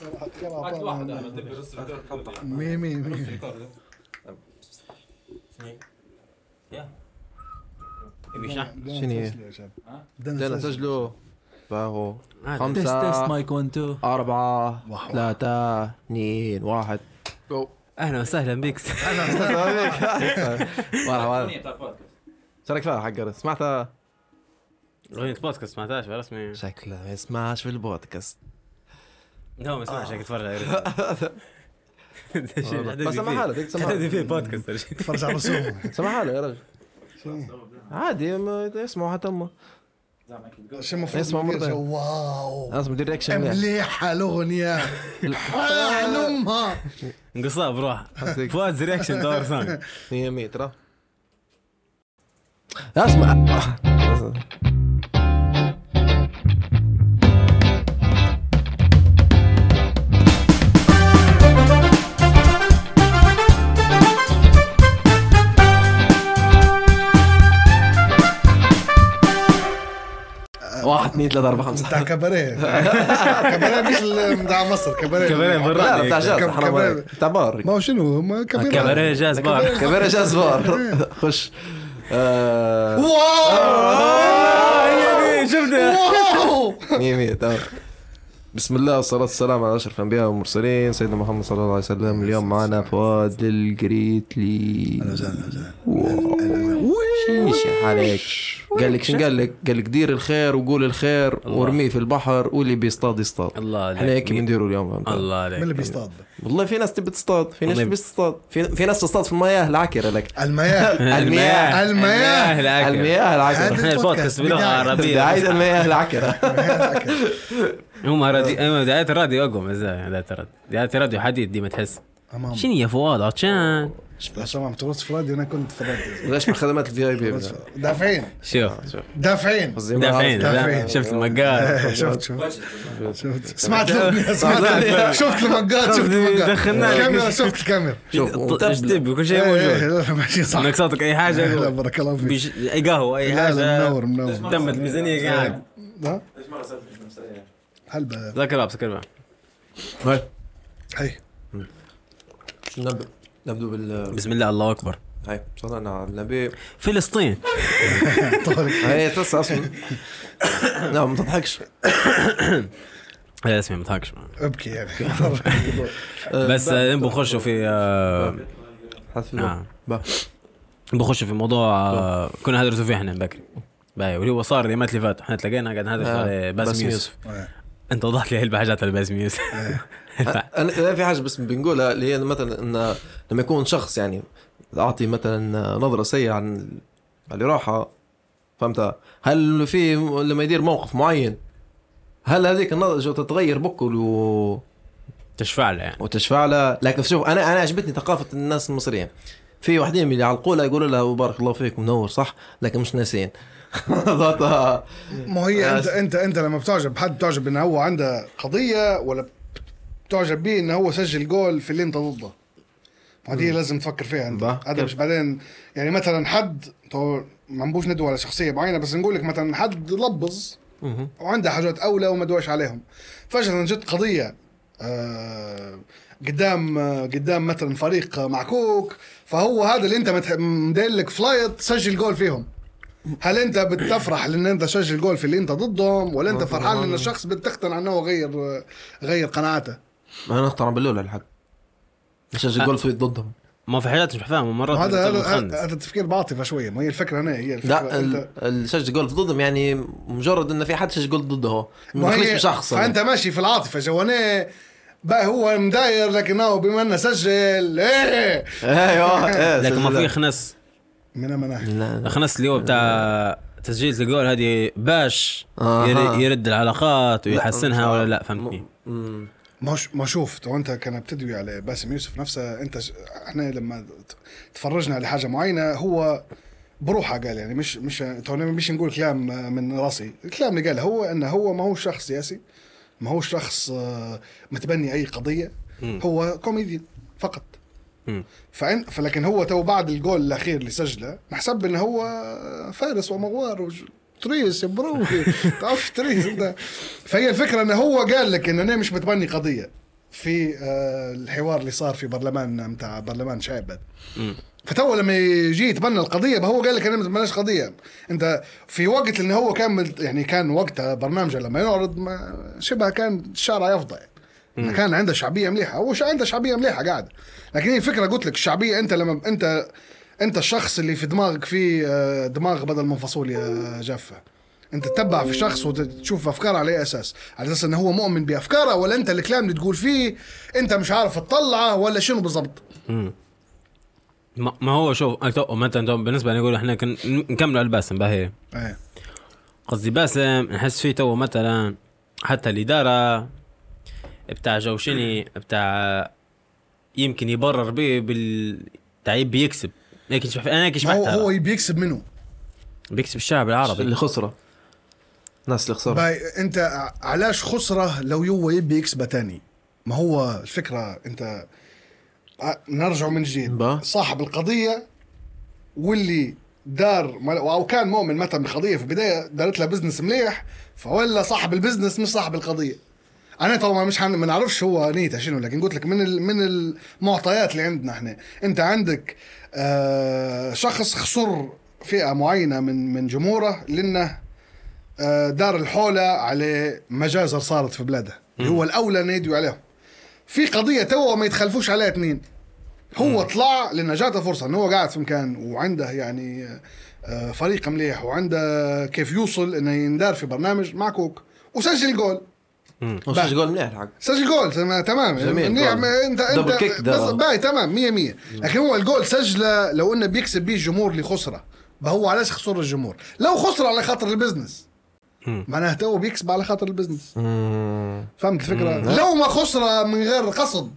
واحد مي شنو بدنا نسجله فهو تست 5 مايك 1 2 4 3 2 1 جو. اهلا وسهلا بك. مرحبا. شارك فيها حق سمعتها اغنية بودكاست سمعتهاش برسمي؟ شكلها ما يسمعش في البودكاست. لا ما اسمعش هيك اتفرج على بس سمع حالك هيك سمع في بودكاست تفرج على رسوم. سمع حالك يا رجل عادي يسمعوا حتى امه شو المفروض اسمع مرة. واو لازم ديريكشن مليحة الأغنية حلمها انقصها بروح فؤاد رياكشن دور ثاني 100 ترى اسمع واحد اثنين ثلاثة أربعة خمسة بتاع كباريه كباريه مش بتاع مصر كباريه كباريه برا. لا بتاع جاز كباريه. بتاع بار ما هو شنو ما كباريه كباريه جاز بار. كبيرة جاز بار خش واو شفته 100 تمام. بسم الله والصلاة والسلام على أشرف الأنبياء والمرسلين سيدنا محمد صلى الله عليه وسلم. اليوم معنا فؤاد القريتلي. شيش حالك قال لك شن قال لك دير الخير وقول الخير وارميه في البحر واللي بيصطاد يصطاد. الله عليك. احنا هيك بنديروا اليوم. الله من اللي عليك. بيصطاد والله في ناس تبي تصطاد في ناس بتصطاد في ناس تصطاد في المياه العكرة لك المياه المياه المياه العكرة. احنا البودكاست بلغة عربية. دعاية المياه العكرة. هم راديو ايوه دعاية الراديو اقوى مزايا دعاية الراديو حديد دي ما تحس شنو يا فؤاد عطشان عشان ما بترص في راديو انا كنت في راديو ليش من خدمات الفي اي بي دافعين شوف دافعين دافعين شفت المقال شفت سمعت الأغنية شفت المقال شفت المقال دخلنا الكاميرا شفت الكاميرا ايش تبي كل شيء موجود ماشي صح انك صوتك اي حاجه لا بارك الله فيك اي قهوه اي لا حاجه منور تمت الميزانيه قاعد ها هل ذاكر سكر هاي هي نبدو بال بسم الله الله اكبر هاي صلينا على النبي. فلسطين هاي تص اصلا لا ما تضحكش يا اسمي ما تضحكش ابكي يعني بس بنخش في بنخش في موضوع كنا هندرسوا فيه احنا بكري باي واللي هو صار اليومات اللي فاتوا احنا تلاقينا قاعد نهدرس على باسم يوسف. انت وضحت لي هالبحاجات على باسم يوسف. انا في حاجه بس بنقولها اللي هي مثلا ان لما يكون شخص يعني اعطي مثلا نظره سيئه عن اللي راحه فهمت هل في لما يدير موقف معين هل هذيك النظره تتغير بكل تشفع له يعني وتشفع له. لكن شوف انا عجبتني ثقافه الناس المصريين في واحدين اللي يعلقوا لها يقولوا لها بارك الله فيك منور صح لكن مش ناسين. ما هي انت لما بتعجب حد بتعجب انه هو عنده قضيه ولا بتعجب بيه انه هو سجل جول في اللي انت ضده. هذه لازم تفكر فيها انت. هذا مش بعدين يعني مثلا حد ما نبوش ندوي على شخصيه معينه بس نقول لك مثلا حد لبز وعنده حاجات اولى وما دوش عليهم فجاه جت قضيه قدام مثلا فريق معكوك فهو هذا اللي انت مدلك فلايت سجل جول فيهم. هل انت بتفرح لان انت سجل جول في اللي انت ضدهم ولا انت فرحان لان الشخص بتقتنع انه غير قناعته؟ انا اقتنع باللولا لحد سجل جول في ضدهم ما في حاجات مش بفهمها مرات هذا التفكير بعاطفه شويه. ما هي الفكره هنا هي الفكره لا السجل جول في ضدهم يعني مجرد ان في حد سجل جول ضده هو مش بشخص فانت ماشي في العاطفه جوانيه بقى هو مداير لكنه بما انه سجل ايوه لكن ما في خنس من خنس اللي هو بتاع تسجيل الجول هذه باش يرد العلاقات ويحسنها ولا لا فهمتني. ما شوف انت كان بتدوي على باسم يوسف نفسه انت احنا لما تفرجنا على حاجه معينه هو بروحه قال يعني مش نقول كلام من راسي. الكلام اللي قاله هو انه هو ما هو شخص سياسي ما هو شخص متبني اي قضيه هو كوميدي فقط. فلكن هو تو بعد الجول الاخير اللي سجله نحسب انه هو فارس ومغوار تريس يا برو تعرف تريس انت. فهي الفكره انه هو قال لك ان انا مش متبني قضيه في الحوار اللي صار في برلمان متاع برلمان شعب. فتو لما يجي يتبنى القضيه هو قال لك انا ما بتبناش قضيه. انت في وقت ان هو كان يعني كان وقتها برنامجه لما يعرض ما شبه كان الشارع يفضى يعني. كان عنده شعبيه مليحه، هو عنده شعبيه مليحه قاعده، لكن هي الفكره قلت لك الشعبيه انت لما انت الشخص اللي في دماغك فيه دماغ بدل من فصول يا جافه. انت تتبع في شخص وتشوف افكاره على اي اساس؟ على اساس انه هو مؤمن بافكاره، ولا انت الكلام اللي تقول فيه انت مش عارف تطلعه، ولا شنو بالضبط؟ ما هو شوف مثلا بالنسبه لي نقول احنا نكملوا على الباسم باهي. قصدي باسم نحس فيه تو مثلا حتى الاداره بتاع جوشني بتاع يمكن يبرر به بالتعيب بيكسب، لكن شوف انا كيش هو بيكسب منه، بيكسب الشعب العربي اللي خسره الناس اللي خسروا. انت علاش خسره لو هو يبي يكسبه تاني؟ ما هو الفكره انت نرجع من جديد. صاحب القضيه واللي دار او كان مؤمن مثلا بالقضيه في البدايه دارت له بزنس مليح، فولا صاحب البزنس مش صاحب القضيه. انا طبعا مش ما نعرفش هو نيته شنو، لكن قلت لك من المعطيات اللي عندنا احنا، انت عندك شخص خسر فئه معينه من جمهوره لانه دار الحوله على مجازر صارت في بلاده اللي هو الاولى نيدوا عليهم في قضيه تو ما يتخلفوش عليها اثنين. هو طلع لأنه جاته فرصة إنه هو قاعد في مكان وعنده يعني فريق مليح وعنده كيف يوصل إنه يندار في برنامج مع كوك وسجل جول. سجل جول مليح الحق. سجل جول تمام. أنت باي تمام 100. لكن هو الجول سجله لو إنه بيكسب بيه الجمهور اللي خسره، هو علاش خسر الجمهور؟ لو خسر على خاطر البزنس معناه هو بيكسب على خاطر البزنس. فهمت الفكرة؟ لو ما خسره من غير قصد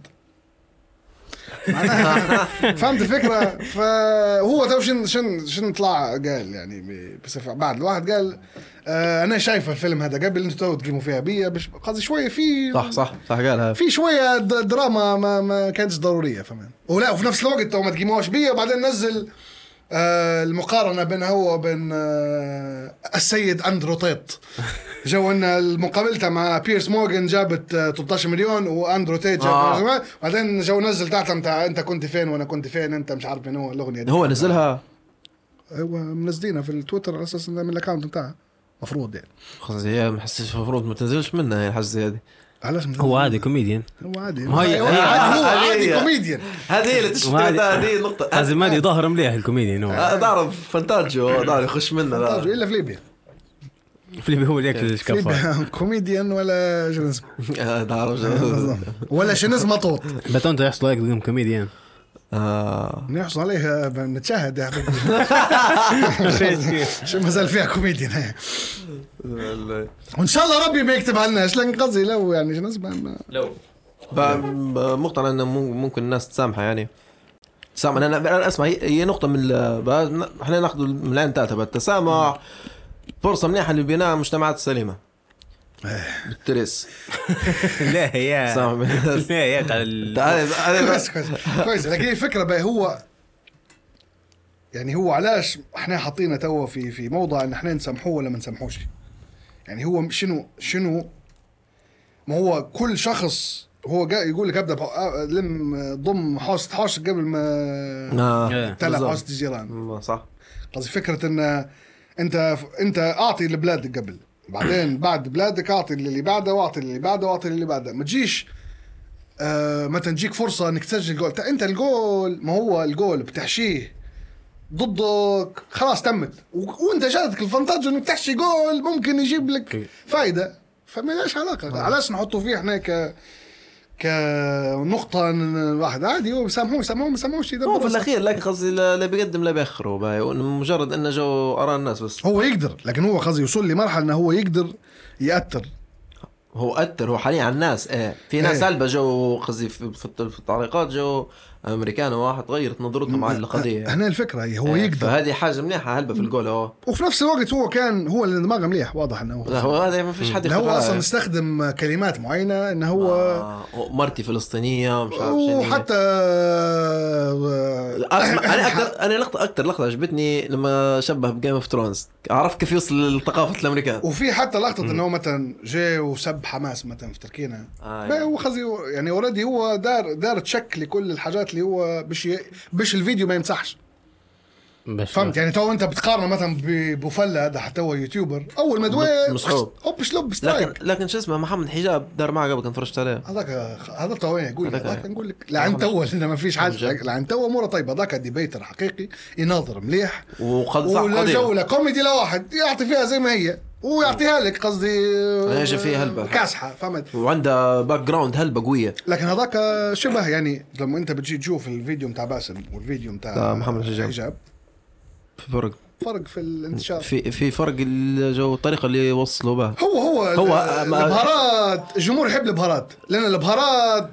فهمت الفكرة. فهو تو شن طلع قال يعني بصفة بعد الواحد قال أنا شايف الفيلم هذا قبل أنتوا تقيموا فيها بيا قصدي شوية في صح قالها في شوية دراما ما كانتش ضرورية فمان. ولا وفي نفس الوقت تو ما تقيموهاش بيا وبعدين نزل المقارنة بين هو وبين السيد أندرو تيت. جو ان المقابلته مع بيرس مورغان جابت 13 مليون واندرو تيت جاب بعدين جو نزل تحت متاع انت كنت فين وانا كنت فين انت مش عارف منو الاغنيه دي. هو نزلها هو منزلينها في التويتر على اساس من الاكونت بتاعه مفروض يعني. خلاص هي ما حسيتش المفروض ما تنزلش منها الحاجه زي هذه. هو عادي كوميديان. هو عادي كوميديان. هذه اللي تشبه هذه النقطه. هذا ما ظاهر مليح الكوميديان. هو تعرف فانتاجو دار يخش منه فانتاجو الا في ليبيا. فيلم هو اللي ياكل الكفار كوميديان ولا شنو اسمه تعرف ولا شنو اسمه طوط بتونت يحصل عليك تقول كوميديان نحصل عليها نتشاهد يا حبيبي شو ما زال فيها كوميديان وان شاء الله ربي ما يكتب علينا ايش لان قصدي لو يعني شنو اسمه لو مقتنع انه ممكن الناس تسامحها يعني تسامح. انا اسمع هي نقطه من احنا ناخذ من العين ثلاثه التسامح فرصة منيحة لبناء مجتمعات سليمة بالتريس. لا هي كويس. لكن الفكرة بقى هو يعني هو علاش احنا حاطينه تو في موضع ان احنا نسامحوه ولا ما نسامحوش. يعني هو شنو ما هو كل شخص هو جاي يقول لك ابدا ضم حوش قبل ما تلعب حوش الجيران. صح. قصدي فكرة ان انت اعطي لبلادك قبل بعدين بعد بلادك اعطي اللي بعده واعطي اللي بعده واعطي اللي بعده. ما تجيش ما تنجيك فرصه انك تسجل جول. انت الجول ما هو الجول بتحشيه ضدك خلاص تمت وانت جاتك الفانتاج انك تحشي جول ممكن يجيب لك فايده. فما لهاش علاقه. علاش نحطوا فيه احنا كنقطة واحد عادي هو بيسامحوش هو في الأخير لكن قصدي لا بيقدم لا بيأخره مجرد إنه جو أرى الناس بس هو يقدر. لكن هو قصدي يوصل لمرحلة إنه هو يقدر يأثر. هو حاليا على الناس في ناس سالبة جو قصدي في التعليقات جو امريكان واحد غيرت نظرتهم على القضيه. هنا الفكره هي هو يقدر، فهذه حاجه منيحه هلبة في الجول هو. وفي نفس الوقت هو كان هو اللي دماغه مليح، واضح انه لا هو هذا ما فيش حد هو اصلا استخدم كلمات معينه انه هو مرتي فلسطينيه مش عارف شنو. وحتى انا اكثر لقطه عجبتني لما شبه بجيم اوف ثرونز، عرفت كيف يوصل لثقافه الامريكان. وفي حتى لقطه انه مثلا جاي وسب حماس مثلا في تركينا. هو خزي يعني اوريدي هو دار تشك لكل الحاجات اللي هو بش الفيديو ما يمسحش. فهمت يعني تو انت بتقارنه مثلا ببوفلا هذا حتى هو يوتيوبر اول ما دوي مسحوب هوب شلوب سترايك. لكن شو اسمه محمد حجاب دار معه قبل كنت فرجت عليه. هذا تو يقول هذاك نقول لك لعن تو انه ما فيش حاجه لعن تو اموره طيبه. هذاك ديبيتر حقيقي يناظر مليح ولا جوله كوميدي لواحد يعطي فيها زي ما هي ويعطيها لك قصدي ايش فيها هلبة كاسحه فهمت وعنده باك جراوند هلبة قوية. لكن هذاك شبه يعني لما انت بتجي تشوف الفيديو متاع باسم والفيديو متاع محمد حجاب فرق في الانتشار في فرق الجو الطريقه اللي يوصلوا بها. هو البهارات الجمهور يحب البهارات لان البهارات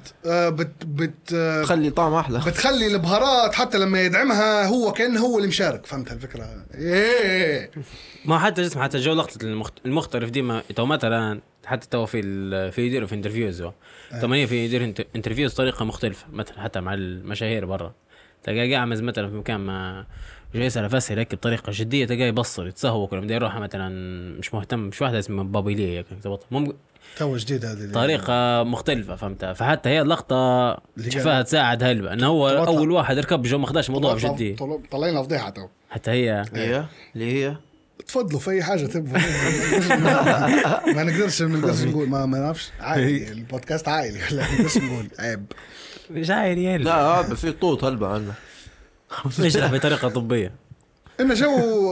تخلي طعم احلى بتخلي البهارات حتى لما يدعمها هو كأنه هو اللي مشارك. فهمت الفكره إيه. ما حتى جسم حتى جو لقطه المختلف ديما تو مثلا حتى تو في يديروا في انترفيوز ثمانية في يدير انترفيوز طريقه مختلفه مثلا حتى مع المشاهير برا تلقى قاعد مثلا في مكان ما جاي يسأل فاسر هيك بطريقة جدية تلقى يبصر يتسهوك ولا بدي يروح مثلا مش مهتم مش واحدة اسمها بابيليه تو جديد هذه طريقة مختلفة فهمتها. فحتى هي اللقطة شفاها تساعد هلبة انه هو اول واحد ركب جو ما خداش موضوع جدي طلعنا فضيحة تو حتى هي اللي هي تفضلوا في اي حاجة تبغوا ما نقدرش نقول ما نعرفش عائلي البودكاست عائلي ولا نقدرش نقول عيب مش عائلي لا هذا في طوط هلبة عنا نشرح بطريقة طبية إنه جو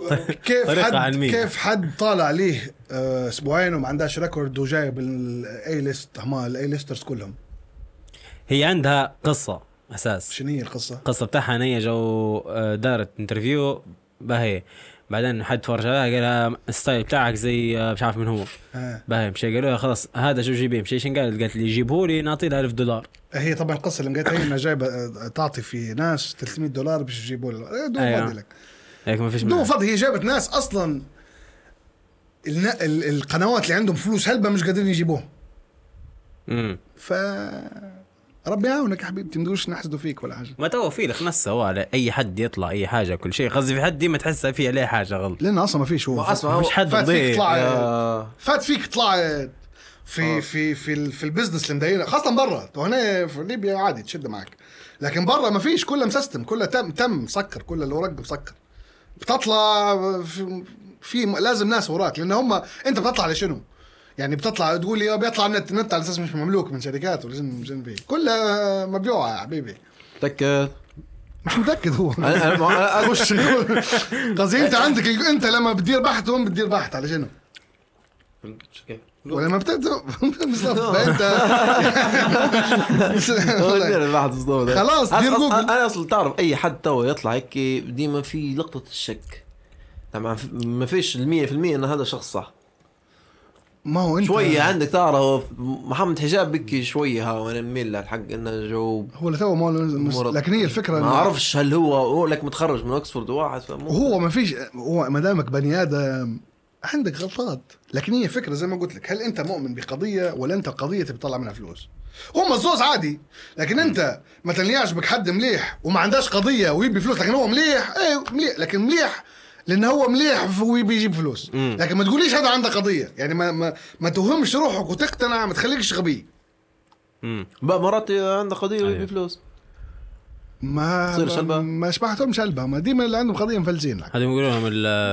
كيف حد طالع ليه أسبوعين وما عندهاش ريكورد وجايب الأي ليست هم الأي ليسترز كلهم. هي عندها قصة أساس. شنو هي القصة؟ قصة بتاعها هي جو دارت انترفيو باهي بعدين حد فرج عليها قالها الستايل بتاعك زي مش عارف من هو باهي مشي قالوا لها خلاص هذا شو جيبيه مشي شن قالت لي جيبه لي نعطي لها $1000. هي طبعا القصة اللي لقيتها انها جايبة تعطي في ناس $300 باش يجيبوا لها دو فاضي لك هيك ما فيش دو فاضي. هي جابت ناس اصلا القنوات اللي عندهم فلوس هلبة مش قادرين يجيبوهم. ف ربي يعاونك يا حبيبتي مدوش نحسدوا فيك ولا حاجه. ما تو في لك نص هو على اي حد يطلع اي حاجه كل شيء قصدي في حد ديما تحسها فيه عليه حاجه غلط لانه اصلا ما فيش هو اصلا مش حد فات فيك طلع في البزنس اللي مدينه خاصه برا. وهنا في ليبيا عادي تشد معك لكن برا ما فيش كله مسيستم كله تم مسكر كله الورق مسكر بتطلع في لازم ناس وراك لان هم انت بتطلع لشنو يعني بتطلع تقول لي بيطلع نت على اساس مش مملوك من شركات ولازم جنبي كلها مبيوعه يا حبيبي. متأكد؟ مش متأكد هو خش قصدي انت عندك انت لما بتدير بحث هم بتدير بحث على شنو ولما بتبدا انت خلاص دير جوجل. انا اصلا تعرف اي حد تو يطلع هيك ديما في لقطه الشك طبعا ما فيش 100% ان هذا شخص صح. ما هو انت شويه عندك تعرف محمد حجاب بكي شويه ها وانا نميل للحق انه جو هو اللي تو لكن هي الفكره ما اعرفش هل هو لك متخرج من اوكسفورد واحد هو ما فيش هو ما دامك بني ادم عندك غلطات لكن هي فكره زي ما قلت لك هل انت مؤمن بقضيه ولا انت قضيه تطلع منها فلوس. هو مزوز عادي لكن انت مثلا يعجبك حد مليح وما عندهاش قضيه ويبي فلوس لكن هو مليح مليح لكن مليح لأن هو مليح وبيجيب فلوس لكن ما تقوليش هذا عنده قضية يعني ما توهمش روحك وتقتنع ما تخليكش غبي. بقى مرات عنده قضية ويجيب فلوس ما شبهتهم شلبة ما ديما اللي عندهم قضية مفلسين هذا يقولوا لهم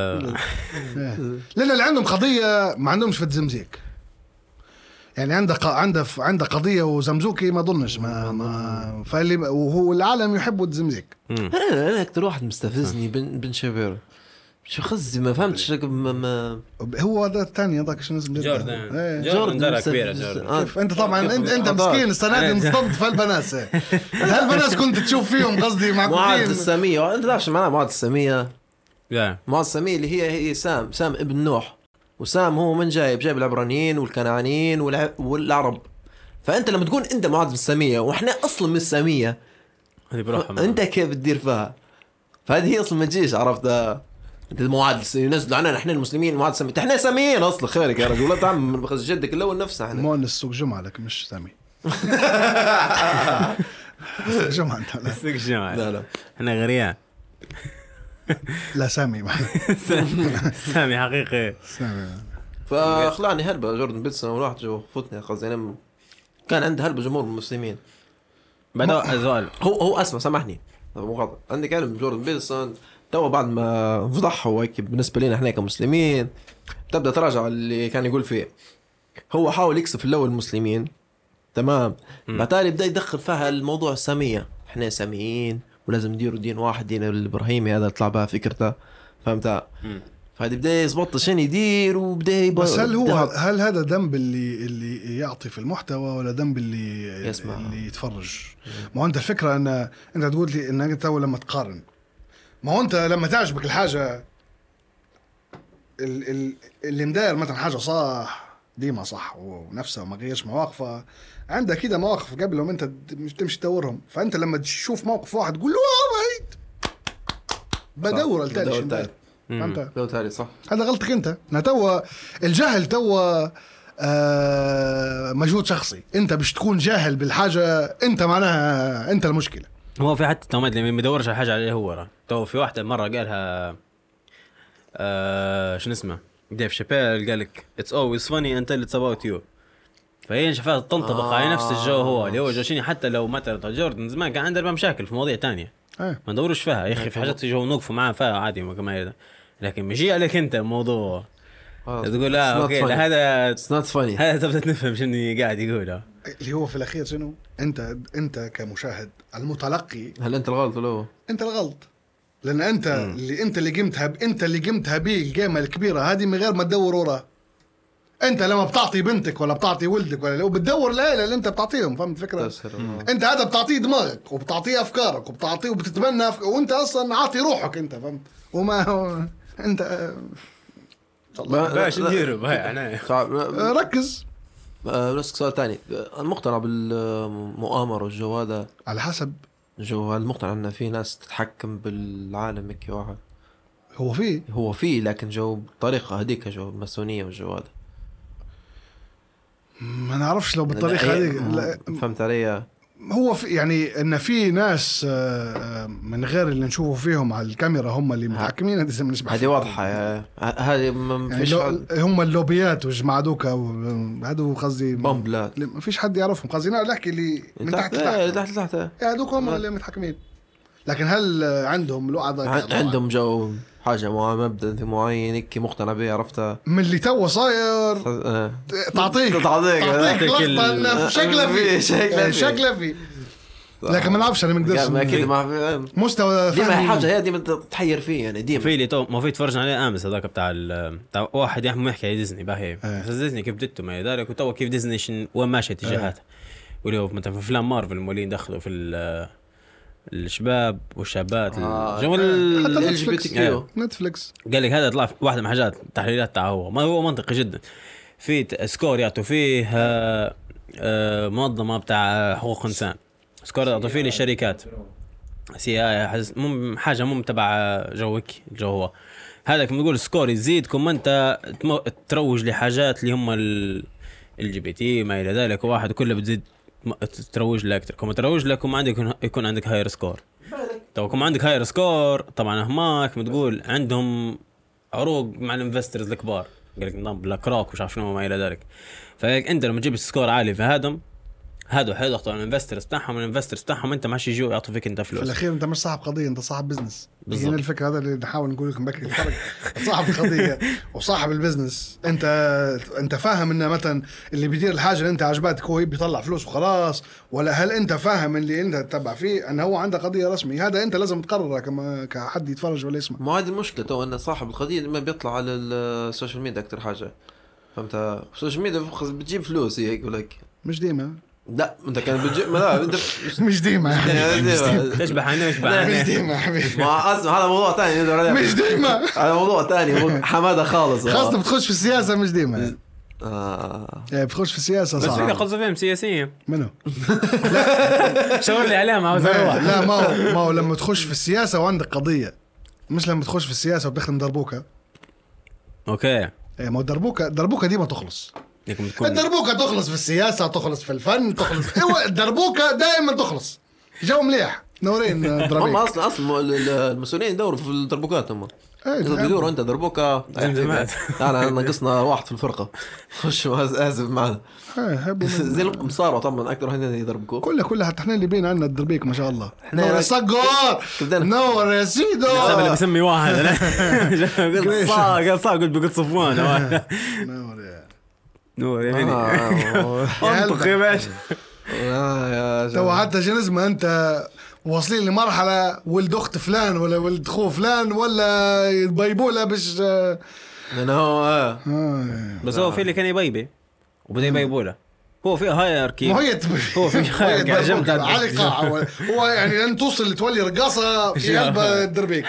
لأن اللي عندهم قضية ما عندهمش في الزمزيك يعني عنده قضية وزمزوكي ما ظنش ما فاللي وهو العالم يحبوا الزمزيك. أنا أكتر واحد مستفزني بن شابير شو خزي ما فهمتش هو هذا الثاني هذاك شنو اسمه جوردن دارة كبيرة جوردن. انت طبعا انت مسكين السنه دي مصطدم في البناس هالبناس كنت تشوف فيهم قصدي معقولين معاذ السامية انت تعرف معناها معاذ السامية معاذ السامية اللي هي سام ابن نوح وسام هو من جايب العبرانيين والكنعانيين والعرب. فانت لما تكون انت معاذ السامية واحنا اصلا من السامية هذه بروحها انت كيف تدير فيها؟ فهذه هي اصلا ما تجيش عرفت. انت المعادل ينزلوا عننا احنا المسلمين معادل سامي، احنا ساميين اصلا خيرك يا رجل، لا تعمل بخز جدك الاول نفسه احنا مو السوق جمعه لك مش سامي. جمعه انت لا. السوق جمعه لا احنا غريان. لا سامي سامي حقيقي سامي. فخلعني هربة جوردن بيتسون وراحت جو فوتني قصدي يعني كان عنده هربة جمهور المسلمين. بعد سؤال هو اسمع سامحني مقاطع، عندك علم جوردن بيتسون تو بعد ما فضحه وهيك بالنسبة لنا احنا كمسلمين تبدأ تراجع اللي كان يقول فيه. هو حاول يكسب في الأول المسلمين تمام، بعدين بدأ يدخل فيها الموضوع السامية، احنا ساميين ولازم نديروا دين واحد دين الإبراهيمي هذا طلع بها فكرته فهمتها. فهذه بدأ يزبط شن يدير وبدأ بس هل هذا ذنب اللي يعطي في المحتوى ولا ذنب اللي يسمع اللي يتفرج؟ ما هو انت الفكرة ان انت تقول لي ان انت لما تقارن، ما هو انت لما تعجبك الحاجة اللي مداير مثلا حاجة صح ديما صح ونفسها وما غيرش مواقفها، عندك كده مواقف قبلهم انت مش تمشي تدورهم، فانت لما تشوف موقف واحد تقول له بعيد بدور التالي فهمت؟ لو تالي صح. هذا غلطك انت. توا الجهل توا مجهود شخصي، انت باش تكون جاهل بالحاجة انت معناها انت المشكلة. هو في حتى توماد اللي ما يدورش على حاجة عليه هو تو في واحدة مرة قالها شنو اسمه ديف شابيل قال لك it's always funny until it's about you. فهي شفاها تنطبق على نفس الجو هو اللي هو جوشيني. حتى لو مثلا جوردن زمان كان عنده مشاكل في مواضيع تانية ما ندورش فيها يا اخي، في حاجات يجوا نوقفوا معاه فيها عادي ما كمان، لكن مجي عليك انت الموضوع تقول لا اوكي لا هذا it's not funny هذا تبدا نفهم شنو قاعد يقوله اللي هو في الاخير شنو انت كمشاهد المتلقي هل انت الغلط ولا هو؟ انت الغلط، لان انت اللي قمتها بيه القيمه الكبيره هذه من غير ما تدور وراها. انت لما بتعطي بنتك ولا بتعطي ولدك ولا بتدور العيله اللي انت بتعطيهم، فهمت الفكره؟ انت هذا بتعطيه دماغك وبتعطيه افكارك وبتعطيه وبتتمنى وانت اصلا عاطي روحك انت، فهمت؟ وما هو انت باش نديروا باي انا ركز. بس سؤال تاني، المقتنع بالمؤامرة والجو هذا على حسب جو المقتنع ان في ناس تتحكم بالعالم هيك واحد هو فيه لكن جو بطريقة هذيك جو الماسونية والجو هذا ما نعرفش لو بالطريقة هذه فهمت علي. هو في يعني ان في ناس من غير اللي نشوفه فيهم على الكاميرا هم اللي متحكمين، هذه واضحة هذه ما فيش هم اللوبيات وجماعة دوكا هادو قصدي بومبلات ما فيش حد يعرفهم قصدي نحكي اللي من تحت لتحت هادوك هم اللي متحكمين. لكن هل عندهم الوعظة عندهم جو حاجة مبدأ معين هيك مقتنع به عرفتها من اللي تو صاير تعطيك لقطة شكله فيه لكن ما نعرفش انا ما اكيد مستوى ديما حاجه هي ديما تحير فيه يعني ديما في اللي تو ما في تفرج عليه امس هذاك بتاع واحد يحكي على ديزني باهي ديزني كيف بدته ما يدارك وتو كيف ديزني وين ماشيه اتجاهاتها ولو مثلا في افلام مارفل مولين دخلوا في الشباب والشابات جو نتفليكس قال لك هذا طلع واحده من حاجات التحليلات تاعه هو ما هو منطقي جدا في سكور يعطوا فيه منظمه بتاع حقوق انسان سكور يعطوا فيه للشركات حاجه مو تبع جوك الجو هو هذا كما نقول سكور يزيد كم انت تروج لحاجات اللي هم الجي بي تي ما الى ذلك واحد كله بتزيد تروج لك كما تروج لكم عندك يكون عندك هاير سكور تو كم عندك هاير سكور طبعا هناك بتقول عندهم عروض مع الانفسترز الكبار قال لك نظام بلاك روك وش عارف شنو ما الى ذلك فهيك انت لما تجيب سكور عالي في هذا حيضغطوا على الانفسترز بتاعهم انت ماشي يجوا يعطوا فيك انت فلوس في الاخير انت مش صاحب قضيه انت صاحب بزنس. هنا الفكره هذا اللي نحاول نقول لكم بكري الفرق صاحب القضيه وصاحب البزنس. انت فاهم ان مثلا اللي بيدير الحاجه اللي انت عجبتك هو بيطلع فلوس وخلاص ولا هل انت فاهم اللي انت تتبع فيه ان هو عنده قضيه رسمي؟ هذا انت لازم تقرره كما كحد يتفرج ولا يسمع. ما هذه المشكله تو ان صاحب القضيه ما بيطلع على السوشيال ميديا اكثر حاجه فهمت. السوشيال ميديا بتجيب فلوس هيك يقول لك مش ديما لا انت كان بتجيب لا انت مش ديما تشبه انا مش ديما حبيبي ما اسمع هذا موضوع ثاني مش ديما هذا موضوع ثاني حماده خالص خاصة بتخش في السياسة مش ديما بتخش في السياسه بس في صعب. قصة فيهم سياسيين منو؟ شاور لي عليهم عاوز اروح. لا ما هو لما تخش في السياسه وعندك قضيه، مش لما تخش في السياسه وبتخدم دربوكه. اوكي ما هو دربوكه دي ما تخلص. الدربوكه تخلص في السياسه، تخلص في الفن، تخلص الدربوكه دائما تخلص. جو مليح نورين هم دربيك. اصلا المسؤولين يدوروا في الدربوكات هم. اذا بيدوروا انت دربوكه انا نقصنا واحد في الفرقه خش اسف معنا زي المصاروا طبعا اكثر واحد يضربكوا كلها حتى احنا اللي بين عندنا الدربيك ما شاء الله. نور صقور نور يا سيدو. اللي بسمي واحد قلت صاق قلت بقول صفوان. نور يا مني منطق يا باشا. تو حتى جنزمة انت واصلين لمرحلة ولد اخت فلان ولا ولد اخوه فلان ولا يبيبوله باش انا هو بس هو في اللي كان يبيبي وبدا يبيبوله. هو في هايركي. هو في هايركي عجمت على قاعة. هو يعني لن توصل تولي رقاصة في قلب الدربيك.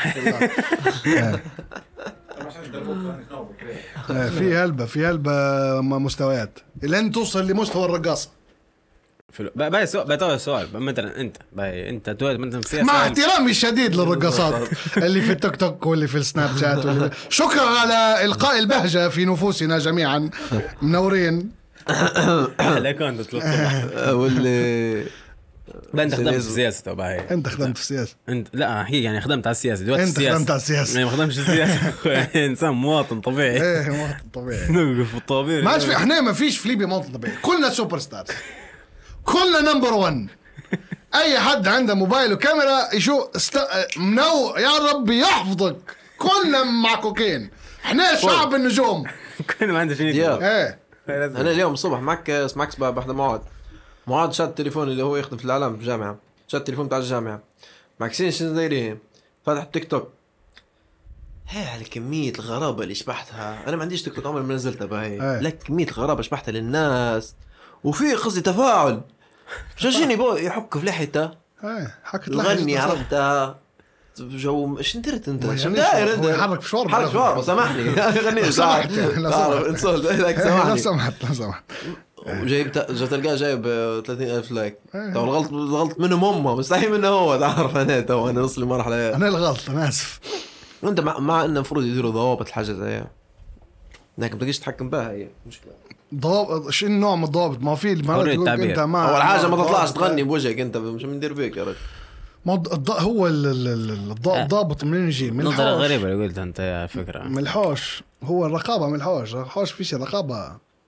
في هلبة مستويات لن توصل لمستوى الرقاصة. باي سؤال مثلا انت تولد مثلا في مع احترامي الشديد للرقصات اللي في التيك توك واللي في السناب شات شكرا على القاء البهجه في نفوسنا جميعا منورين. لكن واللي انت خدمت في السياسه باي. انت خدمت في السياسه. انت لا هي يعني خدمت على السياسه دلوقتي. انت خدمت على السياسه يعني ما خدمتش السياسه. انسان مواطن طبيعي. ايه مواطن طبيعي. نوقف في الطوابير. ما في احنا ما فيش في ليبيا مواطن طبيعي. كلنا سوبر ستارز. كلنا نمبر 1. اي حد عنده موبايل وكاميرا يشوف منو يا ربي يحفظك. كلنا مع كوكين. احنا شعب النجوم. كلنا ما عندنا شيء. ايه انا اليوم الصبح معك بحد معاد شاد التليفون اللي هو يخدم في الاعلام في الجامعه. شاد التليفون بتاع الجامعه معكسين شنو دايرين. فتح تيك توك هي على كميه الغرابه اللي شبحتها. انا ما عنديش تيك توك عمري ما نزلتها باهي. لك كميه الغرابه شبحتها للناس وفي قصدي تفاعل. جاجيني بو يحك في لحيته حكت الغني عرفتها جو ايش درت انت شو داير انت يحرك في شوارب سامحني غني سامحت لو سمحت جايب تلقاه جايب 30,000 لايك. تو الغلط منهم هم مستحيل منه هو. تعرف انا نوصل لمرحله انا الغلط انا اسف. وانت مع انه المفروض يديروا ضوابط الحاجه زي لكن ما تقدرش تتحكم بها. هي مشكله ضوابط. شنو نوع من الضوابط؟ ما في انت ما اول حاجه ما تطلعش تغني بوجهك انت مش مندير بيك يا رجل. هو الضابط منين يجي؟ من نظرة غريبة اللي قلتها انت يا فكرة. من الحوش. هو الرقابة من الحوش فيش رقابة.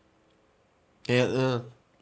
هي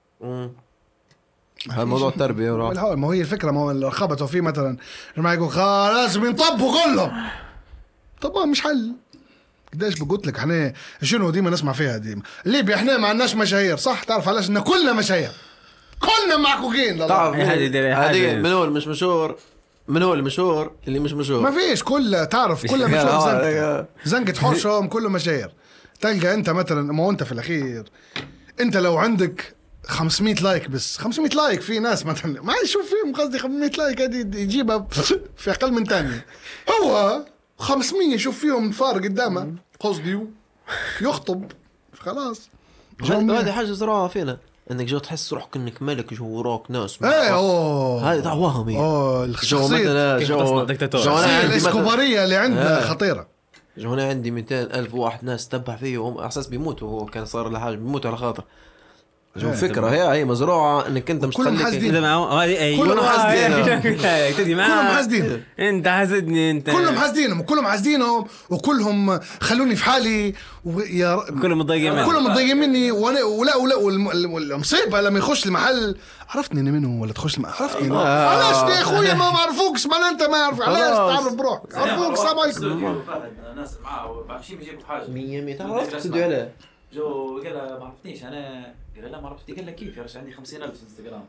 الموضوع التربية ما هي الفكرة. ما هو الرقابة تو في مثلا لما يقول خلاص بينطبوا كلهم. طبعا مش حل. قديش بقولت لك احنا شنو ديما نسمع فيها ديما ليبيا احنا ما عندناش مشاهير صح. تعرف علاش؟ ان كلنا مشاهير كلنا معكوكين. تعرف هذه من هو مش مشهور من هو المشهور اللي مش مشهور ما فيش. كل تعرف كل مشهور زنقة حوشهم كله مشاهير. تلقى انت مثلا ما انت في الاخير انت لو عندك 500 لايك بس 500 لايك في ناس مثلا ما يشوف فيهم قصدي 500 لايك هذه يجيبها في اقل من ثانية. هو 500 يشوف فيهم فار قدامه قصدي يخطب خلاص. هذه حاجة زراعة فينا انك جو تحس روحك انك ملك جو وراك ناس. ايه هذه وهمي. الشخصية جو الاسكوبارية اللي عندنا خطيرة. جو انا عندي 200,000 واحد ناس تتبع فيه وهم اساس بيموتوا. هو كان صار له حاجة بيموتوا على خاطر. جو فكرة هي مزروعة انك انت مش كلهم حاسدين. هذه كلهم حاسدين. تدي معاه كلهم حاسدين. انت حاسدني انت. كلهم حاسدينهم وكلهم خلوني في حالي كلهم متضايقين مني. ولا والمصيبة لما يخش المحل عرفتني انا منهم ولا تخش عرفتني علاش يا اخويا ما معرفوكش ما انت ما يعرف علاش تعرف بروحك عرفوك السلام عليكم. الناس معاه ما شي بيجيبوا حاجة 100 تعرف تسدوا عليه جو قال ما عرفتنيش انا. قال لا ما عرفتي. قال لك كيف يا رجل عندي 50,000 في الانستغرام.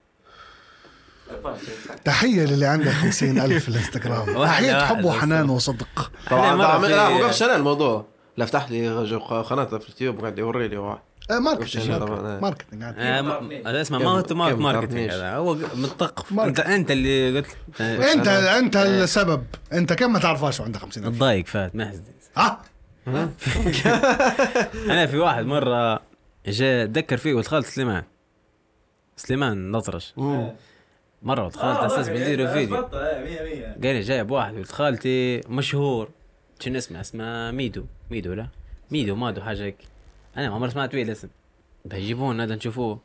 تحية للي عنده 50,000 في الانستغرام. تحية حب وحنان وصدق. طبعا لا وقفش انا الموضوع. لا فتح لي قناة في اليوتيوب وقاعد يوري لي واحد ماركتينج هذا اسمه ماركتينج. هذا هو متثقف. انت اللي قلت انت السبب. انت كم ما تعرفاش عنده 50,000 ضايق فات محزن. ها انا في واحد مرة جا اتذكر فيه ولد خالد سليمان نطرش مره ولد خالتي اساس بنديروا فيديو قال لي جايب واحد ولد خالتي مشهور شنو اسمه ميدو لا مادو حاجه هيك انا ما عمري سمعت فيه الاسم بيجيبونا هذا نشوفوه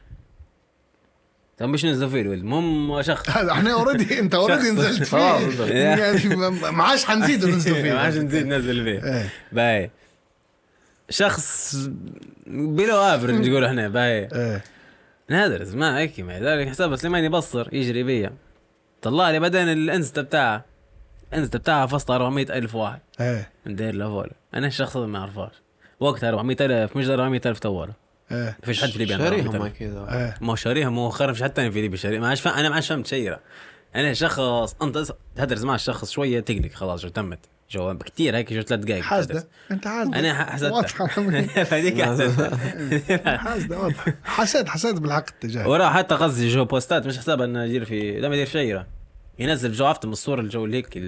طب مش ننزل فيه المهم شخص احنا اوريدي انت اوريدي نزلت فيه يعني ما عادش حنزيد ننزل فيه ما عادش نزيد ننزل فيه باي شخص بلو افرج نقول احنا باي نادر ما هيك ما ذلك حساب سليمان يبصر يجري بيا طلع لي بعدين الانستا بتاعها فصل 400,000 واحد ندير له فولو انا الشخص هذا ما اعرفاش وقتها 400,000 مش 400,000 طوال فيش حد في ليبيا شاريهم كذا ما شاريها مؤخرا فيش حد ثاني في ليبيا شاري ما عادش انا ما عادش فهمت شيء انا شخص انت تهدرز مع الشخص شويه تقلق خلاص جو تمت جو بكتير هيك جو 3 دقائق حاسده انت حاسده انا حسيت فديك حاسده واضح حسيت بالحق اتجاه وراه حتى قصدي جو بوستات مش حساب انه يدير في لما يدير شيء ينزل جو عفت من الصوره الجو اللي هيك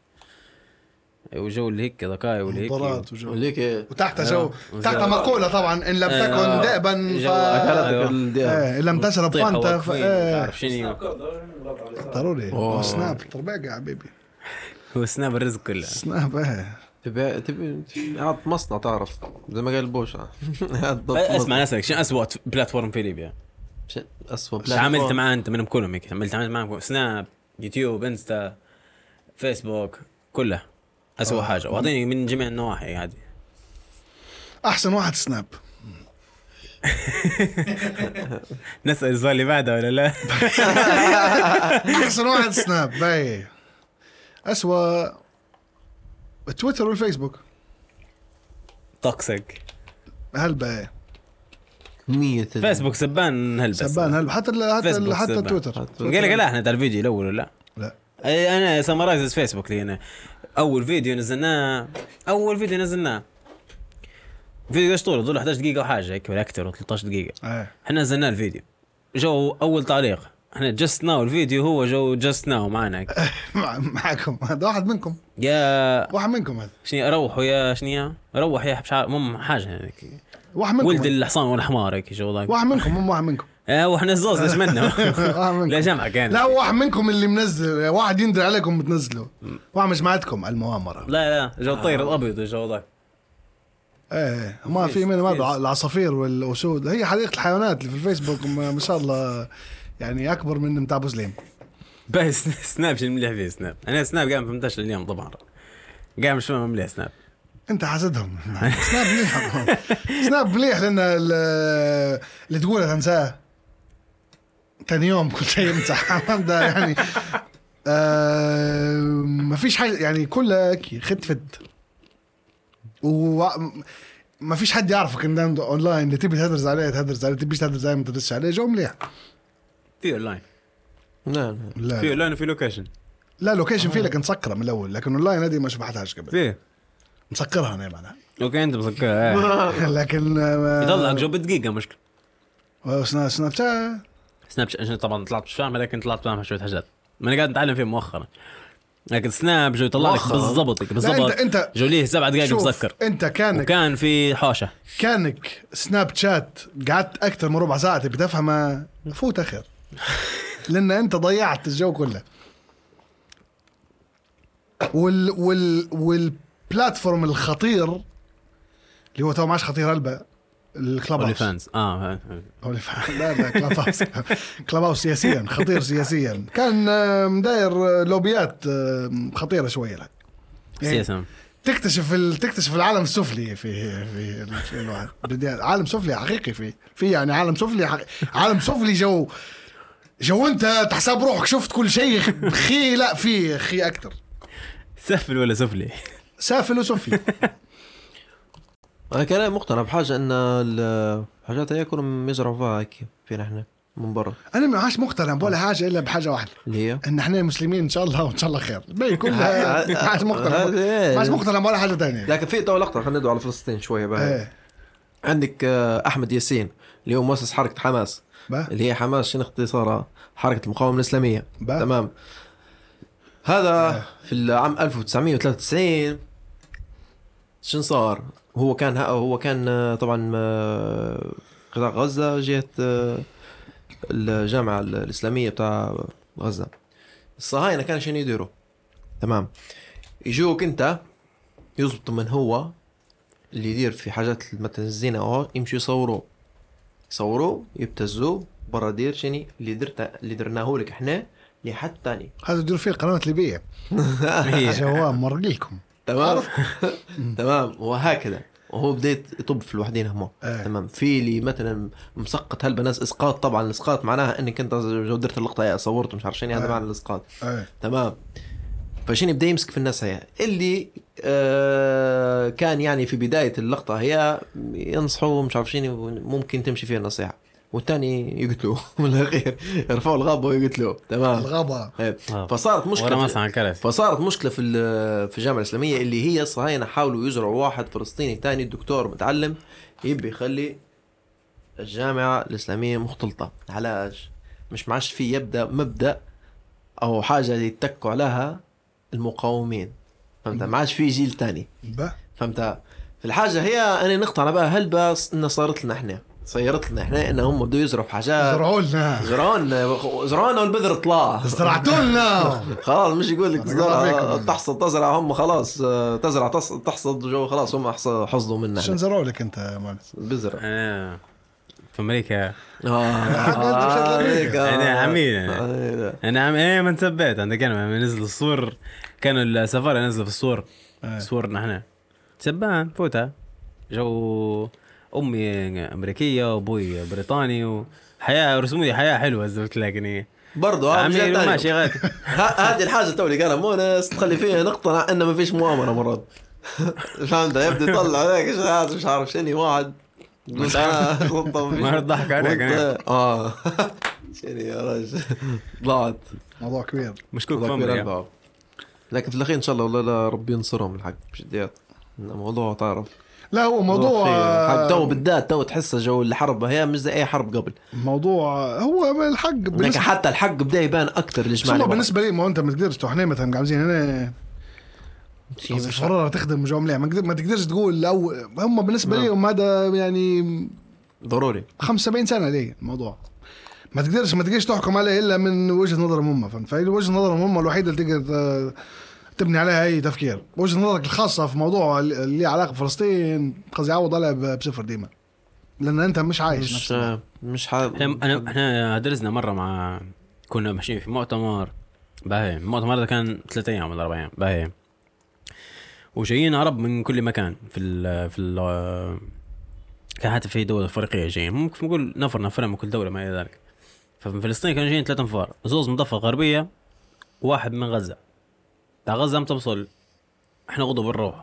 وجو اللي هيك ذكاء واللي هيك وتحت جو تحت مقولة طبعا إن لم تكن دائبا إن لم تشرب فانتا عارف شنو ضروري سناب طرباق يا حبيبي هو سناب الرزق كله سناب تبي قاعد مصنع تعرف زي ما قال بوش اسمع نسألك شنو أسوأ بلاتفورم في ليبيا أسوأ بلاتفورم عملت معاه أنت من كلهم هيك عملت معاه سناب يوتيوب انستا فيسبوك كله أسوأ حاجة واعطيني من جميع النواحي هذه أحسن واحد سناب نسأل السؤال اللي بعده ولا لا أحسن واحد سناب باي أسوأ تويتر والفيسبوك توكسيك هلبا فيسبوك سبان هلبا حتى تويتر قال لك لا احنا تاع الفيديو الاول ولا لا انا سمرايز فيسبوك لي انا اول فيديو نزلناه فيديو ايش طوله 11 دقيقه وحاجه هيك ولا اكثر 13 دقيقه احنا نزلنا الفيديو جو اول تعليق احنا جست ناو الفيديو هو جو جست ناو معنا معكم هذا واحد منكم يا واحد منكم هذا شنو روحوا يا شنو روح يا حاجه هيك واحد منكم ولد الحصان والحمار هيك جو واحد منكم واحد منكم واحنا الزوز ليش منا لا جمعه كان لا واحد منكم اللي منزل واحد يندر عليكم بتنزلوا واحد مش معتكم المؤامره لا جو الطير الابيض وجو ذاك ما في من ما العصافير والاسود هي حديقه الحيوانات اللي في الفيسبوك ما شاء الله يعني اكبر من متاع ابو سليم بس سناب شنو مليح فيه سناب انا سناب قام 18 اليوم طبعا قام شو مليح سناب انت حاسدهم سناب مليح سناب مليح لان اللي تقوله تنساه ثاني يوم كل شيء يمسح ده يعني ما فيش حاجه يعني كلها خدفت وما فيش حد يعرفك ان انت اونلاين اللي تبي تهدرز عليه تبيش تهدرز عليه ما تدرسش عليه جو مليح في اونلاين لا في اونلاين وفي لوكيشن لا لوكيشن فيه لكن مسكره من الاول لكن اونلاين هذه ما شبهتهاش قبل فيه مسكرها انا معناها اوكي انت مسكرها لكن يطلعك جو بدقيقه مشكله سناب شات طبعا طلعت مش فاهم لكن طلعت فاهم شويه حاجات ما انا قاعد اتعلم فيه مؤخرا لكن سناب جو يطلع لك بالضبط انت جو ليه 7 دقائق مسكر انت كان في حوشه كانك سناب شات قعدت اكثر من ربع ساعه تبي تفهم فوت اخر لان انت ضيعت الجو كله والبلاتفورم الخطير اللي هو تو ماش خطير هلبا الكلاب هاوس فانز لا كلاب هاوس سياسيا خطير سياسيا كان داير لوبيات خطيره شويه لك سياسا تكتشف العالم السفلي في الواحد عالم سفلي حقيقي في يعني عالم سفلي جو انت تحسب روحك شفت كل شيء خي لا في خي اكتر سافل ولا سفلي سافل وسفلي أنا كلام مقتنع بحاجة إن الحاجات هي يكونوا يزرعوا فيها هيك فينا إحنا من برا. أنا ما عاش مقتنع بولا حاجة إلا بحاجة واحدة اللي هي إن إحنا مسلمين إن شاء الله وإن شاء الله خير. بيكون ما عاش مقتنع بولا حاجة تانية. لكن في طاولة لقطة خلينا ندعو على فلسطين شوية بقى. عندك أحمد ياسين اللي هو مؤسس حركة حماس اللي هي حماس شنو اختصارها حركة المقاومة الإسلامية. تمام. هذا في العام 1993 شن صار؟ هو كان طبعا قطاع غزة جهة الجامعة الإسلامية بتاع غزة. الصهاينة كانوا شنو يديروا؟ تمام، يجوك انت يزبط من هو اللي يدير في حاجات مثلا الزنا او يمشي يصوروه يبتزوه برا دير شني اللي درناه لك احنا لحد تاني. هذا يدير فيه القنوات الليبية جواب مرقلكم. تمام. تمام. وهكذا وهو بديت يطب في الوحدين هم. تمام. في اللي مثلا مسقط هالبناس اسقاط. طبعا الاسقاط معناها انك انت درت اللقطه يا صورت مش عارف شنو هذا معنى الاسقاط. تمام. فشين يبدا يمسك في الناس هي اللي كان يعني في بدايه اللقطه هي ينصحوا مش عارف شنو ممكن تمشي فيها النصيحه والثاني يقتلوه من الاخير يرفعوا الغابه ويقتلوه. تمام. الغابه. فصارت مشكله في الجامعه الاسلاميه اللي هي الصهاينه حاولوا يزرعوا واحد فلسطيني ثاني دكتور متعلم يبي يخلي الجامعه الاسلاميه مختلطه. علاش مش معاش في يبدا مبدا او حاجه يتكوا عليها المقاومين. فهمت؟ ما عادش في جيل تاني. فهمت؟ في الحاجه هي انا نقطع بقى هل بس انه صارت لنا احنا صيرت لنا احنا ان هم بدوا يزرعوا حاجات. زرعونا والبذر طلع زرعتوا لنا خلاص. مش يقول لك تحصد تزرع هم خلاص تزرع تحصد جو خلاص هم حصدوا منا. شنو زرعوا لك انت يا مالس؟ البذر في امريكا. انا عميل انا عم ما نثبت عندك انا نزل الصور كانوا السفاره نزلوا في الصور صورنا احنا سبان فوتها جو امي امريكيه وابوي بريطاني وحياه رسموا حياه حلوه زلت لكن برضه ماشي غادي. هذه الحاجه تولي قالها مونس تخلي فيها نقطه ان ما فيش مؤامره مرات. فهمت؟ يبدا يطلع عليك اشاعات مش عارف شنو واحد قلت انا ما ضحك عليك شنو يا رجل ضاعت موضوع كبير مشكوك فيه. لكن في الاخير ان شاء الله والله لا ربي ينصرهم الحق بجديات. الموضوع تعرف لا هو موضوع تو بالذات تو تحسه جو الحرب هي مش زي اي حرب قبل. موضوع هو الحق لكن حتى الحق بدا يبان اكثر للجماعه بالنسبه لي. ما انت ما تقدرش احنا مثلا قاعدين هنا الفرارة تخدم جو مليح ما تقدرش تقول او هم بالنسبه لهم هذا يعني ضروري 75 سنه ليه الموضوع. ما تقدرش تحكم عليه الا من وجهه نظرهم هم. فهمت؟ فهي وجهه نظرهم هم الوحيده اللي تقدر تبني عليها اي تفكير. وجهه نظرك الخاصه في موضوع اللي علاقه بفلسطين قصدي يعوض عليها بصفر ديما لان انت مش عايش مش حابب. احنا درسنا مره مع كنا ماشيين في مؤتمر باهي. المؤتمر هذا كان 3 أيام ولا 4 أيام باهي وجايين عرب من كل مكان في كان حتى في دول افريقيه جايين ممكن نقول نفر من كل دوله ما الى ذلك. فمن فلسطين كانوا جايين 3 أنفار زوز من الضفه الغربيه وواحد من غزه. تاع غزه متى وصل احنا غضب بالروح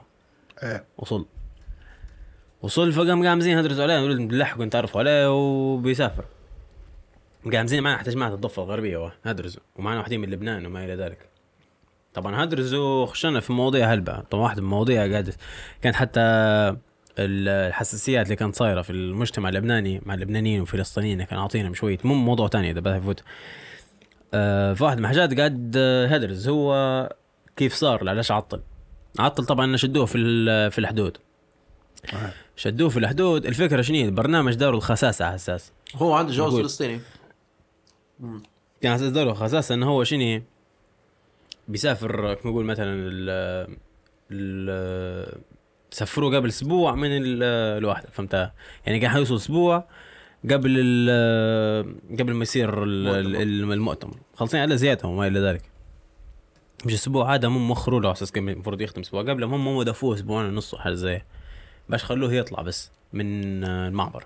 وصل فقام قامزين هدرسوا عليه ولد بنلحقوا نتعرفوا عليه وبيسافر. قامزين معنا حتى جماعه الضفه الغربيه هدرسوا ومعنا واحدين من لبنان وما الى ذلك. طبعا هدرسوا خشنا في مواضيع هلبة. طبعا واحد من المواضيع كانت حتى الحساسيات اللي كانت صايرة في المجتمع اللبناني مع اللبنانيين والفلسطينيين كان عاطينا شوية موضوع تاني ده بقى يفوت. فواحد من حاجات قاعد هدرس هو كيف صار علاش عطل طبعا شدوه في الحدود. شدوه في الحدود. الفكرة شنو البرنامج داره الخساسة على اساس هو عنده جواز فلسطيني كان على اساس داره الخساسة انه هو شنو بيسافر كما نقول مثلا سافروا قبل اسبوع من الواحده. فهمتها؟ يعني كان حيوصل اسبوع قبل ما يصير المؤتمر خلصين على زيادة وما الى ذلك. مش اسبوع هذا هم مخروا له اساس كان المفروض يختم اسبوع قبل هم دفوه اسبوعين ونص حاجه زي باش خلوه يطلع بس من المعبر.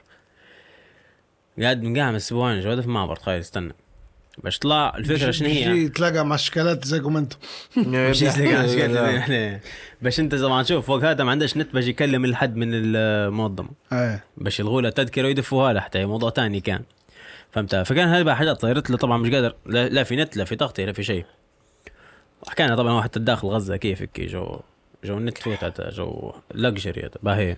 قاعد اسبوعين جوده في المعبر. تخيل استنى باش طلع. الفكره شنو هي تلاقى مع شكلات زيكم انتم مش تلاقى شكلات باش انت طبعا شوف فوق هذا ما عندش نت باش يكلم الحد من المنظمه باش يلغوا له تذكره ويدفوها له حتى موضوع تاني كان. فهمت؟ فكان هذه حاجات طيرت له طبعا مش قادر لا في نت لا في تغطيه لا في شيء. حكينا طبعا واحد داخل غزه كيفك جو النت فيه جو لكجري باهي.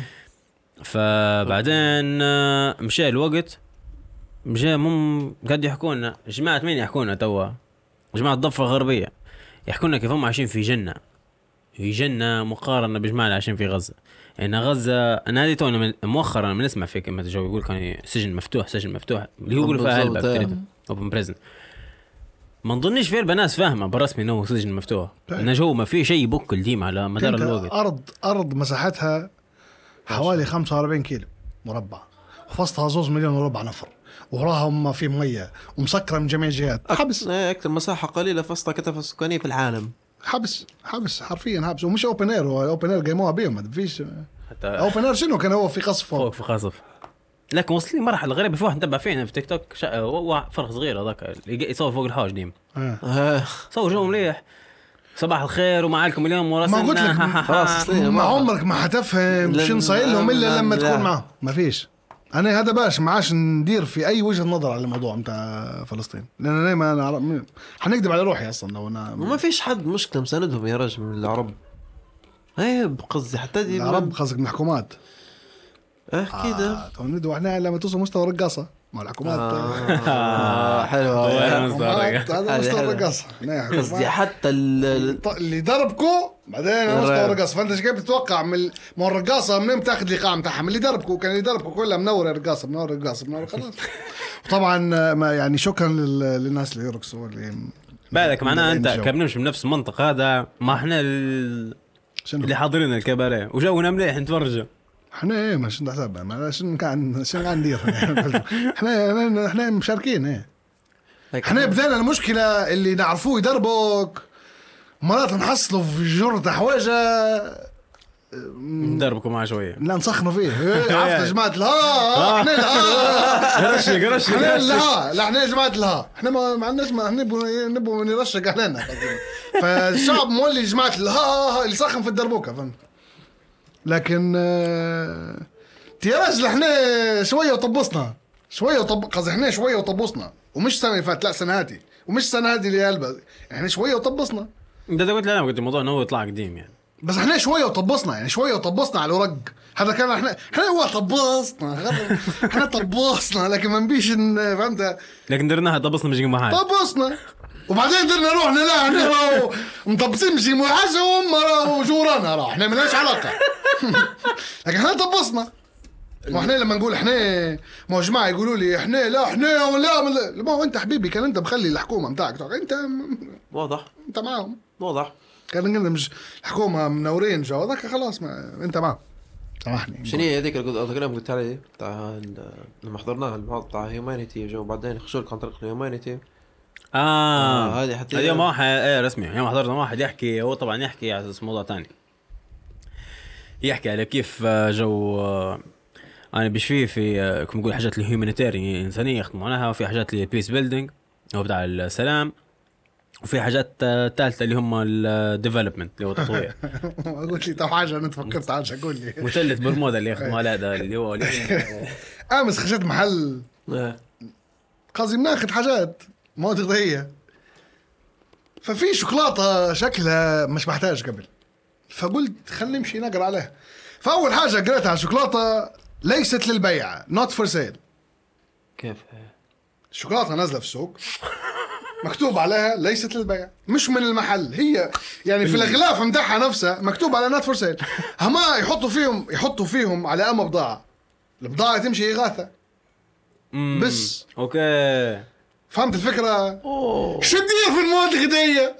فبعدين مشى الوقت مجا قاعد يحكونا جماعة مين يحكونا توا جماعة الضفة الغربية يحكونا كيف هم عايشين في جنة يجينا مقارنه بجماعه اللي عايشين في غزه. يعني غزه انا هذه تونا مؤخرا من نسمع فيك لما جو يقول كان سجن مفتوح اللي هو يقول فيها هلبة اوبن بريزن. ما نظنش في ناس فاهمه برسمي انه سجن مفتوح انه جو ما في شيء بكل ديم على مدار الوقت. ارض مساحتها حوالي 45 كيلو مربع وفصلها 2 مليون وربع نفر وراها ما في ميه ومسكره من جميع الجهات. حبس اكثر مساحه قليله فصلها كتف السكانيه في العالم. حبس حرفيا حبس. ومش اوبن اير، اوبن اير قيموها بيهم ما فيش حتى اوبن اير. شنو كان هو في قصف فوق في قصف. لكن وصلين مرحله غريبه. في واحد نتبع فينا في تيك توك فرق صغير هذاك يصور فوق الحوش ديم صور جو مليح صباح الخير ومعاكم اليوم وراسلنا. خلاص ما عمرك ما حتفهم شنو صاير لهم الا لما تكون معهم. ما فيش. انا هذا باش معاش ندير في اي وجهه نظر على الموضوع نتاع فلسطين لان انا ما حنكذب على روحي اصلا لو انا ما فيش حد مشكله مساندهم يا رجل من العرب. قصدي حتى دي العرب قصدك من الحكومات كده ندوا احنا لما توصل مستوى الرقاصه مع الحكومات. حلوه هذا مستوى الرقاصه. قصدي حتى اللي ضربكم بعدين مستوى الرقاصه. فانت ايش بتتوقع من ما الرقاصه منين بتاخذ الايقاع بتاعها؟ من اللي ضربكم. كان اللي ضربكم كلها منور الرقاصه منور خلاص. طبعا ما يعني شكرا للناس اللي يرقصوا اللي بالك معناها انت كبنمش من نفس المنطقه هذا. ما احنا اللي حاضرين الكباريه وجونا مليح نتفرجوا. احنا ما شنو حسابنا ما شنو قاعد ندير. احنا مشاركين. احنا بدينا المشكله اللي نعرفوه يدربوك مرات نحصلوا في جرة حواجه ندربكم معاه شويه لا نسخنوا فيه. عرفت يا جماعه الها احنا قرش لا احنا يا جماعه الها احنا ما عندناش ما نبغى نرشق علينا. فالشعب مولي يا جماعه الها اللي سخن في الدربوكه فهمت. لكن يا راجل احنا شويه وطبصنا قصدي احنا شويه وطبصنا. ومش السنه اللي فاتت لا سنه هاتي ومش السنه هذه اللي قلبها. احنا شويه وطبصنا. انت قلت لي انا قلت الموضوع انه هو يطلع قديم يعني. بس احنا شويه وطبصنا يعني شويه وطبصنا على الورق. هذا كان احنا هو طبصنا احنا طبصنا لكن ما نبيش فهمت. لكن درناها طبصنا مش جنب حاجه طبصنا وبعدين درنا روحنا لا احنا مطبسين مش جنب حاجه وهم وجورانا راح احنا مالناش علاقه. لكن احنا طبصنا. ما احنا لما نقول احنا ما هو جماعه يقولوا لي احنا لا ما هو انت حبيبي كان انت مخلي الحكومه نتاعك انت واضح انت معاهم واضح. كان قلنا مش الحكومه منورين جو هذاك خلاص ما انت معاهم. سامحني شنو هي هذيك اللي قلت عليه بتاع لما حضرناها الموضوع بتاع هيومانيتي جو بعدين خشوا عن طريق الهيومانيتي. هذه حتى اليوم واحد رسمي يوم حضرنا واحد يحكي. هو طبعا يحكي على موضوع تاني يحكي على كيف جو انا بشوف في كم نقول حاجات الهيومانيتيري انسانيه يخدموا عليها وفي حاجات البيس بيلدينج هو بتاع السلام وفي حاجات ثالثه اللي هم الديفلوبمنت اللي هو التطوير. قلت لي طب حاجه انا تفكرت عايش اقول لي مثلث برمودا اللي يخدموا على هذا اللي هو امس خشيت محل قصدي بناخذ حاجات مواد غذائيه ففي شوكولاته شكلها مش محتاج قبل فقلت خلينا نمشي نقرا عليها. فاول حاجه قريتها على الشوكولاته ليست للبيع not for sale. كيف الشوكولاته نازله في السوق مكتوب عليها ليست للبيع مش من المحل. هي يعني في الغلاف متاعها نفسها مكتوب على not for sale. هما يحطوا فيهم على أما بضاعة البضاعة تمشي إغاثة بس. اوكي فهمت الفكرة. شو تدير في المواد الغذائية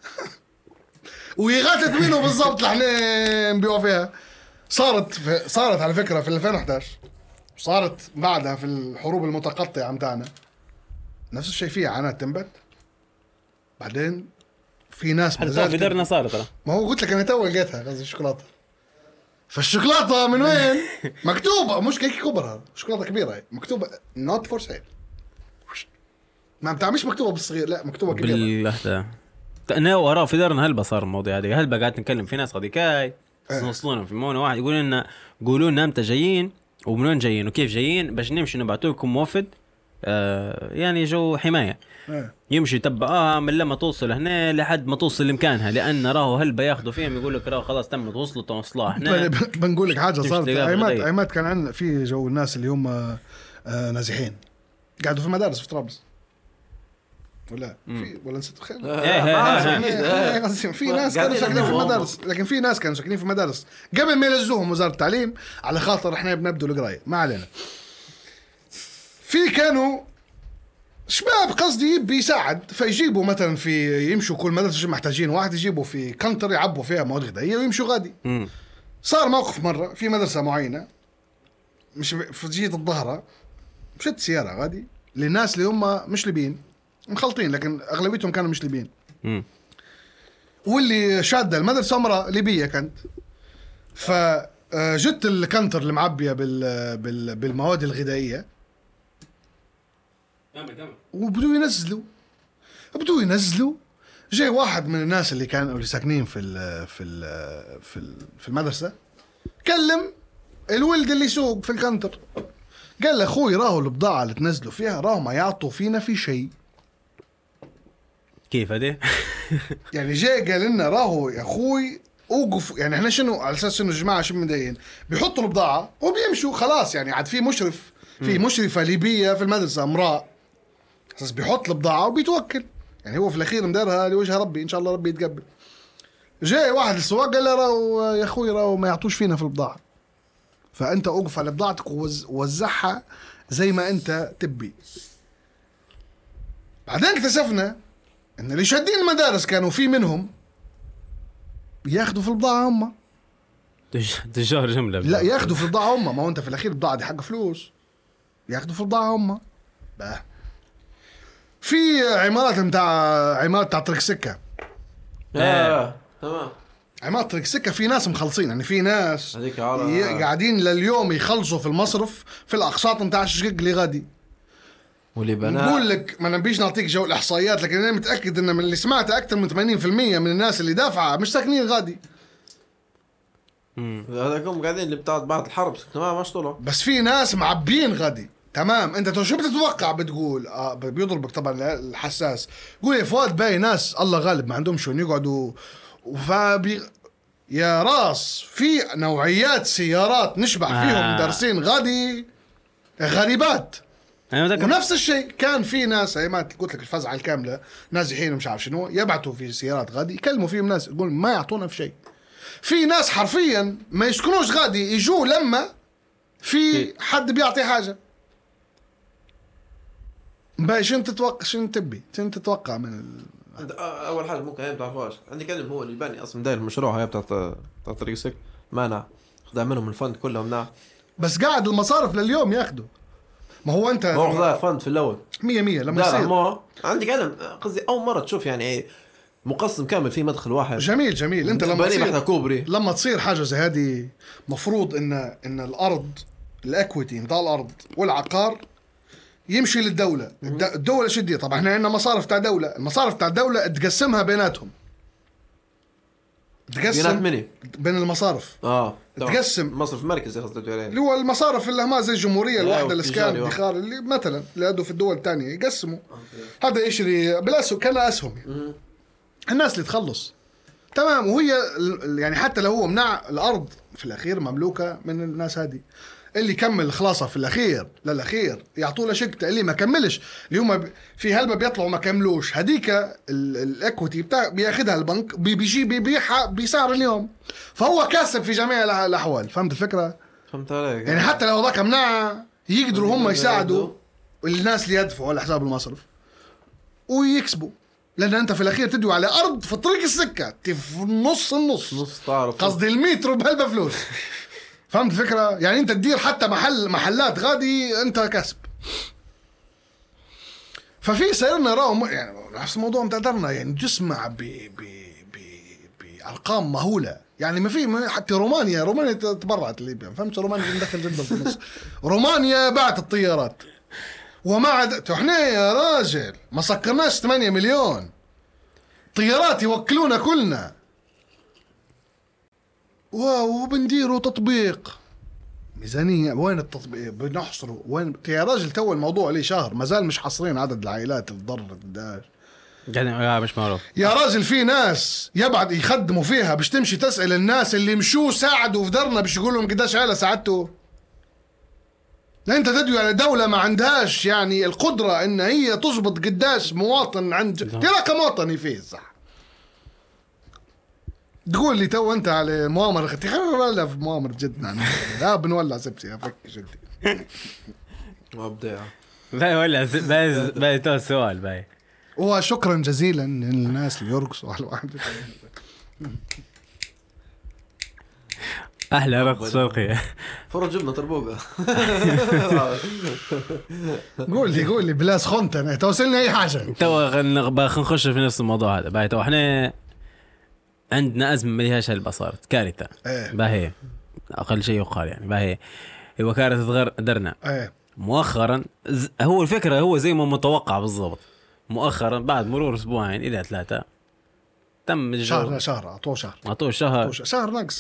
وإغاثة منه بالضبط اللي احنا نبيعوا فيها. صارت على فكرة في 2011 وصارت بعدها في الحروب المتقطعة متاعنا نفس الشيء. فيها عناد تنبت بعدين في ناس في درنا صارت ترى. ما هو قلت لك انا تو لقيتها قصدي الشوكولاته. فالشوكولاته من وين مكتوبه مش كيك كبر هذا شوكولاته كبيره مكتوبه not for sale. ما بتاع مش مكتوبه بالصغير لا مكتوبه كبيره بالله. انا وراه في درنا هلبا صار الموضوع هذا هلبا قاعد نتكلم في ناس غاديكاي نوصلونا في مونه واحد يقولوا لنا امتى جايين ومن وين جايين وكيف جايين باش نمشي نبعثوا لكم وفد يعني جو حمايه يمشي يتبع من لما توصل هنا لحد ما توصل لمكانها لان راهو هلبا ياخذوا فيهم يقول لك راهو خلاص تمت وصلت توصلوا احنا. بنقول لك حاجه صارت ايمات كان عندنا في جو الناس اللي هم نازحين قاعدوا في المدارس في طرابلس ولا في ولا نسيت خير. في ناس كانوا ساكنين في المدارس، لكن في ناس كانوا ساكنين في المدارس قبل ما يلزوهم وزارة التعليم على خاطر احنا بنبدو القراية. ما علينا. في كانوا شباب قصدي بيساعد، فيجيبوا مثلا في يمشوا كل مدرسة محتاجين واحد يجيبوا في كنتر يعبوا فيها مواد غذائية ويمشوا غادي. صار موقف مرة في مدرسة معينة مش في جهة الظهرة، مشت سيارة غادي للناس اللي هم مش ليبيين مخلطين، لكن أغلبيتهم كانوا مش ليبيين. واللي شادة المدرسة امرأة ليبية كانت، فجت الكنتر المعبية بالمواد الغذائية وبدوا ينزلوا. جاي واحد من الناس اللي كانوا اللي ساكنين في المدرسة كلم الولد اللي يسوق في الكنتر، قال له اخوي راهو البضاعة اللي تنزلوا فيها راهو ما يعطوا فينا في شيء. كيف هذه؟ يعني جاي قال لنا راهو يا اخوي اوقف، يعني احنا شنو على اساس انه الجماعة شو مضايقين بيحطوا البضاعة وبيمشوا خلاص. يعني عاد في مشرف، في مشرفة ليبية في المدرسة امرأة اساس بيحط البضاعة وبيتوكل، يعني هو في الاخير مدارها لوجه ربي ان شاء الله ربي يتقبل. جاي واحد السواق قال له راهو يا اخوي راهو ما يعطوش فينا في البضاعة، فانت اوقف على بضاعتك ووزعها زي ما انت تبي. بعدين اكتشفنا ان اللي شادين المدارس كانوا في منهم ياخذوا في البضاعة هم. تجار جملة لا ياخذوا في البضاعة هم، ما هو انت في الاخير البضاعة دي حق فلوس، ياخذوا في البضاعة هم. بقى في عمارة تاع طريق سكة. تمام. عمارة طريق سكة في ناس مخلصين، يعني في ناس قاعدين لليوم يخلصوا في المصرف في الأقساط نتاع الشقق اللي غادي. واللي بناء نقول لك ما نبيش نعطيك جو الإحصائيات، لكن أنا متأكد إن من اللي سمعته أكثر من 80% من الناس اللي دافعة مش ساكنين غادي. هذاكم قاعدين اللي بتاعت بعد الحرب تمام مش طلعوا، بس في ناس معبين غادي. تمام. انت شو بتتوقع بتقول بيضربك طبعا الحساس. قول يا فؤاد باقي ناس الله غالب ما عندهم شون يقعدوا يا راس في نوعيات سيارات نشبع فيهم دارسين غادي غريبات. ونفس الشيء كان في ناس ما قلت لك الفزعه الكامله نازحين ومش عارف شنو يبعتوا في سيارات غادي يكلموا فيهم ناس يقول ما يعطونا في شيء. في ناس حرفيا ما يسكنوش غادي يجوا لما في حد بيعطي حاجه. باي شنو تتوقع شنو تبي شنو تتوقع من اول حاجه ممكن ما تعرفوش عندي كلم هو اللي باني اصلا داير المشروع هاي بتاع طريق سك مانع خذ منهم الفند كله منع، بس قاعد المصارف لليوم ياخذوا. ما هو انت ما خذ فند في الاول 100 لما يصير عندي كلم قصدي اول مره تشوف يعني مقسم كامل في مدخل واحد. جميل انت لما تصير حاجه زي هذه مفروض ان الارض الاكويتي نتاع الارض والعقار يمشي للدولة. الدولة شدية طبعا احنا عندنا مصارف تاع دولة، المصارف تاع الدولة تقسمها بيناتهم، تقسم بين المصارف تقسم مصرف مركزي قصدك عليه اللي هو المصارف اللي ما زي الجمهورية الواحدة الاسكان الادخار اللي مثلا اللي ادوا في الدول الثانية يقسموا. هذا يشري بالاسهم كان اسهم الناس اللي تخلص تمام. وهي يعني حتى لو هو منع الارض في الاخير مملوكة من الناس هذه. اللي كمل خلاصه في الاخير يعطوا له شقته، اللي ما كملش اللي هم في هلبة بيطلعوا ما كملوش هذيك الاكويتي بتاع بياخذها البنك بيجي بيبيعها بسعر اليوم، فهو كاسب في جميع الاحوال. فهمت الفكره؟ فهمت عليك. يعني حتى لو ذاك منع يقدروا هم يساعدوا الناس اللي يدفعوا على حساب المصرف ويكسبوا، لان انت في الاخير تدوي على ارض في طريق السكه في نص تعرف قصدي المترو بهلبة فلوس. فهمت الفكرة؟ يعني انت تدير حتى محلات غادي انت كسب. ففي سيرنا راو يعني نفس الموضوع متقدرنا يعني تسمع بأرقام مهولة. يعني ما في حتى رومانيا تبرعت ليبيا. فهمت؟ رومانيا مدخل جدا في النص. رومانيا باعت الطيارات وما عاد احنا يا راجل ما سكرناش 8 مليون طيارات يوكلونا كلنا وبنديروا تطبيق ميزانية. وين التطبيق بنحصره وين يا راجل؟ تو الموضوع ليه شهر ما زال مش حصرين عدد العائلات اللي ضرت يعني مش معروف يا راجل. في ناس يبعد يخدموا فيها باش تمشي تسأل الناس اللي مشوا ساعدوا في درنا باش يقول لهم قداش عائلة ساعدتوا. انت تدوي على دولة ما عندهاش يعني القدرة ان هي تضبط قداش مواطن عند تلاقي مواطني فيه صح. تقول لي تو انت على مؤامرة اختي ولا في مؤامرة جد يعني. لا بنولع سبسي افك جدي مبدع باي ولا باي تو السؤال باي. وشكرا جزيلا للناس اللي يرقصوا على الواحد. احلى رقص شرقي. فرج جبنه طربوقه. قول لي بلا سخنت انا توصلني اي حاجه. تو خلينا نخش في نفس الموضوع هذا باي. تو احنا عندنا ازمه ما لهاش هلبة صارت كارثه باهي اقل شيء يقال يعني باهي. هو كارثه درنا مؤخرا هو الفكره هو زي ما متوقع بالضبط. مؤخرا بعد مرور اسبوعين الى 3 تم شهر اعطوه شهر نقص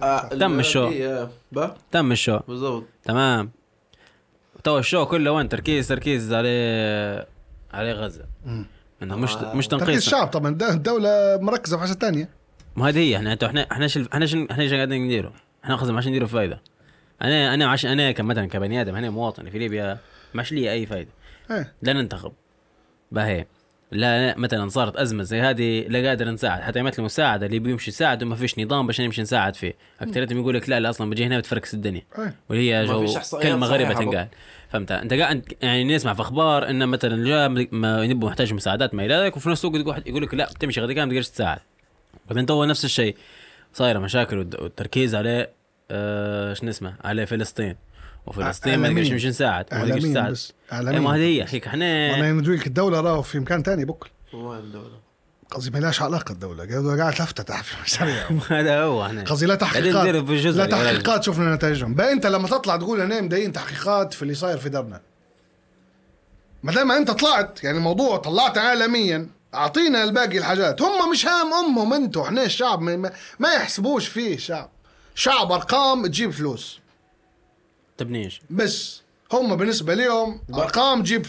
تم الشو بالضبط تمام. تو الشو كله وين تركيز على غزه انه مش تنقيص تركيز الشعب. طبعا الدوله مركزه في حاجه ثانيه. ما هذه هي احنا شو قاعدين نديره. احنا قصدنا عشان نديره فايده. انا عشان انا مثلا كبني ادم انا مواطن في ليبيا مش لي اي فايده. لا ننتخب باهي لا مثلا صارت ازمه زي هذه لا قادر نساعد حتى يمثل المساعده اللي بيمشي يساعد وما فيش نظام باش نمشي نساعد فيه. اكثريتهم يقول لك لا اصلا بجي هنا بتفركس الدنيا واللي هي جو كلمه غريبه تنقال. فهمت انت قاعد يعني نسمع في اخبار ان مثلا جاء ما ينبوا محتاج مساعدات ما الى ذلك وفي نفس الوقت يقول لك لا بتمشي غادي كان ما تقدرش تساعد. بعدين تو نفس الشيء صايره مشاكل والتركيز على ايش نسمع على فلسطين وفلسطين ما نقدرش نمشي نساعد ما نقدرش نساعد. ما هذه هيك احنا انا ندوي لك الدوله راهو في مكان ثاني بكل. وين الدوله قصدي ما لهاش علاقه الدوله قاعد تفتح في مشاريع. هذا هو احنا قصدي لا تحقيقات شوفنا نتائجهم. بقى انت لما تطلع تقول انا مدين تحقيقات في اللي صاير في درنا ما دام انت طلعت يعني الموضوع طلعت عالميا اعطينا الباقي الحاجات. هم مش هام امهم انتوا احنا الشعب ما يحسبوش فيه شعب ارقام تجيب فلوس تبنيش بس هم بالنسبه لهم ارقام تجيب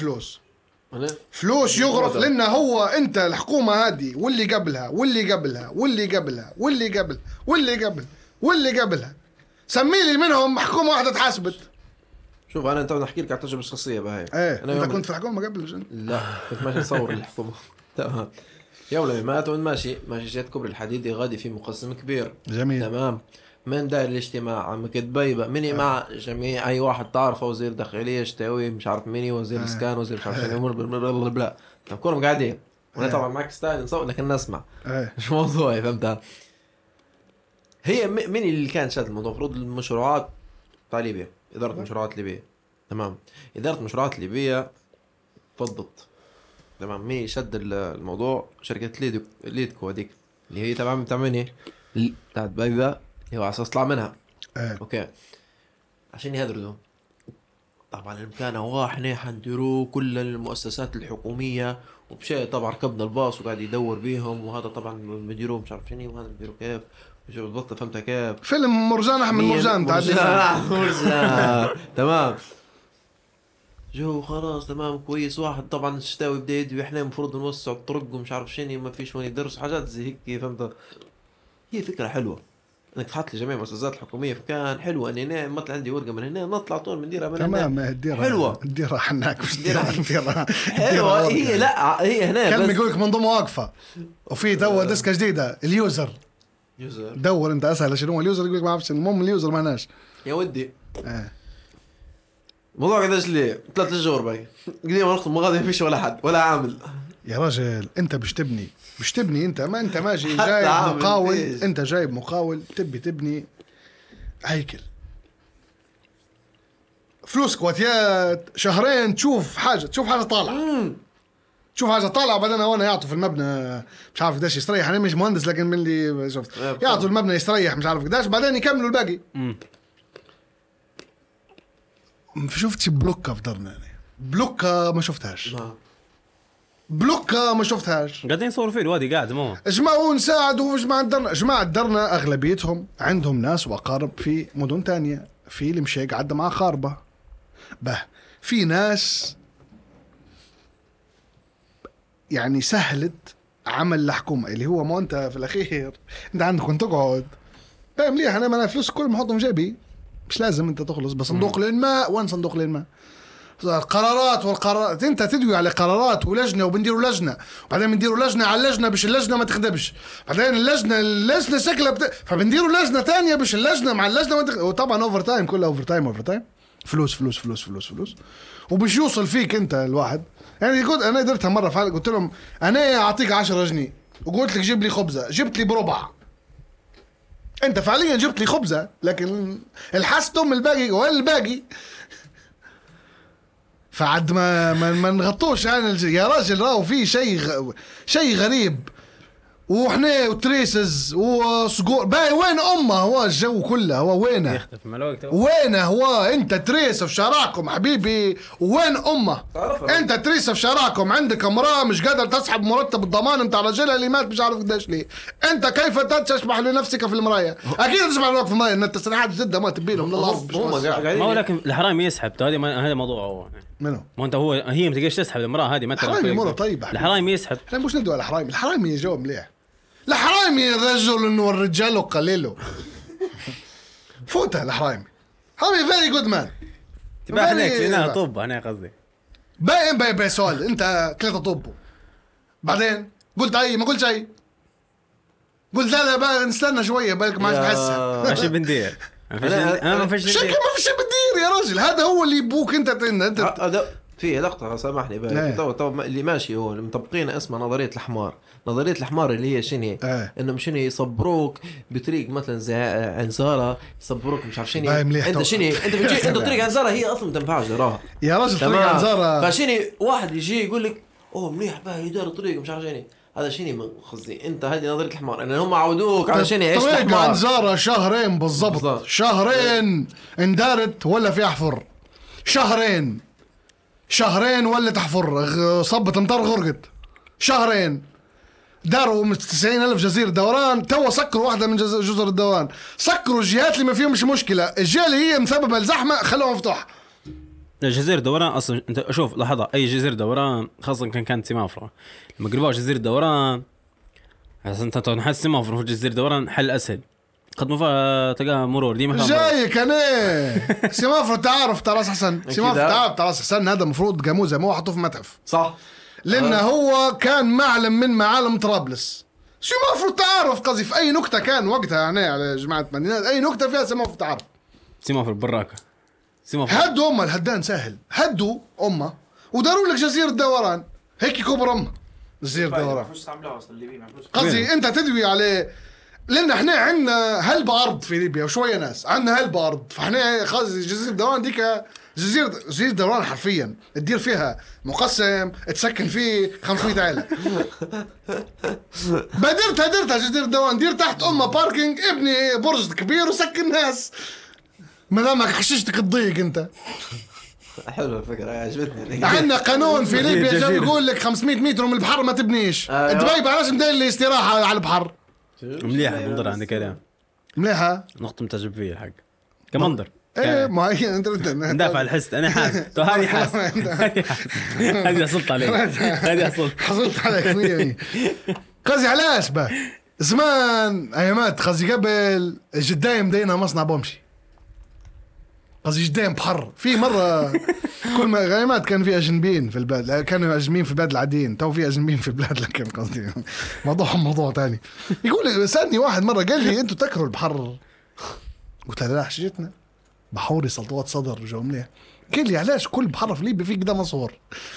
فلوس يغرف لنا. هو انت الحكومه هذه واللي قبلها واللي قبلها واللي قبلها واللي قبل واللي قبل واللي قبلها سمي لي منهم حكومه واحده تحاسبت. شوف انا انت نحكي لك على تجربه شخصيه بهاي. انت كنت في الحكومه قبل لا كنت ماشي اصور الحكومه. تمام يوم لما مات ماشي جات كبر الحديدي غادي في مقسم كبير جميل تمام من داير الاجتماع عم كدبيبه مني مع جميع اي واحد تعرفه وزير داخليه شتاوي مش عارف مني وزير اسكان وزير مش عارف شنو امور بلا كلهم قاعدين وانا طبعا معك ستايل نصور لكن نسمع مش موضوعي فهمتها. هي من اللي كان شاد الموضوع المفروض المشروعات تاع ليبيا اداره مشروعات ليبيا تمام. اداره مشروعات ليبيا فضت تمام. مين شد الموضوع شركه ليدكو هذيك اللي هي تبع مني بتاعت بايبا هو على اساس طلع منها اوكي عشان يهدروا. طبعا المكان هو احنا حنديروا كل المؤسسات الحكوميه وبشيء طبعا ركبنا الباص وقاعد يدور بيهم وهذا طبعا مديروه مش عارف شنو وهذا مديروه كيف شوف بالضبط فهمتها كيف فيلم مرجان احمد مرجان تمام جو خلاص تمام كويس. واحد طبعا الشتاوي بدا يدوي احنا المفروض نوسع الطرق ومش عارف شنو ما فيش وين يدرس حاجات زي هيك فهمت. هي فكره حلوه انك تحط لي جميع المؤسسات الحكوميه فكان حلوه اني هنا مثلا عندي ورقه من هنا نطلع طول من ديرها من هنا تمام الديره حلوه الديره حناك مش ديره حلوه هي لا هي هنا كلمه يقول لك منظومه واقفه وفي تو ديسكه جديده اليوزر دور انت اسهل شنو هو اليوزر يقول لك ما اعرفش المهم اليوزر ما ناش يا ودي موضوع قداش ليه 3 شهور باقي قديم نخطب مغادي ما فيش ولا حد ولا عامل يا رجل انت مش تبني انت ماشي جايب مقاول انت جايب مقاول تبني هيكل فلوس كواتيات شهرين تشوف حاجه طالعه تشوف حاجه طالعه بعدين وانا يعطوا في المبنى مش عارف قداش يستريح. انا مش مهندس لكن من اللي شفت يعطوا المبنى يستريح مش عارف قداش بعدين يكملوا الباقي. شفتش بلوكه في درنا يعني بلوكه ما شفتهاش قاعدين يصوروا فيه الوادي قاعد مو اجمعوا نساعدوا جماعة درنا اغلبيتهم عندهم ناس واقارب في مدن تانية في المشيق عدى مع خاربة في ناس يعني سهلت عمل الحكومة اللي هو ما انت في الاخير انت عندكم تقعد فاهم ليه انا فلوس كل ما احطهم جيبي مش لازم انت تخلص بصندوق الانماء. وين صندوق الانماء؟ والقرارات انت تدوي على قرارات ولجنه وبنديروا لجنه وبعدين بنديروا لجنه على اللجنه باش اللجنه ما تخدمش بعدين اللجنه شكلها فبنديروا لجنه تانية باش اللجنه مع اللجنه ما وطبعا اوفر تايم كلها اوفر تايم فلوس وباش يوصل فيك انت الواحد. يعني قلت انا درتها مره فعلا قلت لهم انا اعطيك 10 جنيه وقلت لك جيب لي خبزه جبت لي بربع. انت فعليا جبت لي خبزه لكن الحستم الباقي وين الباقي فعد ما نغطوش يعني يا راجل. راهو في شيء غريب وإحنا وتريسز وصقور باي. وين أمه هو الجو كله هو وينه يختفي مع الوقت. وينه هو أنت تريس في شارعكم حبيبي وين أمه أنت تريس في شارعكم عندك امرأة مش قادر تسحب مرتب الضمان متاع رجلها اللي مات مش عارف قداش ليه. أنت كيف تشبح لنفسك في المراية؟ أكيد تشبح لنفسك في المراية إن التسريحات جدا ما تبيلهم من الأرض. ما هو لكن الحرام يسحب هذا موضوع هو منو؟ ما انت هي ما تقدرش تسحب المراه هذه مثلا. الحرامي مرة طيبة. الحرامي يسحب. احنا مش ندوا على الحرامي يجاوب مليح. الحرامي رجل والرجال قليله. فوتها الحرامي. حرامي فيري جود مان. تبقى هناك هنا طب انا قصدي. باين سؤال انت كليت طبه. بعدين قلت اي ما قلتش اي. قلت لا بقى نستنى شويه بالك ما تحسها. ماشي بندير. انا ما فيش شكل ما فيش بدير يا راجل. هذا هو اللي يبوك انت هذا في لقطه سامحني بالك تو اللي ماشي هو مطبقين اسمها نظريه الحمار اللي هي شنو انهم شنو يصبروك بطريق مثلا زي عنزاره يصبروك مش عارف شنو انت شنو انت بتجي انت طريق عنزاره هي اصلا ما تنفعش تراها يا راجل. طريق عنزاره فشنو واحد يجي يقول لك اوه مليح باهي يدار الطريق مش عارف شنو هذا شنو قصدي انت هذه نظريه الحمار ان هم عودوك على شنو ايش طريق عنزاره شهرين بالضبط. شهرين اندارت ولا في احفر شهرين ولا تحفر صبت امطار غرقت شهرين. داروا 90,000 جزيرة دوران. تو سكروا واحدة من جزر الدوران. سكروا الجهات اللي ما فيهم مش مشكلة. الجهة اللي هي مسببة الزحمة خلوها مفتوحة. جزيرة دوران أصلا أنت شوف لحظة أي جزيرة دوران خاصة كانت سمافرة لما قربوا جزيرة دوران أنت تنحس سمافرة في جزيرة دوران حل أسهل قد ما تلقاها مرور دي ما جايك انا سمافرة تعرف تراس حسن. سمافرة تعرف تراس حسن هذا مفروض جاموزة ما هو حطوه في متحف صح لأنه هو كان معلم من معالم طرابلس. سمافرة تعرف قصدي في أي نكتة كان وقتها يعني على جماعة مدينات أي نكتة فيها سمافرة تعرف. سمافرة براكة هدوا أمه الهدان سهل. هدوا أمه وداروا لك جزيرة دوران هيك كبر أمه جزيرة دوران. قصدي أنت تدوي عليه لأن إحنا عندنا هلب أرض في ليبيا وشوية ناس عندنا هلب أرض فإحنا قصدي جزيرة دوران ديك جزيرة دوران حرفيا تدير فيها مقسم تسكن فيه 500 عائلة. بدرتها جزيرة دوران دير تحت أمه باركينج ابني برج كبير وسكن ناس ما دامك حششتك تضيق انت. حلوه الفكره عجبتني. عندنا قانون في ليبيا جاي يقول لك 500 متر من البحر ما تبنيش. دبي بعرفش مدير لي استراحه على البحر. مليحه منظر عندك كلام مليحه نقطه متعجب فيها الحق كمنظر. ايه ما هي انت ندافع الحس انا حاسس تو هذه حاسس هذه حصلت عليك هذه حصلت عليك 100%. قصدي علاش بقى زمان ايامات قصدي قبل جدايم دينا مصنع بومشي قصدي جدايم بحر في مرة كل ما غيمات كان في أجنبيين في البلاد كانوا أجنبيين في البلاد العاديين تو في أجنبيين في البلاد لكن قصدي موضوع تاني. يقول سألني واحد مرة قال لي أنتوا تكرهوا البحر قلت له لا حشجتنا بحوري سلطات صدر جملة. قال لي علاش كل بحر في ليبيا فيه قدام مصور.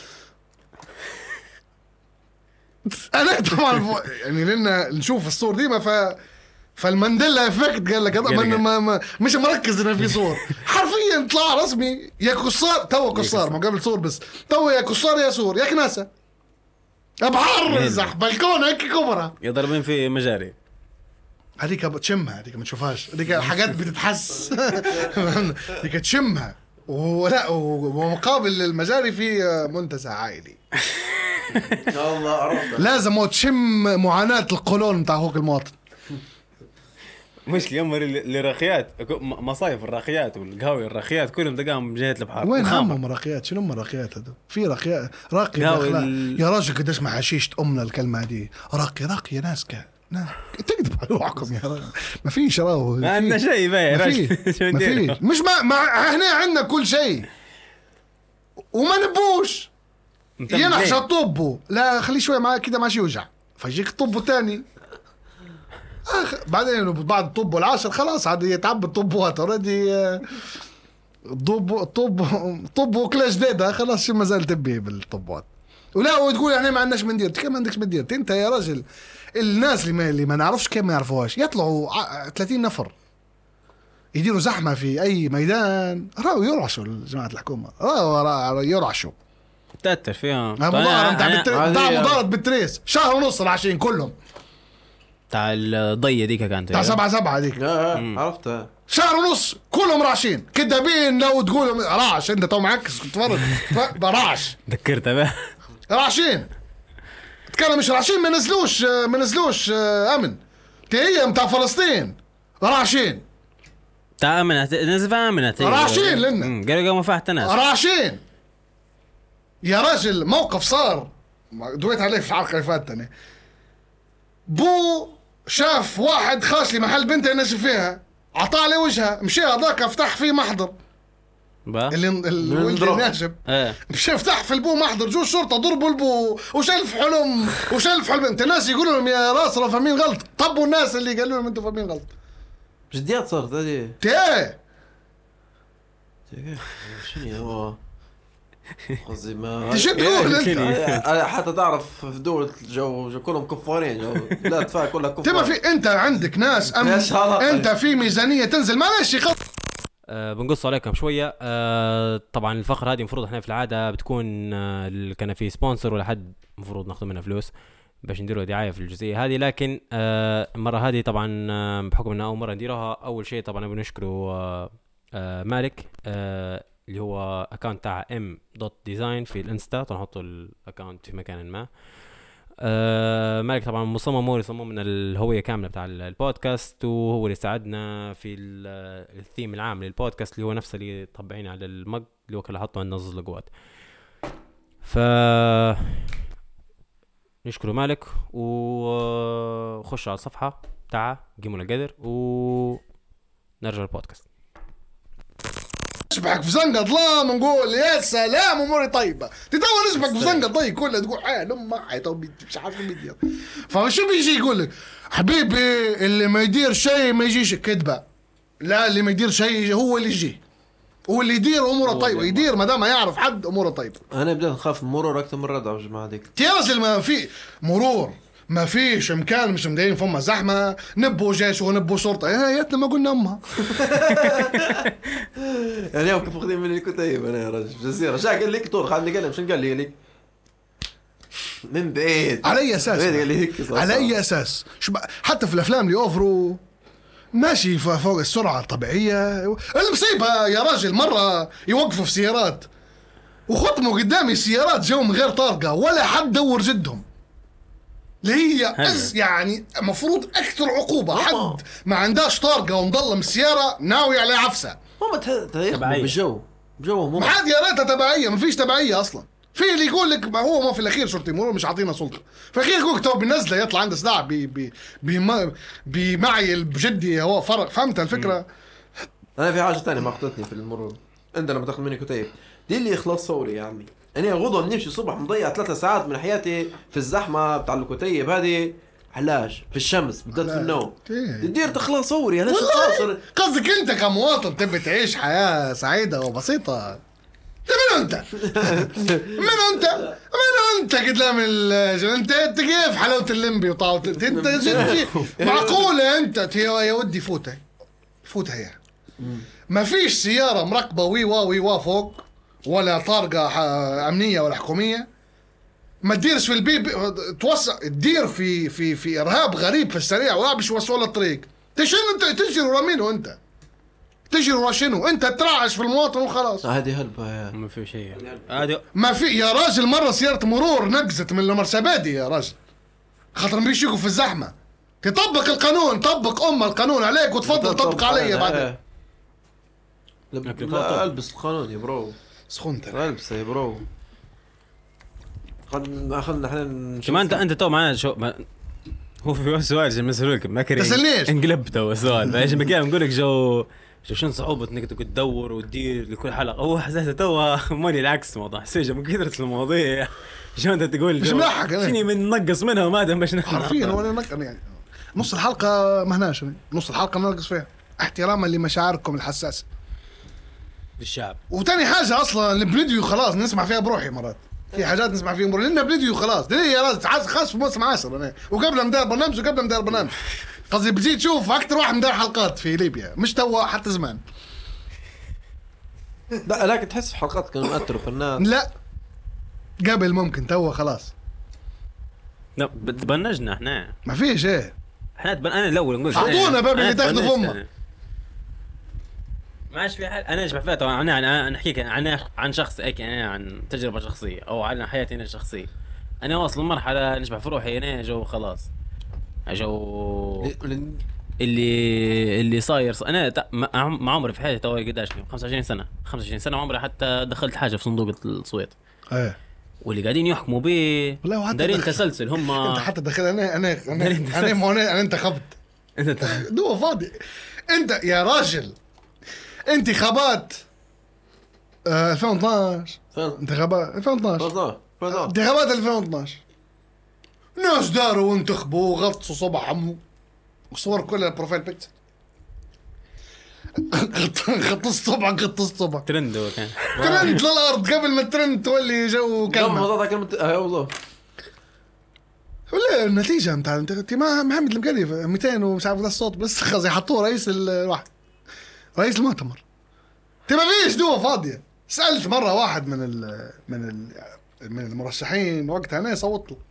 أنا طبعا يعني لأن نشوف الصور دي ما فالمانديلا افكت قال لك ما مش مركز انه في صور حرفيا طلع رسمي يا كسار تو كسار ما قبل صور بس تو يا كسار يا صور يا كناسه ابحر زح بالكون هيك كبرى يضربين في مجاري هذيك بتشمها هذيك ما تشوفهاش هذيك حاجات بتتحس هذيك تشمها ولا ومقابل المجاري في منتزه عائلي. والله عرفت لازم تشم معاناة القولون بتاع هوك المواطن. مش اليوم اللي راخيات مصايف الراخيات والقهاوي الراخيات كلهم تلقاهم من جهه البحر. وين هم راخيات شنو هم راخيات هذا في راقي يا راجل قداش ما حشيشت امنا الكلمه دي راقي ناس تكذب على روحكم يا رجل. ما فيش راهو ما عندنا شيء باين. ما فيش مش ما هنا عندنا كل شيء وما نبوش ينحش طبه. لا خليه شويه معاه كده ماشي يوجع فيجيك طبه تاني. بعدين بعد طبه العاشر خلاص عاد يتعب الطبوات اوريدي. طب وكلا جديده خلاص شو ما زال تبي بالطبوات. ولا وتقول يعني ما عندناش مندير. كيف ما عندكش مندير انت يا رجل؟ الناس اللي ما نعرفش كيف ما يعرفوهاش يطلعوا 30 نفر يديروا زحمه في اي ميدان راهو يرعشوا جماعه الحكومه راهو يرعشوا تأثر فيها مظاهره نتاع مظاهره بالتريس شهر ونص راشين كلهم تاع الضيه ديك كانت تاع 7/7 هذيك عرفتها شهر ونص كلهم راشين كذابين. لو تقول راش انت تو معكس تفرج راش ذكرتها بقى راشين تكلم مش راشين ما نزلوش امن هي متاع فلسطين راشين تاع امن نزل امن راشين لنا قالوا ما فاحت ناس راشين يا راجل. موقف صار دويت عليه في الحلقه اللي فاتت بو شاف واحد خاش لي محل بنته ينشف فيها عطاه لي وجهها مشي هذاك افتح فيه محضر اللي ناشب مشي فتح في البو محضر جو الشرطه ضربوا البو وشلف حلم انت ناس يقولوا لهم يا راس راه فاهمين غلط. طبوا الناس اللي قالوا لهم انتم فاهمين غلط. جديات صارت هذه شنو هو قصدي ما شو تقول انت حتى تعرف في دول جو كلهم كفارين جو لا تفاك كلها كفار. تما في انت عندك ناس انت في ميزانيه تنزل معلش بنقص عليكم شويه. طبعا الفقره هذه المفروض احنا في العاده بتكون كان في سبونسر ولا حد المفروض ناخذ منها فلوس باش نديروا دعايه في الجزئيه هذه. لكن المره هذه طبعا بحكم انها اول مره نديروها اول شيء طبعا بنشكره مالك اللي هو اكونت تاع m.design في الانستا. تنحطوا الاكونت في مكان ما. مالك طبعا مصمم لنا الهويه كامله بتاع البودكاست وهو اللي ساعدنا في الثيم العام للبودكاست اللي هو نفس اللي طبعينه على المج اللي هو كله حطه عندنا الزلقوات. ف نشكره مالك وخش على الصفحه تاع قيموا القدر ونرجع البودكاست. نشبحك في زنقة ظلام ونقول يا سلام اموري طيبه تتول نشبحك في زنقة ضي كلها تقول لما مش عارف مين. فشو بيجي يقول لك حبيبي اللي ما يدير شيء ما يجيش كذبه. لا اللي ما يدير شيء هو اللي يجي هو اللي يدير اموره طيبه يدير ما دام يعرف حد اموره طيبه. انا بديت نخاف من مرور اكثر من ردع الجماعه هذيك يا رجل ما في مرور ما فيش مكان مش مدين فما زحمه نبو جيش ونبو شرطه ياتنا ما قلنا امها. يعني يوم كيف اخذين مني الكتيب انا يا رجل جزيره شا قال لك طول خلني قال شنو قال لي من بعيد على اي اساس على اي اساس حتى في الافلام اللي اوفروا ماشي فوق السرعه الطبيعيه. المصيبه يا راجل مره يوقفوا في سيارات وخطموا قدامي سيارات جو من غير طارقه ولا حد دور جدهم اللي هي يعني مفروض اكثر عقوبه. حد ما عنداش طارقه ومضلم السياره ناوي على عفسه تبعيه بالجو ما حد يا ريتها تبعيه ما فيش تبعيه اصلا. في اللي يقول لك ما هو ما في الاخير شرطي مرور مش عاطينا سلطه في الاخير يقول لك تو بنزله يطلع عنده سلاح بمعي بجدي هو فرق. فهمت الفكره؟ انا في حاجه ثانيه ما اخذتني في المرور انت لما تاخذ مني كتيب دي اللي يخلص فوري يا عمي. انا غضن نمشي الصبح مضيع 3 ساعات من حياتي في الزحمه بتاع الكتيب هذه علاش في الشمس بدات في النوم تدير تخلص فوري. انا خاطر قصدك انت كمواطن تبي تعيش حياه سعيده وبسيطه. من انت قدام انت كيف حلاوه اللمبي وطاوه انت معقوله انت يا ودي فوتها هي ما فيش سياره مركبه وي فوق ولا طارقه امنيه ولا حكوميه ما تديرش في البيب توسع تدير في ارهاب غريب في السريع ولا باش يوسعوا الطريق. انت تجري ورا مين انت تجري ورا شنو انت تراعش في المواطن وخلاص. هذه هلبة ما في شيء هذه ما في يا راجل مره سياره مرور نقزت من المرسبادي يا راجل خاطر بيشيكوا في الزحمه. تطبق القانون طبق القانون عليك وتفضل طبق علي بعدين. لا البس القانون يا برو سخنت البس يا برو خلنا احنا كمان انت تو معنا شو هو في سؤال جاي مسألك ما كريم تسألنيش. انقلبت هو سؤال ايش بقى نقول لك جو شنو صعوبة انك تدور وتدير لكل حلقة هو حسيت توا مالي العكس موضوع سيجا من كثرة المواضيع شو انت تقول مش ملحق شنو من نقص منها وما ادري باش حرفيا وانا يعني نص الحلقه مهناش نص الحلقه ننقص فيها احتراما لمشاعركم الحساسه الشعب. وتاني حاجه اصلا الفيديو خلاص نسمع فيها بروحي مرات في حاجات نسمع فيها بروحي لان الفيديو خلاص دنيا خاص في موسم 10 انا وقبل مدار برنامج وقبل مدار برنامج قصدي بتجي تشوف اكثر واحد مدار حلقات في ليبيا مش توا حتى زمان لا لكن تحس في حلقات كانوا مؤثروا في الناس لا قبل ممكن توا خلاص لا بنجنا احنا ما فيش ايه احنا انا الاول نقول اعطونا باب اللي تاخذوا فمه ما عادش في حال انا اشبح فيها طبعا انا نحكيك عن شخص انا عن تجربه شخصيه او عن حياتي انا الشخصيه انا واصل لمرحله نشبح في روحي انا جو خلاص جو اللي صاير انا مع عمري في حياتي توي قداش 25 سنه عمري حتى دخلت حاجه في صندوق الصويت ايه واللي قاعدين يحكموا به دارين تسلسل هم انت حتى دخل انا انتخبت دو فاضي انت يا راجل انتخابات 2012 انتخابات 2012 انتخابات 2012 ناس داروا وانتخبوا وغطسوا صبحهم وصور كلها بروفايل بيكتشر غطس صبح ترند هو كان ترند للارض قبل ما الترند تولي جو كلمه قبل كلمه والله ولا النتيجه نتاع انت ما محمد المقلي 200 ومش عارف ذا الصوت بس خلاص يحطوه رئيس الواحد رئيس المؤتمر تبى فيش دوا فاضيه سالت مره واحد من المرشحين وقتها انا صوت له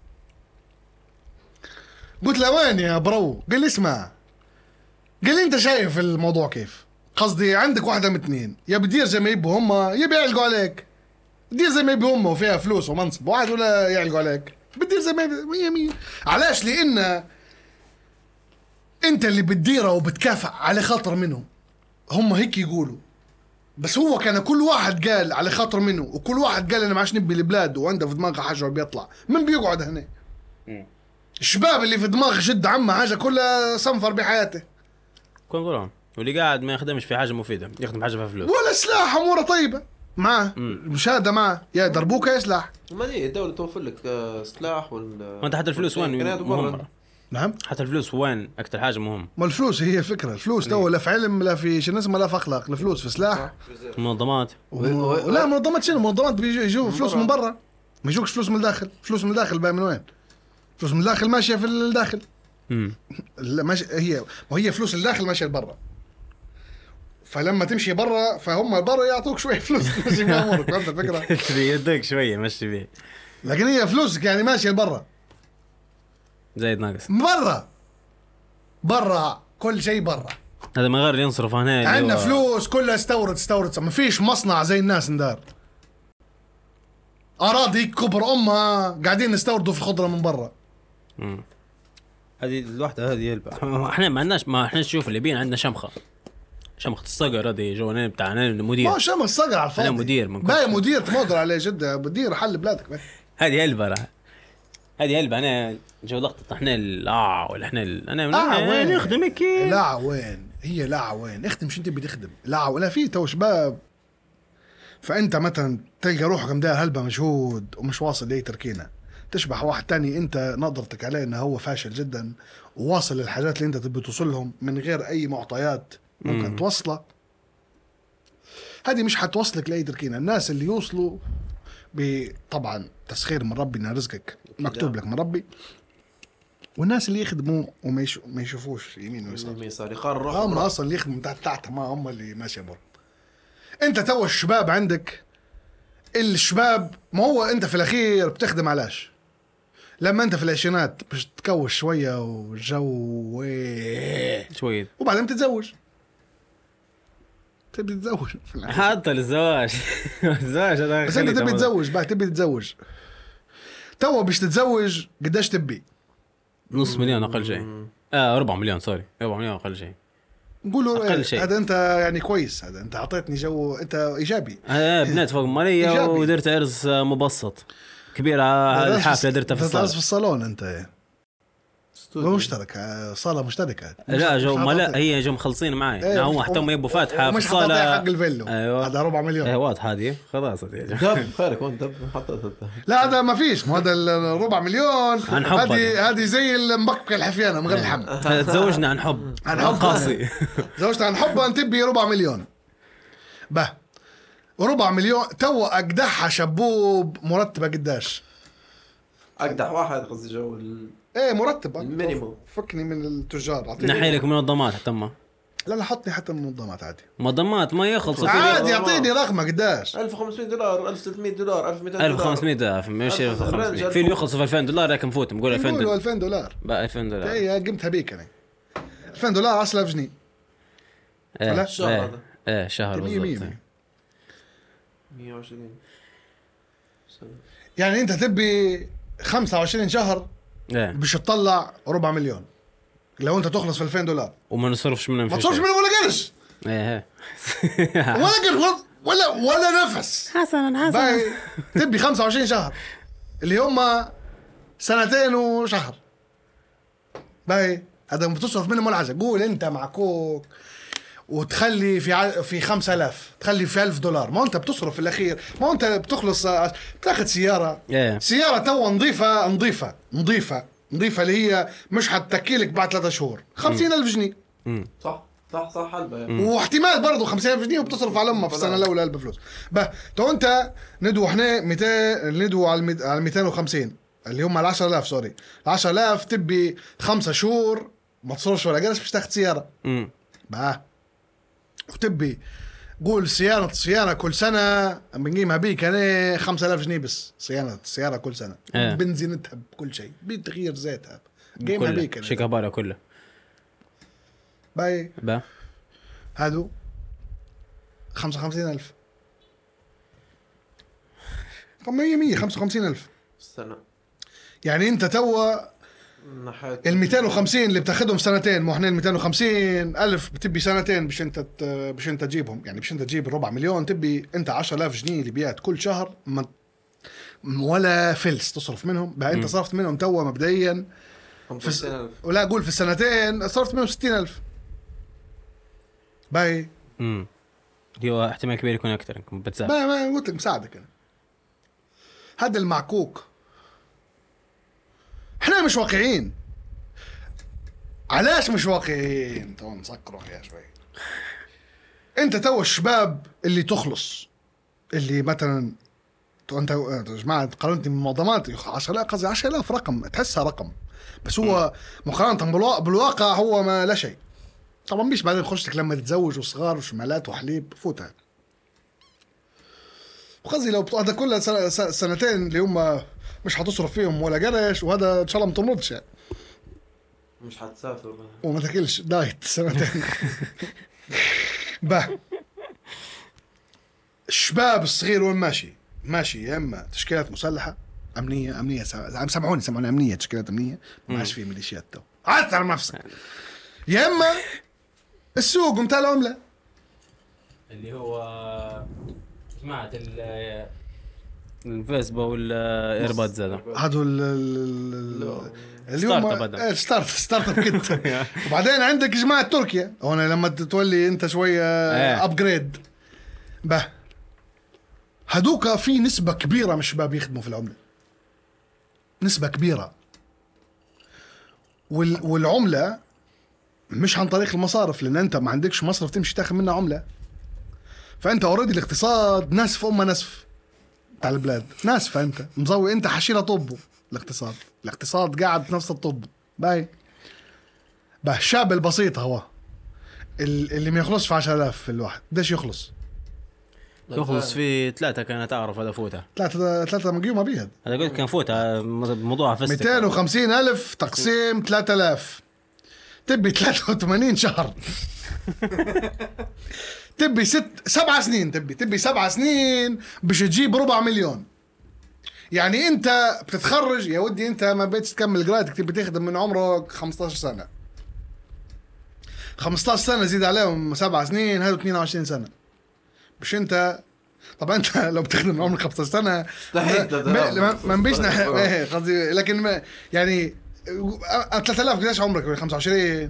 قلت له وين يا برو قال لي اسمع قال لي انت شايف الموضوع كيف قصدي عندك واحده من اثنين يا بتدير زي ما يبوا هم يبي يعلقوا عليك دير زي ما يبوا هم وفيها فلوس ومنصب واحد ولا يعلقوا عليك بتدير زي ما مية علاش لان انت اللي بتديره وبتكافئ على خاطر منه هم هيك يقولوا بس هو كان كل واحد قال على خاطر منه وكل واحد قال انا ما عادش نبي البلاد وعنده في دماغه حاجه بيطلع من بيقعد هنا الشباب اللي في دماغه جد عمه حاجه كلها صنفر بحياته كون قولهم واللي قاعد ما يخدمش في حاجه مفيده يخدم حاجه فيها فلوس ولا سلاح اموره طيبه معه مشاهده معه يا دربوك يا سلاح ما دي الدوله توفر لك سلاح وانت حتى الفلوس وين مهمه نعم حتى الفلوس وين اكثر حاجه مهم ما الفلوس هي فكره الفلوس تو لا في علم لا في شنو اسمه لا في اخلاق الفلوس في سلاح منظمات لا منظمات شنو منظمات بيجوا فلوس من برا ما يجوكش فلوس من الداخل فلوس من الداخل باي من وين فلوس من الداخل ماشيه في الداخل لا ماشي هي فلوس الداخل ماشيه لبرا فلما تمشي برا فهم برا يعطوك شويه فلوس ماشي امورك فهمت الفكره يدك شويه مشي بيه لكن هي فلوسك يعني ماشيه لبرا زايد ناقص برا كل شيء برا هذا ما غير ينصرف هنا عندنا فلوس كلها استورد ما فيش مصنع زي الناس ندار اراضي كبر امها قاعدين نستوردوا في الخضره من برا هذه الوحده هذه يلبع احنا ما عندناش ما احنا نشوف اللي بين عندنا شمخه الصقر هذه جوانين بتاعنا المدير ما شمخ الصقر على الفاضي انا مدير باي مدير تمودر عليه جد مدير حل بلادك هذه يلبع انا جو لقطه احنا ولا احنا انا نخدمك لا وين هي لا وين اخدم شو انت بتخدم لا ولا في تو شباب فانت مثلا تلقى روحك مدار هلبة مجهود ومش واصل ليه تركينه تشبح واحد تاني انت نظرتك عليه انه هو فاشل جدا وواصل للحاجات اللي انت تبي توصلهم من غير اي معطيات ممكن توصله هذه مش حتوصلك لاي تركينه الناس اللي يوصلوا طبعا تسخير من ربي ان رزقك مكتوب لك من ربي والناس اللي يخدموا وما يشوفوش يمين ويسار يقرروا هم اصلا اللي يخدموا تحت ما هم اللي ماشي بر انت تو الشباب عندك الشباب ما هو انت في الاخير بتخدم علاش لما انت في العشرينات باش تكوش شويه والجو شويه وبعدين تتزوج تبي تتزوج حتى الزواج الزواج هذا بس انت تبي تتزوج بعد تبي تتزوج تو باش تتزوج قداش تبي نص مليون اقل شيء 4 مليون سوري 4 مليون اقل شيء نقولوا هذا انت يعني كويس هذا انت اعطيتني جو انت ايجابي بنات فوق ماليه ودرت عرس مبسط كبير على الحفله درتها في الصالون في الصالون انت مشترك صالة مشتركة. لا جو ما لا هي جو مخلصين معي. إيه هو حتى ما يبوا فاتحة في مش الصالة حق الفيلو. أيوة. هذا 4 مليون. ايه واضح هذه خلاص يا دب خيرك وين دب حطيت لا هذا ما فيش، هذا 4 مليون عن حب هذه زي المبكة الحفيانة من غير الحمل. تزوجنا عن حب. عن حب قاسي. زوجت عن حب أن تبي 4 مليون. به 4 مليون تو أقدحها شبوب مرتبة قداش؟ اقدح واحد قصدي جو ايه مرتب المينيموم. فكني من التجار نحي لك منظمات تم. لا حطني حتى منظمات عادي منظمات ما يخلصوا عادي يعطيني رقمه قداش. $1500 $1600 $1200 1500 مش 1500 في اللي يخلصوا في 2000 دولار لكن فوت نقول 2000 يقولوا دولار $2000 بقى 2000 دولار ايه قمتها بيك انا $2000 10,000 جنيه ولا؟ الشهر هذا ايه شهر بالضبط 120 يعني انت تبي 25 شهر ايه باش تطلع 4 مليون لو انت تخلص في $2000 وما نصرفش منهم ما في تصرفش شيء. منهم ولا قرش ايه ولا قرش ولا نفس. حسنا باي تبي 25 شهر اللي هم 2 وشهر باي هذا بتصرف منهم ولا حاجه. قول انت مع كوك وتخلي في 5000 تخلي في $1000 ما انت بتصرف في الاخير ما انت بتخلص بتاخذ سياره سياره تو نظيفه اللي هي مش حتكيلك بعد 3 شهور 50,000 جنيه صح حلبة يعني. واحتمال برضو 50,000 جنيه وبتصرف على امها في السنه الاولى قلب فلوس. تو انت ندو احنا 200 ندو على 250 اللي هم على 10,000 سوري 10,000 تبي 5 شهور ما تصرفش ولا قرش باش تاخذ سياره بقى وتبي قول صيانه كل سنه بنقيمها بيك انا 5,000 جنيه بس صيانه السياره كل سنه بنزينتها بكل شيء بتغيير زيتها قيمها بيك شي كبارة كله باي با هادو 55,000 155,000 السنة يعني انت توا ال 250 اللي بتاخدهم سنتين مو احنا 250,000 بتبي سنتين باش انت تجيبهم يعني باش انت تجيب 4 مليون تبي انت 10,000 جنيه اللي بيات كل شهر ولا فلس تصرف منهم بقى انت صرفت منهم توا مبدئيا ولا اقول في السنتين صرفت منهم 60,000 باي هو احتمال كبير يكون اكثر بتساعد ما قلت لك مساعدك انا هذا المعكوك احنا مش واقعين. علاش مش واقعين؟ تو نسكروا يا شوي. انت تو الشباب اللي تخلص اللي مثلا انت يا جماعه قارنتي بالمنظمات 10,000 رقم تحسها رقم بس هو مقارنه بالواقع هو ما لا شيء. طبعا مش بعدين نخش لك لما تتزوج وصغار وشمالات وحليب فوتها وخزي لو هذا كله سنتين اللي هم مش حتصرف فيهم ولا قرش وهذا ان شاء الله ما تمرضش يعني مش حتسافر وما تاكلش دايت سنتين به الشباب الصغير وين ماشي يا اما تشكيلات مسلحه امنيه سامحوني امنيه تشكيلات امنيه ما عادش في ميليشيات تو عثر نفسك يا اما السوق متاع العمله اللي هو جماعه الفيسبا والايرباد زاد هذول اليوم ستارت اب كنت وبعدين عندك جماعه تركيا هنا لما تولي انت شويه ابجريد به هذوك في نسبه كبيره من الشباب يخدموا في العمله نسبه كبيره والعمله مش عن طريق المصارف لان انت ما عندكش مصرف تمشي تاخذ منه عمله فانت اوريدي الاقتصاد نسف تاع البلاد ناسفه انت مزوي انت حشيله طبه الاقتصاد قاعد بنفس الطب باي الشاب البسيط هو اللي ما يخلصش في 10,000 في الواحد قديش يخلص في 3 كانت اعرف هذا فوتها 3 مقيومه بيها هذا قلت كان فوتها موضوع فستك 250,000 تقسيم 3,000 تبي 83 شهر تبي 7 سنين تبي 7 سنين باش تجيب 4 مليون يعني انت بتتخرج يا ودي انت ما بيتش تكمل قرايتك تبي تخدم من عمرك 15 سنه 15 سنه زيد عليهم 7 سنين هذو 22 سنه باش انت طبعا انت لو بتخدم من عمرك 15 سنه ما بيش قصدي لكن ما يعني 3000 قديش عمرك؟ 25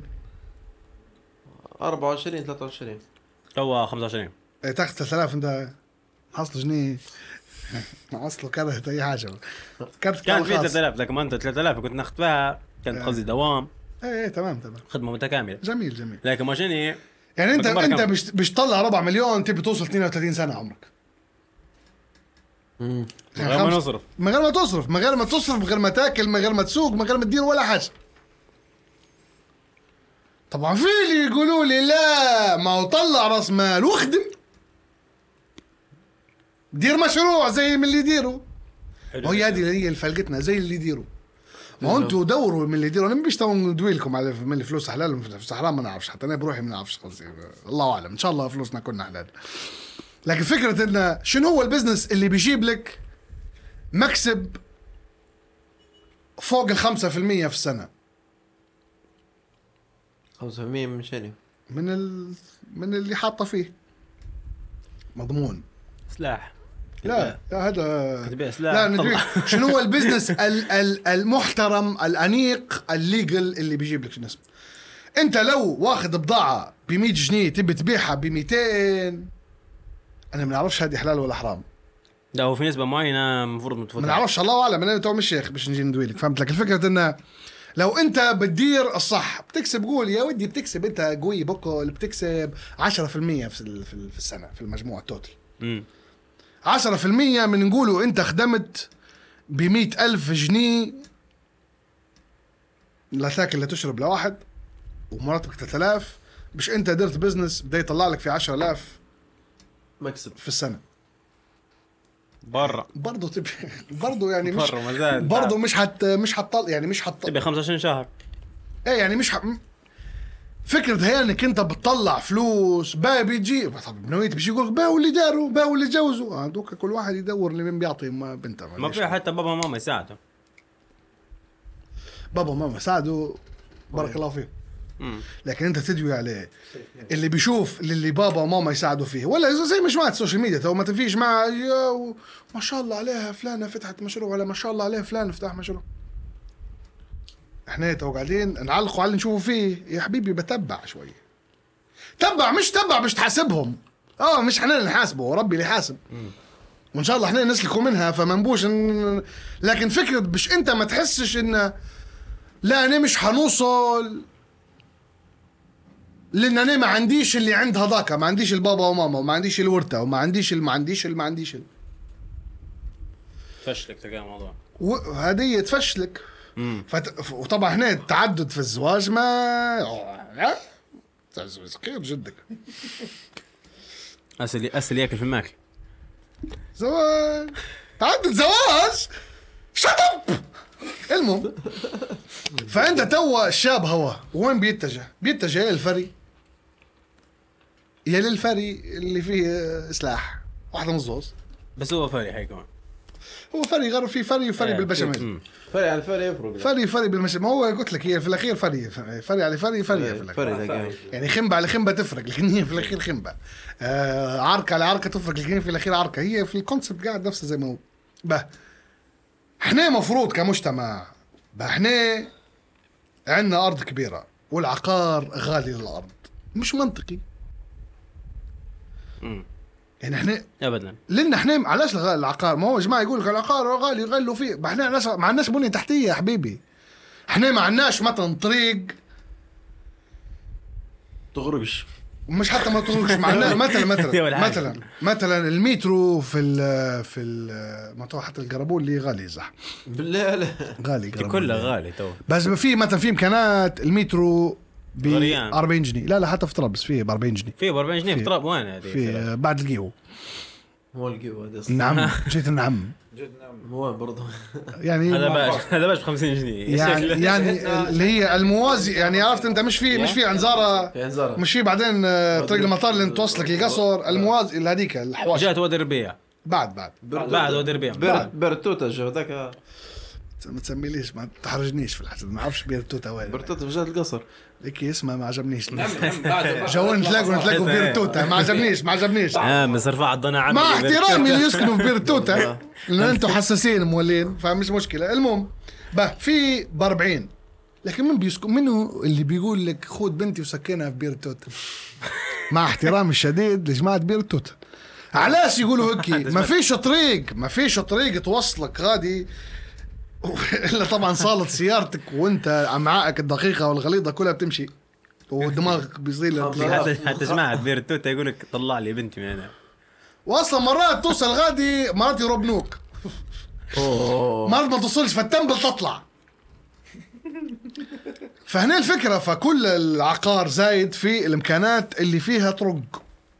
24 23 هو 25 تاخذ 3000 انت حصل جنيه اصله كرهت اي حاجه كان في 3000 لكن ما انت 3000 كنت ناخذ فيها كانت قصدي دوام ايه تمام خدمه متكامله جميل لكن ماشيني يعني انت مش طلع 4 مليون تبي توصل 32 سنه عمرك من غير ما نصرف من غير ما تصرف من غير ما تاكل من غير ما تسوق من غير ما تدير ولا حاجه. طبعا في اللي يقولوا لي لا ما هو طلع راس مال واخدم دير مشروع زي من اللي يديروا. وهي هذه اللي هي فلقتنا زي اللي يديروا. ما هو انتوا دوروا من اللي يديروا. انا ما بيش ندوي لكم على من الفلوس حلال في الصحراء ما نعرفش حتى انا بروحي ما نعرفش قصدي الله اعلم ان شاء الله فلوسنا كنا حلال. لكن فكره ان شنو هو البزنس اللي بيجيب لك مكسب فوق 5% في السنه 5% من شنو؟ من اللي حاطه فيه مضمون سلاح لا هذا كتبيه سلاح لا ندري شنو هو البزنس المحترم الانيق الليجل اللي بيجيب لك نسبه. انت لو واخذ بضاعه ب 100 جنيه تبي تبيعها ب 200 انا ما نعرفش هذه حلال ولا حرام. لا هو في نسبه معينه المفروض متفوت ما نعرفش الله اعلم انا تو مش شيخ باش نجي ندوي لك فهمت لك الفكره انه لو انت بتدير الصح بتكسب قول يا ودي بتكسب انت قوي بكل بتكسب 10% في السنه في المجموع التوتل 10% من نقوله انت خدمت ب100,000 جنيه لا تاكل لا تشرب لواحد ومراتبك 3000 مش انت درت بزنس بدا يطلع لك في 10,000 مكسب في السنه برضه تبي برضه يعني مش برضه مش حتطل يعني مش حتطل تبي 25 شهر ايه يعني مش فكرة هي انك انت بتطلع فلوس با بيجي طب نويت بيجي يقول با واللي داروا با واللي جوزوا دوك كل واحد يدور لمن بيعطي ما بنته ما في حتى بابا وماما يساعدوا بابا وماما ساعدوا بارك الله فيهم لكن انت تدوي عليه اللي بيشوف اللي بابا وماما يساعدوا فيه ولا زي ما سمعت السوشيال ميديا تو ما تنفيش مع ما شاء الله عليها فلانة فتحت مشروع ولا ما شاء الله عليها فلان فتح مشروع. احنا تو قاعدين نعلقوا على اللي نشوفوا فيه يا حبيبي بتبع شويه مش تبع مش تحاسبهم مش احنا اللي نحاسبه ربي اللي يحاسب وان شاء الله احنا نسلكوا منها فما نبوش لكن فكره مش انت ما تحسش ان لا انا مش حنوصل لان انا ما عنديش اللي عند هذاك ما عنديش البابا وماما وما عنديش الورثه وما عنديش فشلك تلقى الموضوع وهذه تفشلك وطبعا هنا التعدد في الزواج ما خير جدك أسل ياكل في الماكل زواج تعدد زواج شطب المهم فأنت توا الشاب هو وين بيتجه يا الفري يا للفري اللي فيه سلاح واحدة من الزوز بس هو فري هاي كمان هو فري غير في فري وفري بالبشاميل فري على الفري يفرق فري بالمشي ما هو قلت لك هي في الاخير فري على فري في الاخير يعني خنبه على خنبه تفرق لكن هي في الاخير خنبه عركه على عركه تفرق لكن في الاخير عركه هي في الكونسبت قاعد نفسه زي ما هو احنا مفروض كمجتمع احنا عندنا ارض كبيره والعقار غالي للارض مش منطقي يعني احنا ابدا لان احنا علاش العقار ما هو يا جماعه يقول لك العقار غالي يغلوا فيه احنا ما عندناش بنيه تحتيه يا حبيبي احنا ما عندناش مثلا طريق تغرقش مش حتى ما تغرقش معنا مثلا المترو في ما تو حتى القربول اللي غالي صح بالله غالي كله غالي تو بس في مثلا في امكانات المترو ب 40 جنيه لا حتى في طرابلس فيه ب 40 جنيه فيه ب 40 جنيه في طرابلس وين هذه في بعد القيو هو القيو هذا نعم جيت نعم هو برضه يعني هذا باش ب 50 جنيه يعني اللي هي الموازي يعني عرفت انت مش في عنزاره مش في بعدين طريق المطار اللي توصلك القصر الموازي اللي هذيك الحواش جات وادي الربيع بعد وادي الربيع برتوتا جو ذاك ما تسميليش ما تحرجنيش في الحسب ما اعرفش بيرتوتا وين برتوتا في جهه القصر لك اسمه ما عجبنيش جوان نتلاقوا بيرتوتا ما عجبنيش بس رفع الضنا عمي مع احترامي اللي يسكنوا في بيرتوتا لان انتم حساسين مولين فمش مشكله المهم في ب 40 لكن من بيسكت منه اللي بيقول لك خود بنتي وسكنها في بير توت مع احترامي الشديد لجماعة بير توت. علاش يقولوا هيك؟ ما فيش طريق توصلك غادي الا طبعا صالة سيارتك وانت امعائك الدقيقة والغليظة كلها بتمشي ودماغك بيصير حتى جماعة بير توت يقول لك طلع لي بنتي من هنا. واصلا مرات توصل غادي مرات يربنوك مرات ما توصلش فالتنبل تطلع. فهنا الفكرة. فكل العقار زايد في الامكانات اللي فيها طرق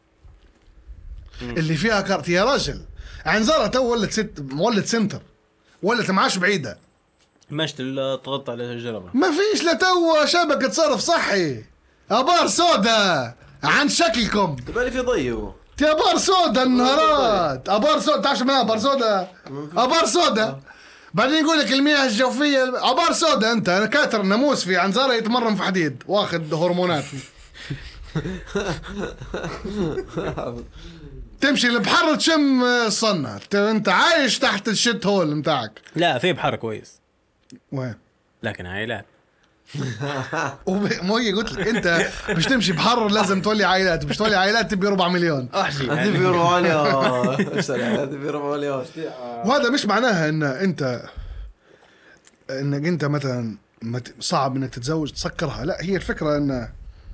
اللي فيها كارت. يا راجل عنزارة تو ولد سنتر ولت معاش بعيدة مشت تغطى على الجربة ما فيش لا تو شبكة صرف صحي. ابار سودا عن شكلكم تبالي في ضيو يا ابار سودا النهارات. ابار سودا تعرف ما ابار سودا؟ ابار سودا بعدين يقول لك المياه الجوفيه ابار سودا. انت انا كاتر الناموس في عنزاره يتمرن في حديد واخد هرمونات تمشي البحر تشم الصنة. انت عايش تحت الشت هول متاعك. لا في بحر كويس وين لكن عائلات مو هي قلت لك انت مش تمشي بحر لازم تولي عائلات. مش تولي عائلات تبي 4 مليون احشي هذه 4 مليون. وهذا مش معناها ان انك انت مثلا صعب انك تتزوج تسكرها. لا هي الفكرة ان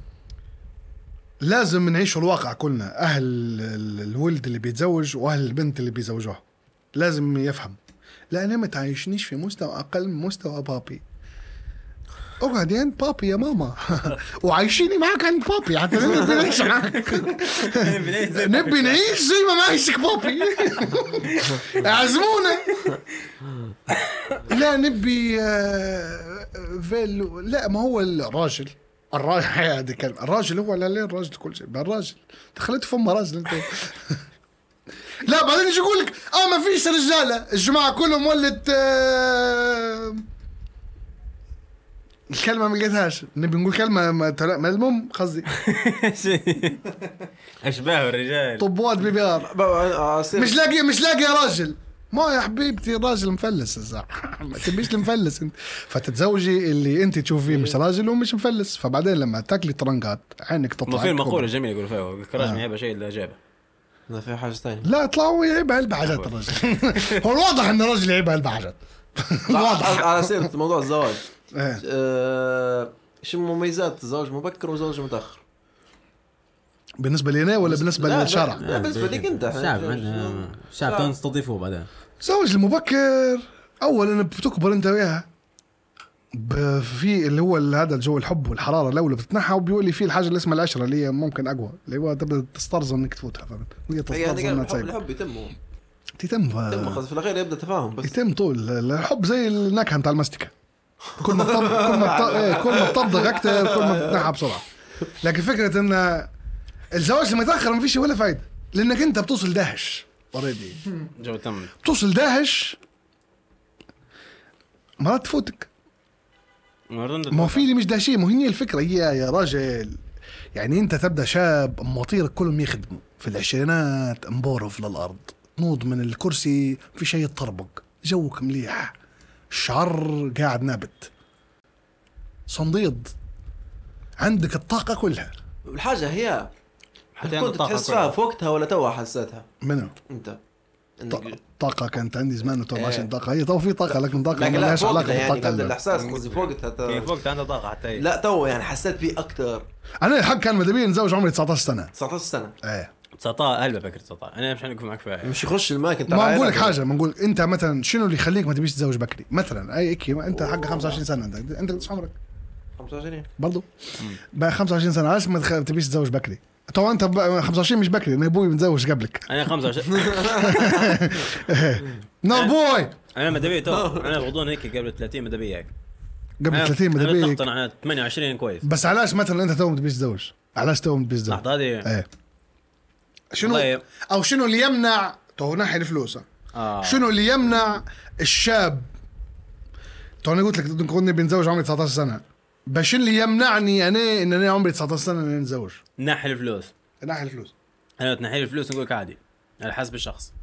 لازم نعيش الواقع كلنا. اهل الولد اللي بيتزوج واهل البنت اللي بيزوجوها لازم يفهم لا انا ما تعيشنيش في مستوى اقل من مستوى بابي. اقعد عند بابي يا ماما وعايشيني معك عند بابي حتى نبي نعيش معك. نبي نعيش زي ما معيشك بابي. اعزمونا. لا نبي فيلو. لا ما هو الراجل هذا كلمة الراجل هو لا ليه الراجل كل شيء بالراجل دخلت فم راجل انت. لا بعدين يجي يقول لك ما فيش رجاله الجماعه كلهم ولت الكلمه ما لقيتهاش. نبي نقول كلمه ما المهم قصدي اشباه الرجال طبوات بي ار مش لاقي يا راجل. ما يا حبيبتي الراجل مفلس الصح ما تبيش المفلس انت. فتتزوجي اللي انت تشوفيه مش راجل ومش مفلس. فبعدين لما تاكلي طرنقات عينك تطلع. ما في مقولة جميلة يقول فيها الراجل يعيب شيء اللي جابه. لا في حاجة ثانية. لا طلعوا يعيب علبة حاجات الراجل. هو الواضح ان الراجل يعيب علبة حاجات. واضح. على سيرة موضوع الزواج شو مميزات الزواج مبكر وزواج متأخر بالنسبة لي أنا ولا بالنسبة للشارع؟ لا بالنسبة لك أنت. الشعب تنستضيفوه بعدين. زواج المبكر أولا بتكبر أنت وياها في اللي هو هذا الجو الحب والحرارة الأولى بتتنحى وبيقول لي فيه الحاجة اللي اسمها العشرة اللي هي ممكن أقوى اللي هو تبدأ تسترزن إنك تفوتها. هي تسترزن الحب يتم خلاص في الأخير يبدأ تفاهم بس يتم طول الحب زي النكهة متاع المستكة كل ما تطبق أكتر كل ما بتتنحى بسرعة. لكن فكرة إن الزواج المتأخر ما فيش ولا فايدة لأنك أنت بتوصل داهش اوريدي جو تم بتوصل داهش مرات تفوتك. ما في اللي مش داشين. ما هي الفكرة هي يا راجل يعني أنت تبدأ شاب مواطيرك كلهم يخدموا في العشرينات مبورف للأرض نوض من الكرسي في شيء يطربق جوك مليح الشعر قاعد نابت صنديد عندك الطاقة كلها. الحاجة هي كنت تحسها في وقتها ولا توها حسيتها منو انت طاقة كانت عندي زمان وتو عشان طاقة هي تو في طاقة لكن طاقة ما لهاش علاقة يعني بالطاقة الإحساس في وقتها في وقتها عندها طاقة حتى لا تو يعني حسيت فيه أكتر. أنا الحق كان مدبي نتزوج عمري 19 سنة 19 سنة 19 قلبه فكرة 19 أنا مش حنقف معك فيها مش يخش الماك انت. ما نقول لك حاجة ما نقول أنت مثلا شنو اللي يخليك ما تبيش تتزوج بكري مثلا أي إكي انت حق 25 سنة انت قديش عمرك 25 برضو بقى 25 سنة عايز ما تبيش تتزوج بكري. طبعا انت 25 مش بكري انا ابوي متزوج قبلك. انا 25 نو بوي انا مدبي تو انا بغضون هيك قبل 30 مدبي هيك قبل 30 مدبي هيك انا 28 كويس. بس علاش مثلا انت تو ما تبيش تتزوج علاش تو ما تبيش تتزوج لحظه هذه ايه شنو او شنو اللي يمنع تو ناحيه الفلوس شنو اللي يمنع الشاب تو انا قلت لك كنت بنتزوج عمري 19 سنه باش اللي يمنعني انا عمري 19 سنه اني نتزوج ناحي الفلوس ناحي الفلوس انا تنحي الفلوس نقول لك عادي على حسب الشخص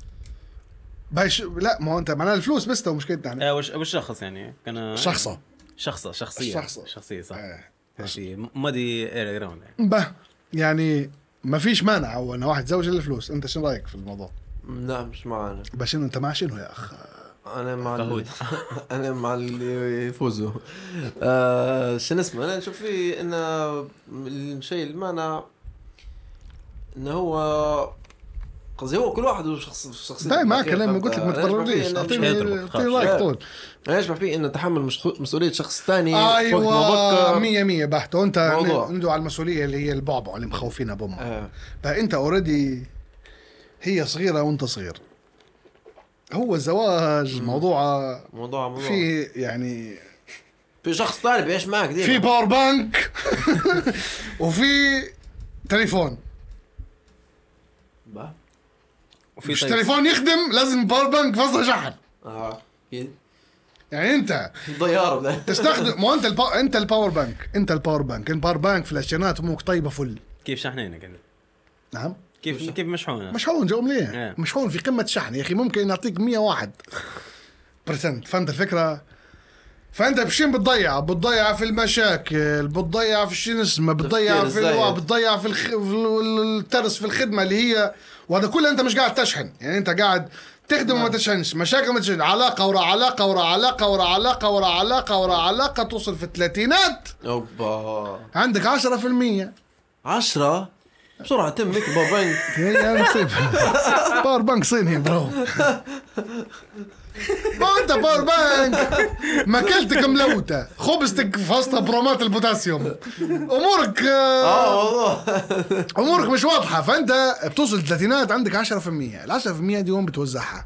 باش لا ما هو انت معناها الفلوس بس تو مشكلتنا وش شخص يعني كان شخصه شخصيه صح. ماشي مادي اير جراوند به يعني ما فيش مانع هو ان واحد يتزوج الا الفلوس. انت شنو رايك في الموضوع؟ لا مش معنا. باش انه انت مع شنو يا اخ؟ انا مع انا مع اللي يفوزوا. شنو اسمه، انا نشوف فيه ان الشيء المانع انه هو قصدي هو كل واحد شخص دايما معك كلام قلت لك ما تقررليش. اعطيني رايك طول. انا يشبه فيه انه تحمل مسؤوليه شخص ثاني. ايوه 100 بحت. وانت عنده على المسؤوليه اللي هي البعبع اللي مخوفينها بامها. فانت اوريدي هي صغيره وانت صغير. هو الزواج موضوع في يعني في شخص ثاني بيعيش معك ديما. في باور بانك وفي تليفون. وفي تليفون يخدم لازم باور بانك فصل شحن. يعني انت ضيار تستخدم مو انت الباور بانك في العشرينات امك طيبه فل. كيف شحنينك انت؟ نعم كيف مشحون جو مليح. مشحون في قمه الشحن يا اخي. ممكن يعطيك 101%. فهمت الفكره؟ فانت بشين بتضيع في المشاكل، بتضيع في شنو اسمه، بتضيع في الترس في الخدمه اللي هي. وهذا كله انت مش قاعد تشحن. يعني انت قاعد تخدم وما تشحنش. مشاكل ما تشحن. علاقه ورا علاقه ورا علاقه ورا علاقه ورا علاقه ورا علاقه توصل في الثلاثينات. اوبا عندك 10 بسرعه تمك باور بانك. يا نصيب باور بانك صيني برو. ما انت باور بانك ماكلتك ملوته، خبزتك فاصله برومات البوتاسيوم، امورك مش واضحه. فانت بتوصل الثلاثينات عندك 10%. ال10% دي وين بتوزعها؟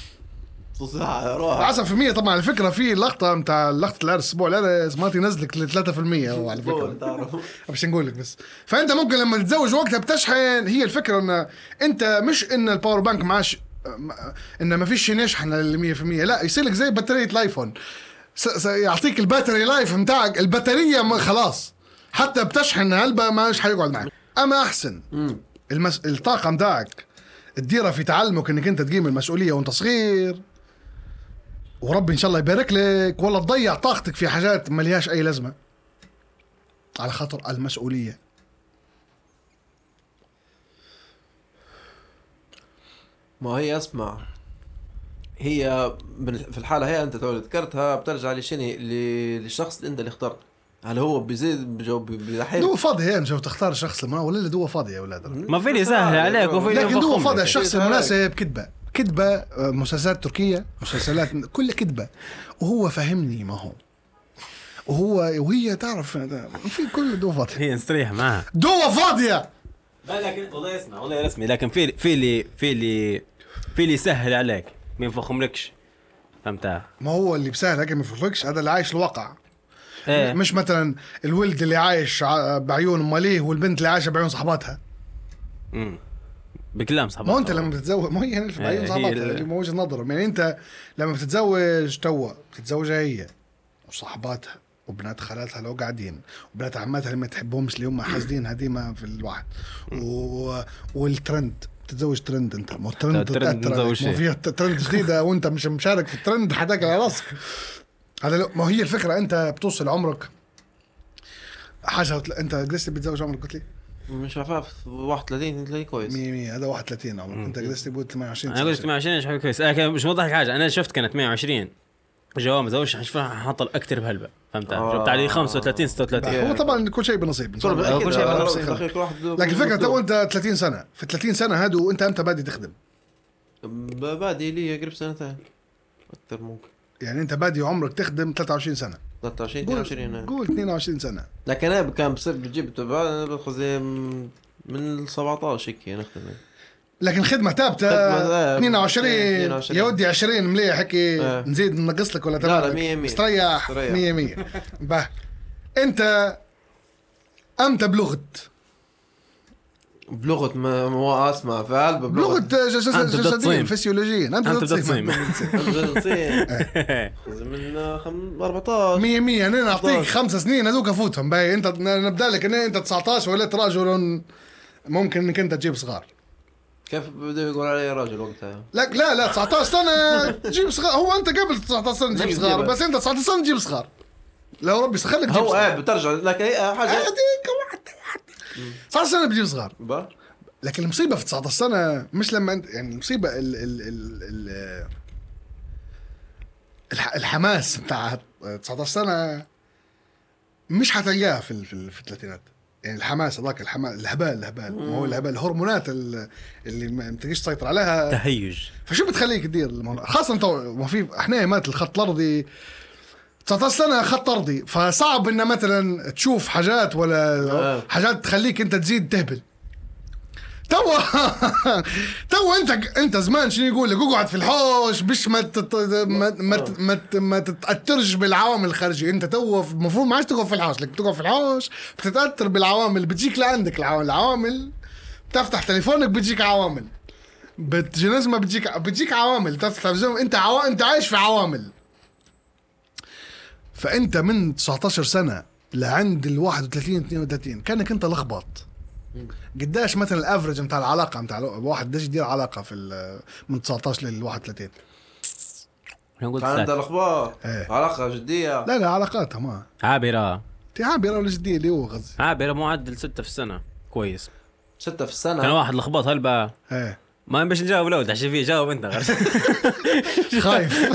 10% طبعا. الفكره في لقطه نتاع لقطه العرس الاسبوع العرس ما تنزلك ل 3% هو على فكره. باش نقول لك بس. فانت ممكن لما تتزوج وقتها بتشحن. هي الفكره ان انت مش ان الباور بانك معاش ان ما فيش يشحن ل 100%. لا يصير لك زي بطاريه الايفون. يعطيك الباتري لايف نتاعك. البطاريه خلاص حتى بتشحن هلبة ماش حيقعد معك. اما احسن الطاقه نتاعك تديرها في تعلمك انك انت تقيم المسؤوليه وانت صغير، وربي ان شاء الله يبارك لك. ولا تضيع طاقتك في حاجات ما لهاش اي لازمه على خاطر المسؤوليه. ما هي اسمع، هي في الحاله هي انت ذكرتها بترجع لشني للشخص اللي انت اللي اخترته. هل هو بيزيد بجاوب بيحيل دو فاضي يعني شوف تختار الشخص المناسب ولا دو فاضي يا اولاد؟ ما فيني سهل عليك وفيني لكن دو فاضي الشخص المناسب. كذبه مسلسلات تركيه، مسلسلات كل كذبه. وهو فهمني ما هو وهي تعرف في كل دو فاضي. هي نستريح معها دو فاضيه. لا لكن والله اسمع والله رسمي. لكن في اللي سهل عليك ما يفخملكش. فهمتها؟ ما هو اللي بسهل لكن ما يفخملكش هذا اللي عايش الواقع. مش مثلا الولد اللي عايش بعيون اماليه والبنت اللي عايشه بعيون صحباتها. بكلام صحباتها. ما انت لما بتتزوج ما هي بعيون صحباتها اللي مو وجهه نظرهم. يعني انت لما بتتزوج بتتزوجها هي وصحباتها وبنات خالاتها لو قاعدين وبنات عماتها اللي ما تحبهمش اللي هم حاسدين هديمه في الواحد. والترند تتزوج ترند. انت مو ترند ما فيها ترند جديده وانت مش مشارك في الترند حداك على راسك. هذا ما هي الفكره. انت بتوصل عمرك حاجه. انت قديش بتتزوج عمرك قلت لي؟ مش عارف 31 تلاقي كويس 100 هذا 31 عمرك. انت قديش تقول 28؟ انا قلت 28 مش كويس. انا مش موضح حاجه. انا شفت كانت 120 جواب مزوج حشوفها حاطل اكثر بهلبة. فهمت؟ جبت عليه 35 36. هو طبعا كل شيء بنصيب. كل شيء بنصيب. لكن الفكره تو انت 30 سنه في 30 سنه هادو انت امتى بادي تخدم؟ بادي لي قريب سنتين اكثر ممكن. يعني انت بادي عمرك تخدم 23 سنه 22 قول 22 سنه. لكن انا كان بصير بجيب تبع باخذ من 17 هيك نخدم. لكن خدمه ثابته 22 يا ودي 20 مليح هيك. نزيد ننقص لك ولا تمام؟ استريح 100 باه. انت امتى بلغه ما اسمع فعل بلغه جسديه فسيولوجيا. انت تصيم من 14 100 انا نعطيك 5 سنين هذوك افوتهم باي. انت نبدا لك ان انت 19 ولا راجل ممكن انك انت تجيب صغار. كيف بده يقول علي راجل وقتها؟ لا 19 سنه تجيب صغار. هو انت قبل 19 سنه تجيب صغار بس انت 19 سنه تجيب صغار. لو ربي خليك تجيب هو صغار. بترجع لك اي حاجه هذيك واحدة 19 سنة بتجيب صغار. با لكن المصيبة في 19 سنة مش لما انت يعني المصيبة ال الحماس بتاع 19 سنة مش حتلقاها في الثلاثينات. يعني الحماس هذاك الهبال ما هو الهبال الهرمونات اللي ما تقدرش تسيطر عليها. تهيج. فشو بتخليك تدير الموضوع خاصة انت ما في احنا مات الخط الارضي 19 سنة خط ارضي فصعب ان مثلا تشوف حاجات ولا حاجات تخليك انت تزيد تهبل. تو انت زمان شنو يقول لك اقعد في الحوش باش ما تتاثرش بالعوامل الخارجيه. انت تو المفروض ما عادش تقعد في الحوش لك تقعد في الحوش بتتاثر بالعوامل اللي بتجيك لعندك. العوامل بتفتح تليفونك بتجيك عوامل بتجنزمه بتجيك عوامل تفتح تلفزيون انت عايش في عوامل. فانت من 19 سنه لعند ال 31 32 كانك انت لخبط. قداش مثلا الافرج نتاع العلاقه نتاع واحد بداش يدير علاقه في من 19 لل 31 عند الاخبار علاقه جديه لا علاقاتها ما عابره ولا جديه اللي هو غزي عابره معدل 6 في السنه كويس 6 في السنه كان واحد لخبط هلبا ايه ما باش نجاوب لو تحشي فيه جاوب انت خايف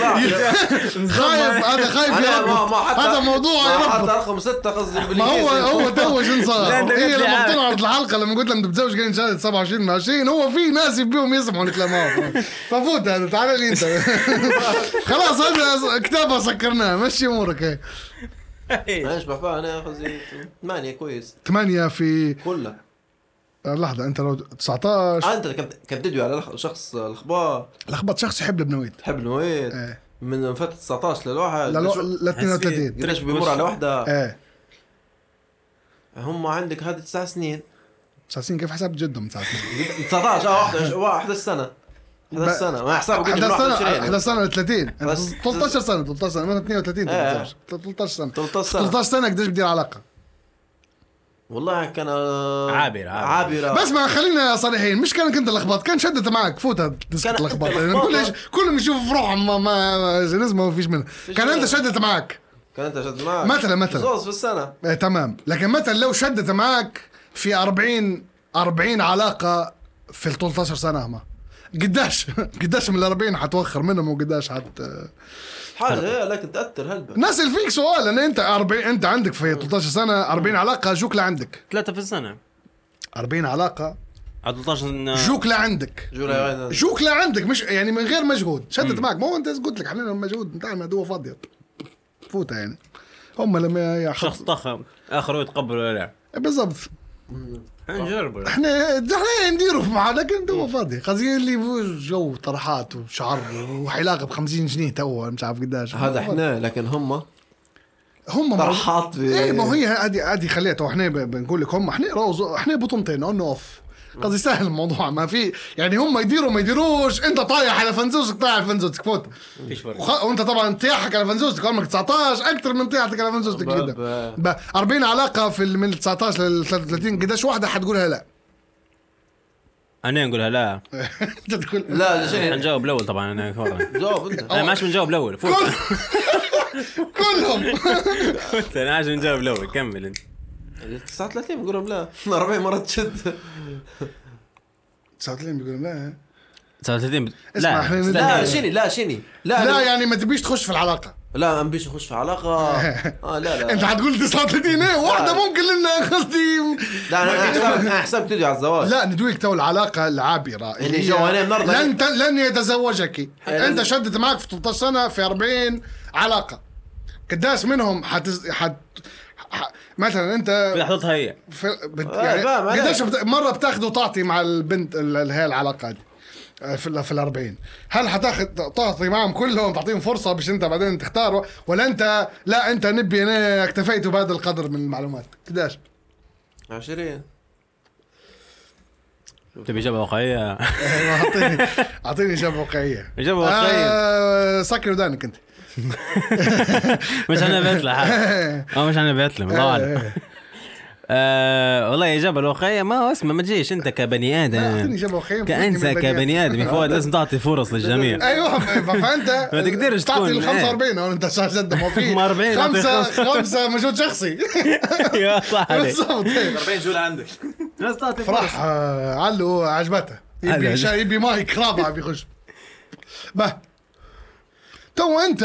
هذا موضوع حتى رقم 6 قصدي ما هو توج انصار هي لما طلعت الحلقه لما قلت لهم بتزوج قاعدين شهاده 27 من 20 هو في ناس يبيهم يسمعوا الكلام ففوت هذا تعال لي انت خلاص هذا كتابه سكرناه مشي امورك. ايش بفا انا قصدي 8 كويس 8 في كلها. لحظة أنت لو 19 أنت كنت تدوي على شخص الأخبار لخبط شخص يحب البنويت من فترة 19 للواحد ل 32 قديش بيمر على وحدة هم عندك هذه 9 سنين 9 سنين كيف حساب جدهم 9 سنين 19 11 سنة 11 سنة ما حساب 11 سنة ل 30 13 سنة 13 سنة من 32 13 سنة 13 سنة قديش بدير علاقة والله كان عابرة بس ما خلينا صريحين مش كانك انت لخبط كان شدت معك فوتها تسكت لخبط كلهم يشوفوا في روحهم ما جنزمه ما فيش منه كان انت شدت معك مثلا زوز في السنة تمام. لكن مثلا لو شدت معك في 40 علاقة في 13 سنة ما قداش من 40 حتوخر منهم وقداش حاجة لكن تأثر هلبا نسأل فيك سؤال أنا أنت 40 أنت عندك في 13 سنة 40 علاقة جوك لعندك 3 في السنة 40 علاقة 13 جوك لعندك جوك لعندك مش يعني من غير مجهود شدت معك ما هو أنت قلت لك احنا المجهود بتاعنا دوا فاضية فوتها يعني هم لما شخص ضخم آخره يتقبل ولا لا بالضبط نجرب احنا نديروا معاه لكن دوا فاضي قضية اللي جو طرحات وشعر وحلاقة ب50 جنيه تو مش عارف قداش هذا احنا لكن هم طرحات ايه ما هي هذه خليتها احنا بنقول لك هم احنا بطنتين اون اوف قصدي سهل الموضوع ما في يعني هم يديروا ما يديروش انت طايح على فنزوسك طايح على فنزوسك فوت فيش فرق وانت طبعا طيحك على فنزوسك عمرك 19 اكثر من طيحتك على فنزوسك كده 40 علاقه في من 19 ل 33 قداش واحده حتقولها لا انا نقولها لا انت تقول لا شيء نجاوب الاول طبعا انا جاوب انت انا ماشي بنجاوب الاول كلهم انا عايز نجاوب الاول كمل انت 39 بيقولوا لا 40 مرة تشد 39 بيقولوا لا 39 لا شيني لا يعني ما تبيش تخش في العلاقة لا ما بيش نخش في علاقة لا انت حتقول 39 ايه واحدة ممكن لنا قصدي لا انا حساب تدعي على الزواج لا ندويك تو العلاقة العابرة اللي جوانين لن يتزوجك انت شدت معك في 13 سنة في 40 علاقة قداش منهم مثلا انت في لحظتها هي يعني قديش مره بتاخذ وتعطي مع البنت اللي هي العلاقه دي في 40 هل حتاخذ تعطي معهم كلهم تعطيهم فرصه باش انت بعدين تختاروا ولا انت لا انت نبي انا اكتفيت بهذا القدر من المعلومات قديش 20 تبي إجابة واقعية اعطيني إجابة واقعية سكر ودانك انت مش انا بيطلع مش انا بيطلع الله اعلم والله يا جبل وخيم ما هو اسمه ما تجيش انت كبني ادم كأنت كبني ادم فؤاد لازم تعطي فرص للجميع. ايوه فانت ما تقدرش تعطي ال تكون 45 او انت جد ما في 40 خمسه مجهود شخصي. يا صح عليك بالضبط 40 جولة عندك. لازم تعطي فرص. فرح علو عجبته يبي مايك رابع بيخش به. تو انت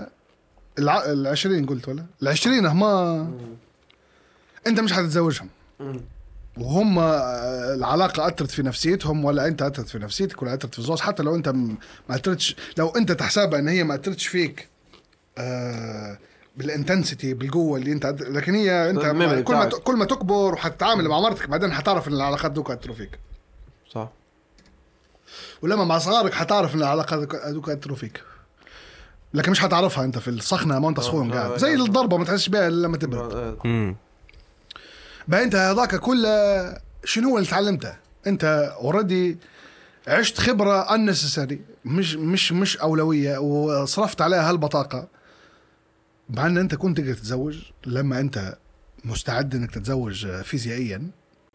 ال20 قلت ولا ال20 هما انت مش حتتزوجهم وهم العلاقه اثرت في نفسيتهم ولا انت اثرت في نفسيتك ولا اثرت في الزوج. حتى لو انت ما اثرتش، لو انت تحسبها ان هي ما اثرتش فيك بالانتنسيتي بالقوه اللي انت لكن هي انت كل ما تكبر وحتتعامل مع مرتك بعدين حتعرف ان العلاقات دوك اثروا فيك. صح. ولما مع صغارك حتعرف ان العلاقات دوك اثروا فيك لكن مش حتعرفها انت في الصخنه ما انت صخون قاعد زي الضربه ما تحسش بها الا لما تبرد. بقى انت هذاك كله شنو هو اللي تعلمته انت اوريدي عشت خبره unnecessary مش اولويه وصرفت عليها هالبطاقه مع ان انت كنت تقدر تتزوج لما انت مستعد انك تتزوج فيزيائيا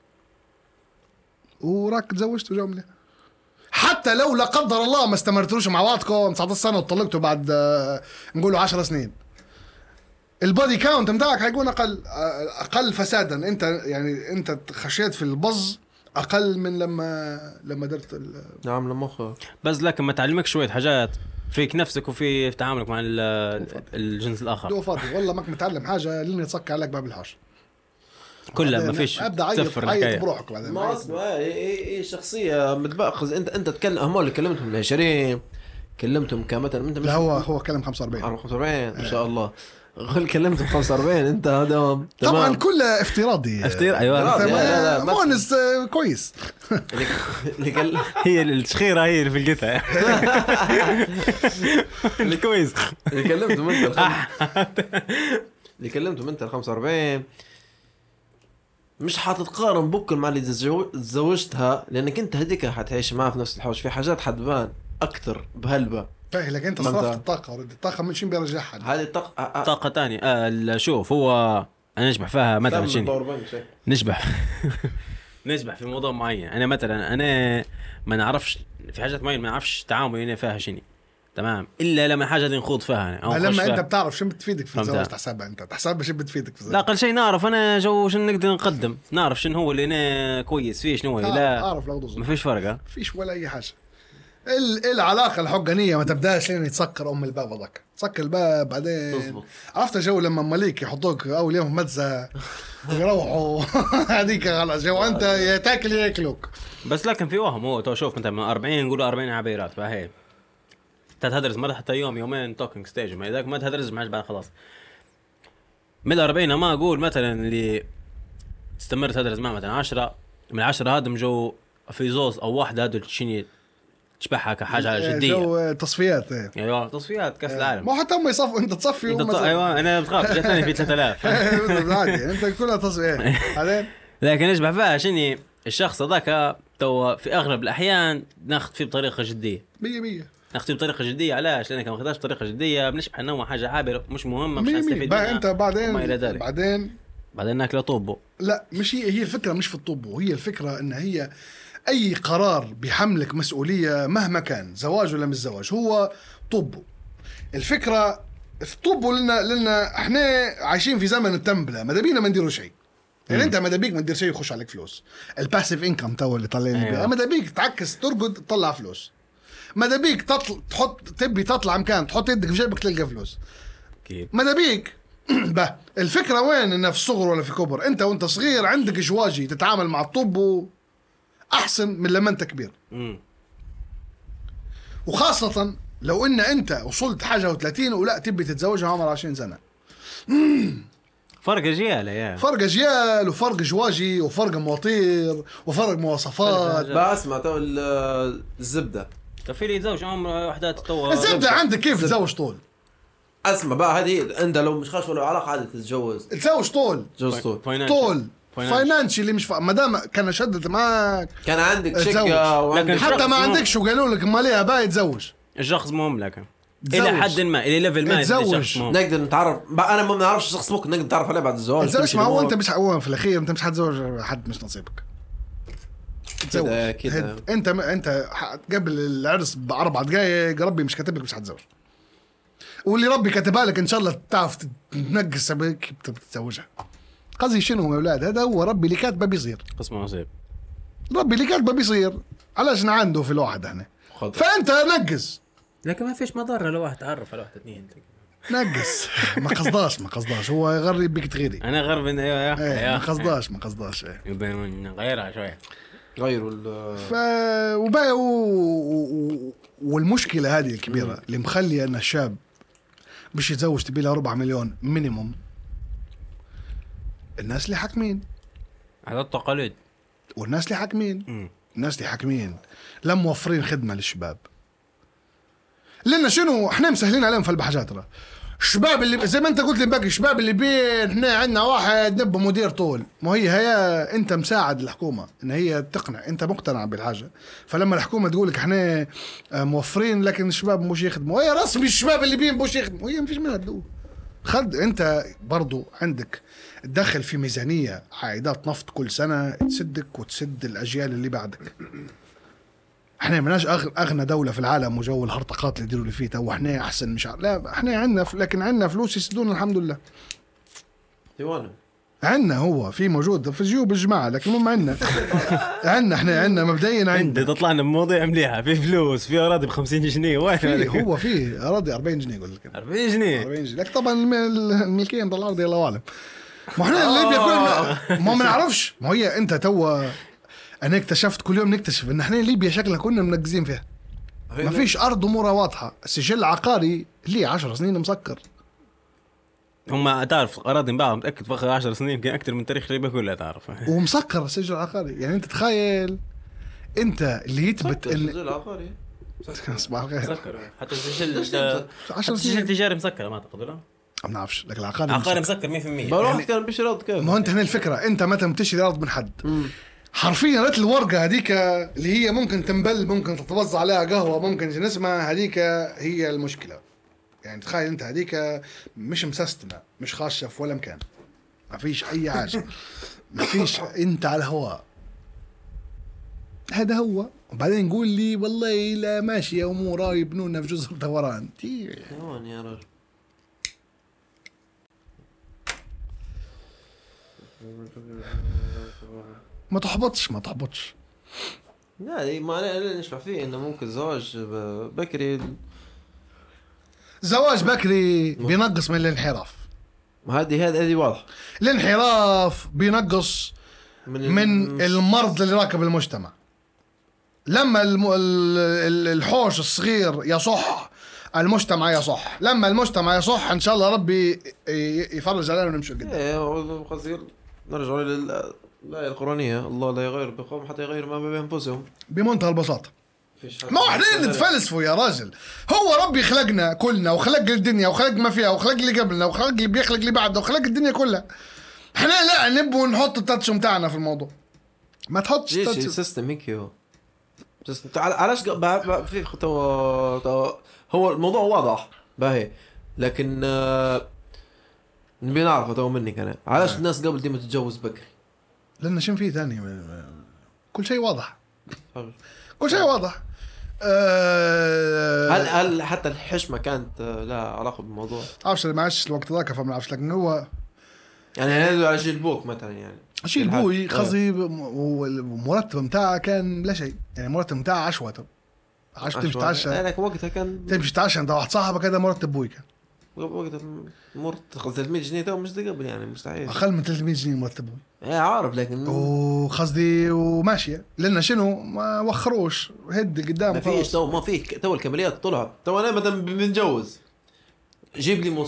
وراك تزوجت وجمله. حتى لو لا قدر الله ما استمرتوش مع بعضكم 19 سنه وطلقتوا بعد نقولوا 10 سنين البودي كاونت متاعك هيكون اقل فسادا. انت يعني انت خشيت في البز اقل من لما درت نعم لمخ. بس لكن ما تعلمك شويه حاجات فيك نفسك وفي تعاملك مع الجنس الاخر. دو فاضي والله ماك متعلم حاجه اللي يتصك عليك باب الحوش كلها ما فيش ابدا عيط بروحك بعدين. ما اسمع ايه شخصيه متباخذ. انت تتكلم هم اللي كلمتهم العشرين كلمتهم كمثلا انت مش لا هو كلم 45 ما شاء الله غل كلمت 45 انت هذا طبعا كله افتراضي ايوه لا مونس كويس. هي الشخيره هي اللي في القطع الكويس اللي كلمتهم انت ال 45 مش حتتقارن بكل مع اللي تزوجتها لانك انت هديك حتعيش معها في نفس الحوش. في حاجات حتبان اكثر بهلبة فاهم لك انت صرفت الطاقه من شين بيرجعها هذه طاقه ثانيه. شوف هو انا نشبح فيها مثلا شنو نشبح في موضوع معين. انا مثلا ما نعرفش في حاجات معينه ما نعرفش تعامل انا فيها شنو تمام الا لما حاجه دي نخوض فيها أو لما انت بتعرف شو بتفيدك في الزواج تحسبها انت تحسب شو بتفيدك في الزواج. لا اقل شيء نعرف انا شنو نقدر نقدم نعرف شنو هو اللي انا كويس فيه شنو هو لا اعرف لو ما فيش فرق فيش ولا اي حاجه. العلاقه الحقانيه ما تبداش لين يتسكر الباب هذاك تسكر الباب بعدين عرفت جو لما مليك يحطوك اول يوم مدزه ويروحوا هذيك خلاص جو انت يا تاكل ياكلوك. بس لكن في وهم هو تو شوف انت من 40 نقولوا 40 عبيرات فهي تدرس مرة حتى يومين توكينج ستيج ما اذاك ما تدرس معاش بعد خلاص من 40 ما اقول مثلا اللي استمرت تدرس معه مثلا 10 من 10 هذا جو في زوز او واحده هذول شنو تشبحها كحاجه جديه جو تصفيات ايوه تصفيات كاس العالم ما حتى هم يصفوا انت تصفي ايوه انا بخاف جاتني في 3000 عادي انت كلها تصفيات بعدين لكن اشبح فيها شنو الشخص هذاك تو في اغلب الاحيان ناخذ فيه بطريقه جديه 100% ناخذ بطريقه جديه. علاش؟ لانك ما اخذهاش بطريقه جديه بنشبح انه حاجه عابره مش مهمه مش هستفيد منها انت بعدين ناكله طوبه. لا مش هي الفكره مش في الطوبه. هي الفكره ان هي اي قرار بيحملك مسؤوليه مهما كان زواج ولا مش زواج هو طوبه. الفكره في طوبه لنا احنا عايشين في زمن التنبله ماذا بينا ما نديروا شيء. يعني انت ماذا بيك ما تدير شيء يخش عليك فلوس. الباسيف انكم تو اللي طالعين بيه ماذا بيك تعكس ترقد تطلع فلوس. ماذا بيك تحط تبي تطلع مكان تحط يدك في جيبك تلقى فلوس. ماذا بيك الفكره وين انها في الصغر ولا في كبر. انت وانت صغير عندك جواجي تتعامل مع الطب احسن من لما انت كبير. وخاصه لو ان انت وصلت حاجه و30 ولا تبي تتزوجها عمر 20 سنه. فرق اجيال يا فرق اجيال وفرق جواجي وفرق مواطير وفرق مواصفات. بس اسمع تو الزبده في لي يتزوج عمر وحدات تو الزبده عندك كيف تتزوج طول. اسمع بقى هذه انت لو مش خاش ولا علاقه عادي تتزوج طول فاينانشي اللي مش ما دام كان شدت معك كان عندك شقه حتى ما عندكش وقالوا لك ماليها باي تزوج الشخص مهم لكن الى حد ما الى ليفل ما تزوج. نقدر نتعرف انا ما نعرفش شخص ممكن نقدر نتعرف عليه بعد الزواج. اسمع هو انت مش هو في الاخير انت مش حتزوج حد مش نصيبك. تزوج كده انت قبل العرس ب4 دقائق ربي مش كاتب لك مش حتزوج، واللي ربي كاتبها لك ان شاء الله تعرف تنقص بك بتتزوجها. قصدي شنو يا اولاد؟ هذا هو ربي اللي كاتبه بيصير، قسم نصيب ربي اللي كاتبه بيصير. علاش عنده في الواحد هنا فانت نقص، لكن ما فيش مضره لو واحد تعرف على واحد اثنين نقص. ما قصداش هو يغرب بك تغيري. انا غرب ما قصداش غيرها شويه غيروا والمشكله هذه الكبيره اللي مخليه ان الشاب مش يتزوج تبي له 4 مليون مينيموم. الناس اللي حاكمين هذا التقاليد، والناس اللي حاكمين الناس اللي حاكمين لا موفرين خدمه للشباب. لأن شنو احنا مسهلين عليهم في البحاجات. ترى الشباب اللي زي ما انت قلت لي باقي الشباب اللي بين احنا عندنا واحد نبى مدير طول، ما هي انت مساعد الحكومه ان هي تقنع، انت مقتنع بالحاجه، فلما الحكومه تقول لك احنا موفرين لكن الشباب مش يخدموا، هي رسمي الشباب اللي بين مش يخدموا، هي ما فيش منها تدور. خد انت برضو عندك تدخل في ميزانيه عائدات نفط كل سنه تسدك وتسد الاجيال اللي بعدك. احنا مناش اغنى دوله في العالم وجو الهرطقات اللي يديروا لي فيه تو احنا احسن مش لا احنا عندنا لكن عندنا فلوس يسدون الحمد لله. ديوانه عندنا هو في موجود في جيوب الجماعه لكن هم عندنا احنا عندنا مبدئيا عندنا تطلعنا بمواضيع مليحه في فلوس في اراضي ب 50 جنيه هو في اراضي 40 جنيه يقول لك 40 جنيه لكن طبعا الملكيه عند الارض الله اعلم. ما احنا اللي بيكون ما نعرفش. ما هي انت تو انا اكتشفت كل يوم نكتشف ان احنا ليبيا شكلها كنا منقزين فيها. ما فيش ارض امورها واضحه. السجل العقاري ليه 10 سنين مسكر. هم تعرف اراضي انباعوا متاكد في اخر 10 سنين يمكن اكثر من تاريخ ليبيا كلها تعرف ومسكر السجل العقاري. يعني انت تخيل انت اللي يثبت ان السجل العقاري صباح الخير مسكر حتى السجل 10 سنين تجاري مسكر ما اعتقد لا ما نعرفش لكن العقاري مسكر 100%. بروح كان بيشتري ارض كيف. ما انت هنا الفكره انت متى بتشتري ارض من حد حرفيا رت الورقه هذيك اللي هي ممكن تنبل ممكن تتوزع عليها قهوه ممكن نسمع هذيك هي المشكله. يعني تخيل انت هذيك مش مسستمه مش خاشه في ولا مكان ما فيش اي حاجه ما فيش انت على الهواء. هذا هو. وبعدين يقول لي والله لا ماشي امورها يبنونا في جزر دوران هون يا رجل. ما تحبطش لا ما انا نشبع فيه انه ممكن زواج بكري. زواج بكري بينقص من الانحراف. هذه واضح. الانحراف بينقص من المرض اللي راكب المجتمع. لما الحوش الصغير يصح المجتمع يصح. لما المجتمع يصح ان شاء الله ربي يفرج علينا ونمشي قدام. قصير نرجع للآية القرآنية الله لا يغير بقوم حتى يغير ما بأنفسهم. بمنتهى البساطة. ما احنا نتفلسفوا يا راجل. هو ربي خلقنا كلنا وخلق الدنيا وخلق ما فيها وخلق اللي قبلنا وخلق اللي بيخلق اللي بعده وخلق الدنيا كلها. احنا لا نبغى نحط التاتش متاعنا في الموضوع. ما تحطش التاتش سيستم هيك علاش في هو الموضوع واضح باهي لكن نبي نعرف تو منك انا علاش الناس قبل ديما تتجوز بكري. لأن شن فيه ثاني كل شيء واضح. كل شيء واضح. هل حتى الحشمة كانت لها علاقة بالموضوع؟ عارفش ما عادش الوقت ذاك فما نعرفش لكن هو يعني هذا على جيل بوك مثلا يعني شيل بوي قصدي والمرتب متاعه كان لا شيء. يعني المرتب متاعه عشوة تمشي تعشى. لكن وقتها كان تمشي تعشى انت واحد صاحبك هذا مرتب بوي كان وقتها مرتب 300 جنيه تو مش زي قبل يعني مستحيل. اقل من 300 جنيه مرتب بوي. عارف لكن وقصدي وماشيه لأن شنو ما وخروش هد قدام ما فيش تو ما فيه تو الكماليات طلعت تو انا مثلا بنتجوز جيب لي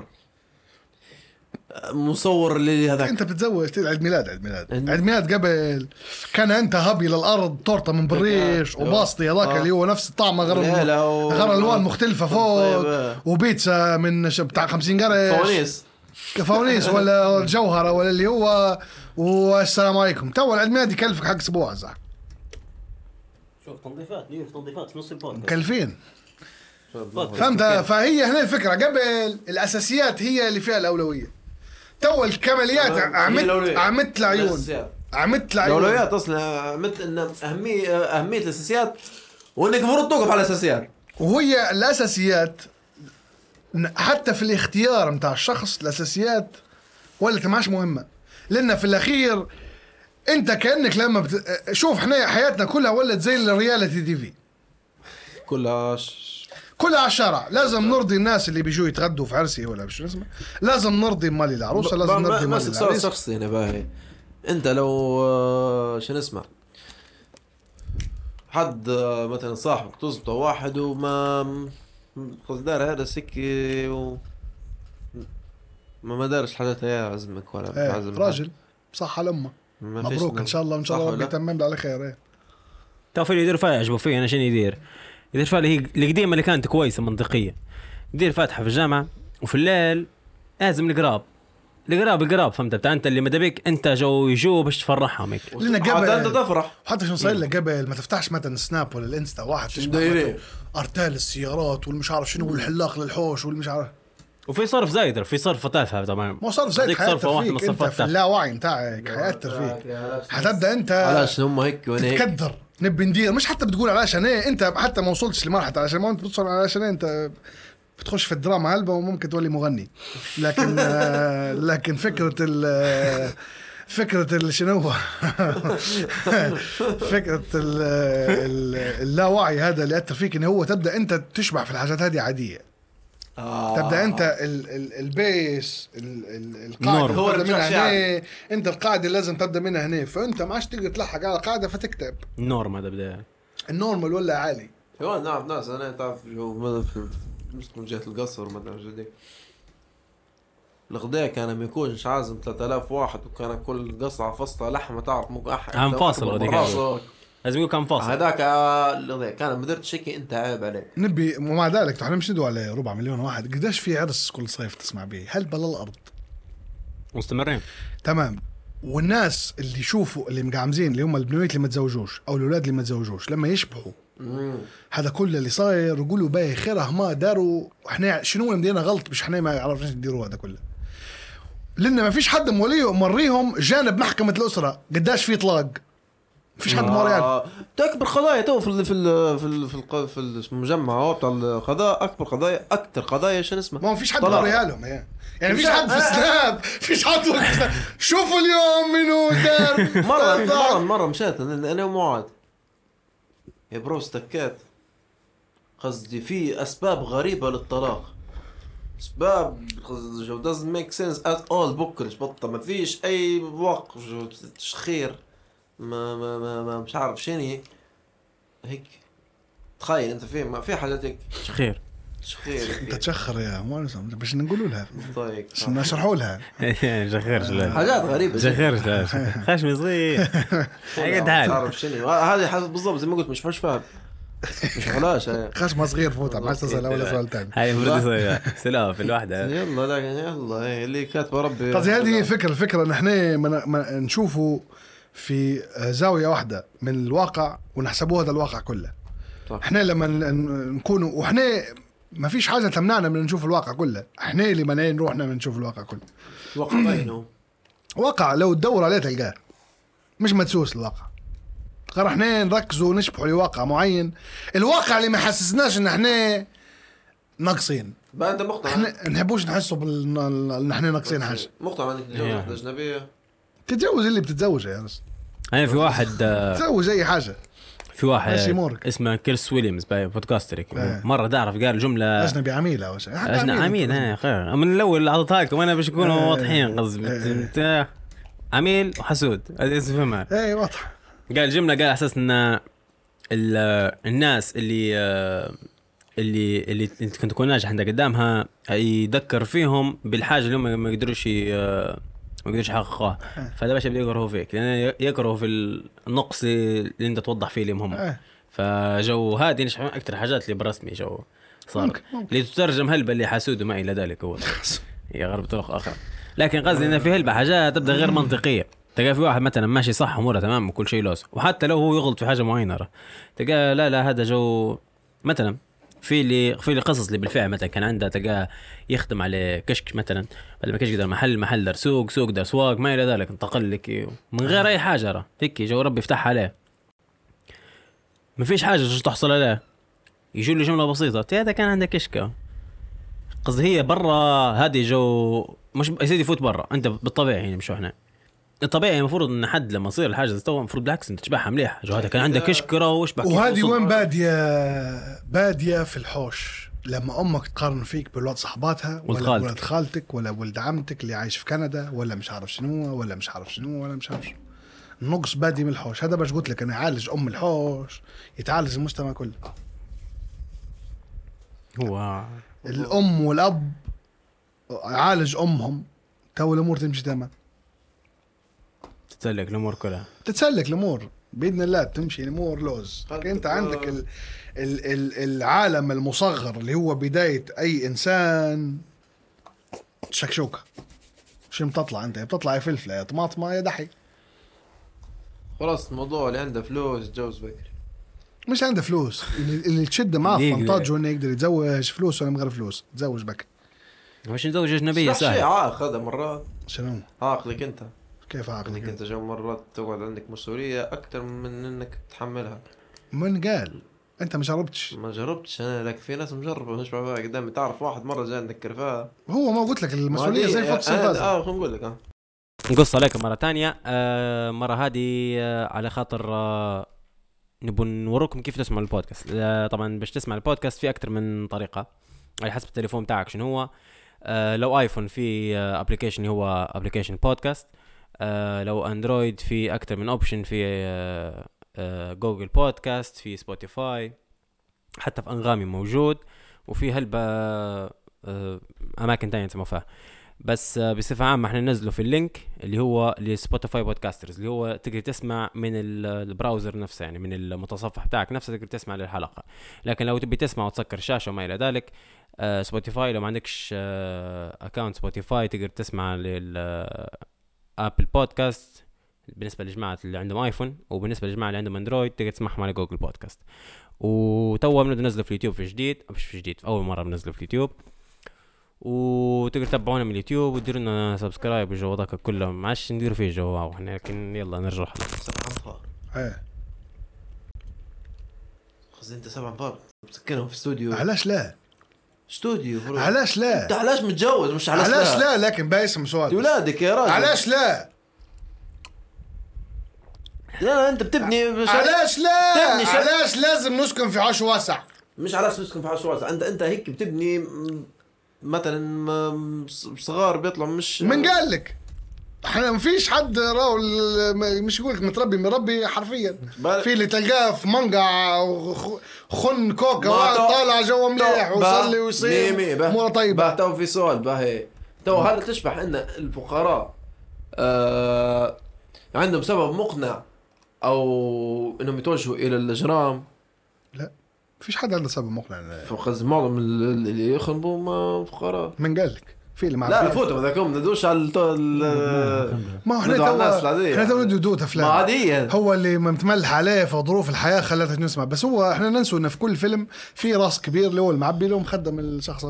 مصور اللي هذاك. انت بتتزوج عيد ميلاد قبل كان انت هبي للارض تورته من بريش وباسطي هذاك اللي هو نفس الطعم غير الوان مختلفه فوق وبيتزا من بتاع 50 قرش فوانيس ولا جوهره ولا اللي هو والسلام عليكم. تو العيد ميلاد يكلفك حق اسبوع صح. شوف تنظيفات في نص البوت مكلفين فهمت؟ فهي هنا الفكره، قبل الاساسيات هي اللي فيها الاولويه. تو الكماليات عمدت العيون، عمدت العيون. الاولويات اصلا عمدت ان اهميه الاساسيات، وانك المفروض توقف على الاساسيات. وهي الاساسيات حتى في الاختيار متاع الشخص، الاساسيات ولا معاش مهمه، لان في الاخير انت كانك لما شوف احنا حياتنا كلها ولت زي الرياليتي تي في، كلها على الشارع. لازم نرضي الناس اللي بيجوا يتغدوا في عرسي ولا مش اسمه، لازم نرضي مالي العروسه، لازم نرضي مالي العريس. شخصي يعني باهي. انت لو شنو اسمه حد مثلا صاحبك تزبطه واحد وما قصدار هذا سكي ما دارش حاجاتها يا عزمك ولا عزمك راجل صح على امه، مبروك ان شاء الله، ان شاء الله ربي يتمم على خير. تعرف اللي يدير فيها يعجبه فيه انا شنو يدير فيها هي القديمه اللي كانت كويسه منطقيه، يدير فاتحه في الجامعه وفي الليل لازم القراب فهمت بتاع انت اللي مدبيك انت جو يجوا باش تفرحهم هيك، لان قبل انت تفرح. حتى شنو صاير لك قبل ما تفتحش مثلا سناب ولا الانستا واحد تشبه ارتال السيارات والمش عارف شنو والحلاق للحوش والمش عارف، وفي صرف زايد، في صرف تافهه تمام، مو صرف زايد، صرفه واحده من الصرفات في اللاوعي نتاعك، حياه ترفيه. حتبدا انت علاش هم هيك وانا هيك تقدر نبي ندير، مش حتى بتقول علاش انا، انت حتى ما وصلتش لمرحله علشان ما انت بتصل علشان انت بتخش في الدراما هلبة وممكن تولي مغني، لكن لكن فكرة شنو فكرة اللاوعي هذا اللي أثر فيك، إنه هو تبدأ أنت تشبع في الحاجات هذه عادية. تبدأ أنت البيس القاعدة هو تبدأ منها هنا، أنت القاعدة لازم تبدأ منها هنا، فأنت ما عادش تقدر تلحق على القاعدة فتكتب النورم. هذا بداية النورمال ولا عالي. هو نعرف ناس أنا تعرف مش من جهة القصر مثلا جدي الغداء كان ما يكونش عازم 3000 واحد، وكان كل قصعة فصلة لحمة تعرف مو أحد عم فاصل غداء لازم يكون كان فاصل. هذاك الغداء كان مدرت شكي انت عيب عليك نبي. ومع ذلك احنا مش ندوا على 4 مليون واحد، قداش في عرس كل صيف تسمع به هل بلا الارض مستمرين تمام. والناس اللي يشوفوا اللي مقعمزين اللي هم البنويت اللي ما تزوجوش او الاولاد اللي ما تزوجوش لما يشبحوا هذا كل اللي صاير يقولوا باي خيره ما داروا، احنا شنو مدينا غلط مش احنا ما عرفناش نديروا هذا كله، لان ما فيش حد مريهم جانب محكمه الاسره قداش في طلاق، فيش حد موريان. اكبر قضايا تو في المجمع هو بتاع القضاء، اكثر قضايا شنو اسمه ما فيش حد موريها لهم يعني فيش حد في سناب، فيش حد شوفوا اليوم منو دار مره مشات انا ومعاد يا برو استكات قصدي في اسباب غريبه للطلاق، اسباب doesn't make sense at all. بكرش بطه ما فيش اي وقت تشخير ما مش عارف شنو هيك. تخيل انت في ما في حاجات هيك تشخير انت تشخر يا مو باش نقولوا لها طيب نشرحوا لها شخير حاجات غريبه شخير خشمي صغير قاعد حال تعرف شنو هذه حاجه بالضبط زي ما قلت مش فاهم مش علاش خشمه صغير فوت ما تسال ولا سؤال ثاني. هاي مفروض سلام في الوحده يلا لا يلا اللي كاتبه ربي. قصدي هذه الفكره ان احنا نشوفه في زاويه واحده من الواقع ونحسبوه هذا الواقع كله. احنا لما نكونوا واحنا ما فيش حاجه تمنعنا من نشوف الواقع كله، احنا اللي منين نروحنا من نشوف الواقع كله. الواقع بينه واقع لو تدور عليه تلقاه مش مدسوس الواقع. غير احنا نركزوا ونشبحوا لواقع معين، الواقع اللي ما حسسناش ان احنا ناقصين. بقى انت مقطع احنا نحبوش نحسوا ان احنا ناقصين حاجه. مقطع انك تتجوز واحده اجنبيه، تتجوز اللي بتتزوجها يا رجل. انا في واحد تزوج اي حاجه. في واحد اسمه كيرس ويليامز بودكاستر مره تعرف قال جمله اجنبي عميله وش عميل خير من الاول عطيتها لكم انا باش يكونوا واضحين قصدي انت عميل وحسود هذا اسمها اي واضح. قال جمله قال اساس ان الناس اللي انت كنت تكون ناجح عندك قدامها يذكر فيهم بالحاجه اللي هم ما يقدروش يحققوها، فهذا باش يبدا يكرهوا فيك لان يكرهوا في النقص اللي انت توضح فيه لهم هم. فجو هذه نشوف اكثر حاجات اللي برسمي جو صار اللي تترجم هلبة اللي حاسود وما الى ذلك هو هي غير بطرق اخرى. لكن قصدي ان في هلبة حاجات تبدا غير منطقيه. تلقى في واحد مثلا ماشي صح اموره تمام وكل شيء لوس، وحتى لو هو يغلط في حاجه معينه تلقى لا هذا جو مثلا في اللي قصص اللي بالفعل مثلا كان عنده تلقاه يخدم على كشك مثلا، ولا ما كشك ده محل دار سوق دار سواق ما الى ذلك، انتقل لك من غير اي حاجه راه هيك جو ربي يفتح عليه، ما فيش حاجه تحصل عليه، يجوا لي جمله بسيطه هذا كان عنده كشكه. قصدي هي برا هذه جو مش يا سيدي فوت برا، انت بالطبيعي يعني مش احنا الطبيعي المفروض ان حد لما يصير الحاجه تستوى المفروض بالعكس انت تشبعها مليح، جو هذا كان عندك كشكره واشبع. وهذه وين باديه في الحوش لما امك تقارن فيك بولاد صحباتها ولا ولد خالتك ولا ولد عمتك اللي عايش في كندا ولا مش عارف شنو ولا مش عارف شنو. النقص بادي من الحوش. هذا باش قلت لك انا يعالج ام الحوش يتعالج المجتمع كله. هو الام والاب يعالج امهم تو الامور تمشي تمام، تتسلك الامور كلها، تتسلك الامور باذن الله، تمشي الامور لوز. انت عندك العالم المصغر اللي هو بدايه اي انسان شكشوكه، مش بتطلع انت بتطلع يا فلفله يا طماطمه يا دحي. خلاص الموضوع اللي عنده فلوس جوز بكري، مش عنده فلوس اللي تشد معه فانتاج انه يقدر يتزوج فلوس ولا من غير فلوس تزوج بكري. مش نتزوج اجنبيه سهل. شيء عاق هذا مرات. شنو عاقلك انت؟ كيف عاقلك انت جو مرات تقعد عندك مسؤوليه اكثر من انك تتحملها. من قال انت ما جربتش انا، لك في ناس مجربه مش بعرف قدامي. تعرف واحد مره جاء عندك كرفاه، هو ما قلت لك المسؤوليه زي فوق السلفاز. خلينا نقول لك نقص عليكم مره ثانيه. مره هذه على خاطر نبون نوروكم كيف تسمع البودكاست. طبعا باش تسمع البودكاست في اكثر من طريقه على حسب التليفون تاعك شنو هو. لو ايفون في ابلكيشن هو ابلكيشن بودكاست، لو اندرويد في اكثر من اوبشن، في جوجل بودكاست، في سبوتيفاي، حتى في انغامي موجود، وفي هلبة اماكن تانية تسمعوا فيها. بس بصفة عامة احنا ننزله في اللينك اللي هو لسبوتيفاي بودكاسترز، اللي هو تقدر تسمع من البراوزر نفسه، يعني من المتصفح بتاعك نفسه تقدر تسمع للحلقة. لكن لو تبي تسمع وتسكر الشاشة وما إلى ذلك، سبوتيفاي لو ما عندكش اكاونت سبوتيفاي تقدر تسمع للابل بودكاست بالنسبة للجماعة اللي عندهم ايفون، وبالنسبة للجماعة اللي عندهم اندرويد تقدر تسمعهم على جوجل بودكاست. وتوا بننزله في اليوتيوب في اول مرة بننزله في اليوتيوب، وتقدر تتابعونا من اليوتيوب وتديروا لنا سبسكرايب والجو ذاك كله. ما عادش نديروا فيه جو احنا، لكن يلا نرجع حلقة 7 انفار. خذ انت 7 انفار مسكنهم في استوديو. علاش لا استوديو علاش لا انت علاش متجوز؟ مش علاش لا لكن بايسم سؤال اولادك يا راجل. علاش لا انت بتبني علاش لا علاش لازم نسكن في عش واسع؟ مش علاش نسكن في عش واسع، انت هيك بتبني مثلا صغار بيطلعوا مش من قال لك احنا ما فيش حد راو مش يقولك متربي مربي حرفيا. في اللي تلقاه في منقع خن كوكا طالع جوا مليح وصلي ويصير اموره طيبه. تو في سؤال باهي، تو هل تشبح ان الفقراء عندهم سبب مقنع او انهم يتوجهوا الى الاجرام؟ لا فيش حد عنده سبب مقنع. فقز معظم اللي يخربوا ما فقراء. من قال لك في اللي لا فوتوا ذاكم ندوش على ما احنا تو ندوت افلام عاديه، هو اللي متملح عليه فظروف الحياه خلتها نسمع. بس هو احنا ننسوا ان في كل فيلم في راس كبير اللي هو المعبي له مخدم الشخص.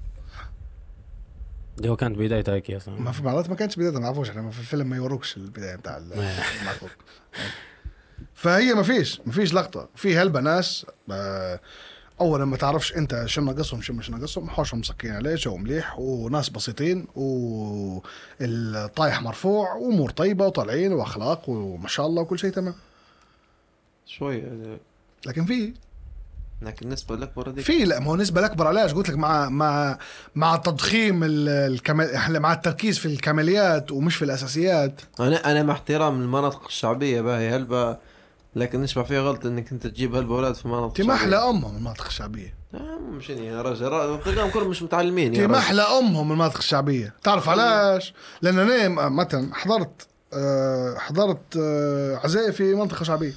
هو كانت بدايته هيك اصلا، ما في بعضات ما كانتش بدايته، ما نعرفوش احنا في الفيلم ما يوروكش البدايه بتاع المعقوب. فهي ما فيش لقطه في هلبة ناس اولا ما تعرفش انت شو ناقصهم شو مش ناقصهم، حوشهم مسكين عليه جو مليح وناس بسيطين والطايح مرفوع وامور طيبه وطالعين واخلاق وما شاء الله وكل شيء تمام شويه. لكن النسبه الاكبر دي في لا ما هو النسبه الاكبر علاش قلت لك مع تضخيم الكمال، مع التركيز في الكماليات ومش في الاساسيات. انا مع احترام المناطق الشعبيه باهي هلبة، لكن نشبع فيها غلط انك انت تجيب هالبولاد في مناطق تمحلى امهم المناطق الشعبيه. مش يا رجل تلقاهم كلهم مش متعلمين. تمحلى امهم المناطق الشعبيه. تعرف علاش؟ لان انا مثلا حضرت عزاء في منطقه شعبيه.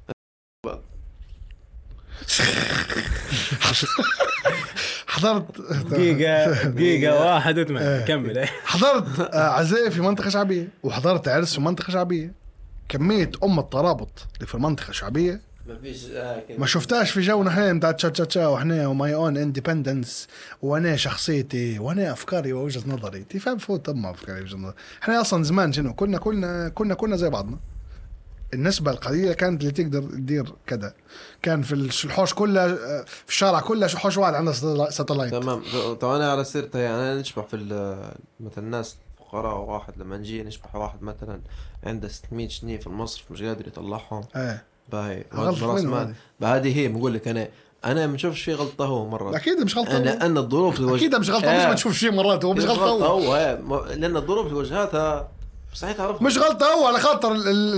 حضرت دقيقة واحد كمل. حضرت عزاء في منطقة شعبية وحضرت عرس في منطقة شعبية. كمية الترابط اللي في المنطقة الشعبية ما فيش ما شفتاش في جونا احنا بتاع تشا تشا تشا واحنا وماي اون اندبندنس وانا شخصيتي وانا افكاري ووجهه نظري تفهم فوت طب ما افكاري ووجهه نظري احنا اصلا زمان شنو كنا زي بعضنا. النسبة القليلة كانت اللي تقدر تدير كذا. كان في الحوش كله في الشارع كله حوش واحد عنده ساتلايت. تمام. طبعا انا على سيرتها يعني انا نشبه في مثلا الناس فقراء واحد لما نجي نشبه واحد مثلا عنده 600 جنيه في المصرف مش قادر يطلعهم. باهي هذه هي بقول لك انا ما نشوفش فيه غلطه هو مرات. اكيد مش غلطه انا الظروف اللي اكيد مش غلطه. مش ما تشوف شيء مرات هو مش غلطه هو لان الظروف اللي وجهتها صحيح تعرف مش غلطه هو على خاطر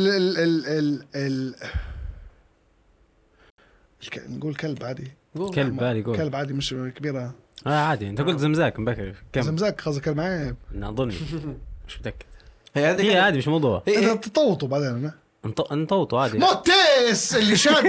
ال نقول كلب عادي. كلب عادي مش كبيره. عادي. انت قلت زمزاك مبكر. زمزاك قصدك معي اظن مش متاكد. هي عادي مش موضوع. انت تطوطوا بعدين نطوطوا عادي. موتيس اللي شاد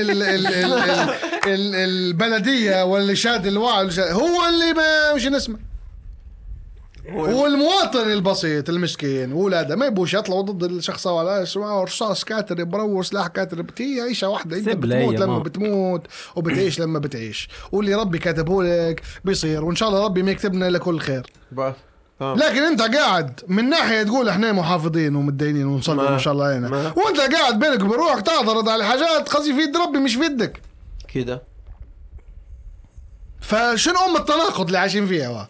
البلديه واللي شاد الوعي هو اللي ما مش نسمع. هو المواطن البسيط المسكين ولاده ما يبوش يطلعوا ضد الشخص ولا رصاص كاتر بروح سلاح كاتر. هي عيشه واحده. انت بتموت لما بتموت وبتعيش لما بتعيش واللي ربي كاتبه لك بيصير وان شاء الله ربي ما يكتبنا لكل خير. لكن انت قاعد من ناحيه تقول احنا محافظين ومتدينين ونصلي ما شاء الله علينا وانت قاعد بينك وبروحك تعترض على حاجات قصدي في يد ربي مش في يدك كده. فشنو التناقض اللي عايشين فيها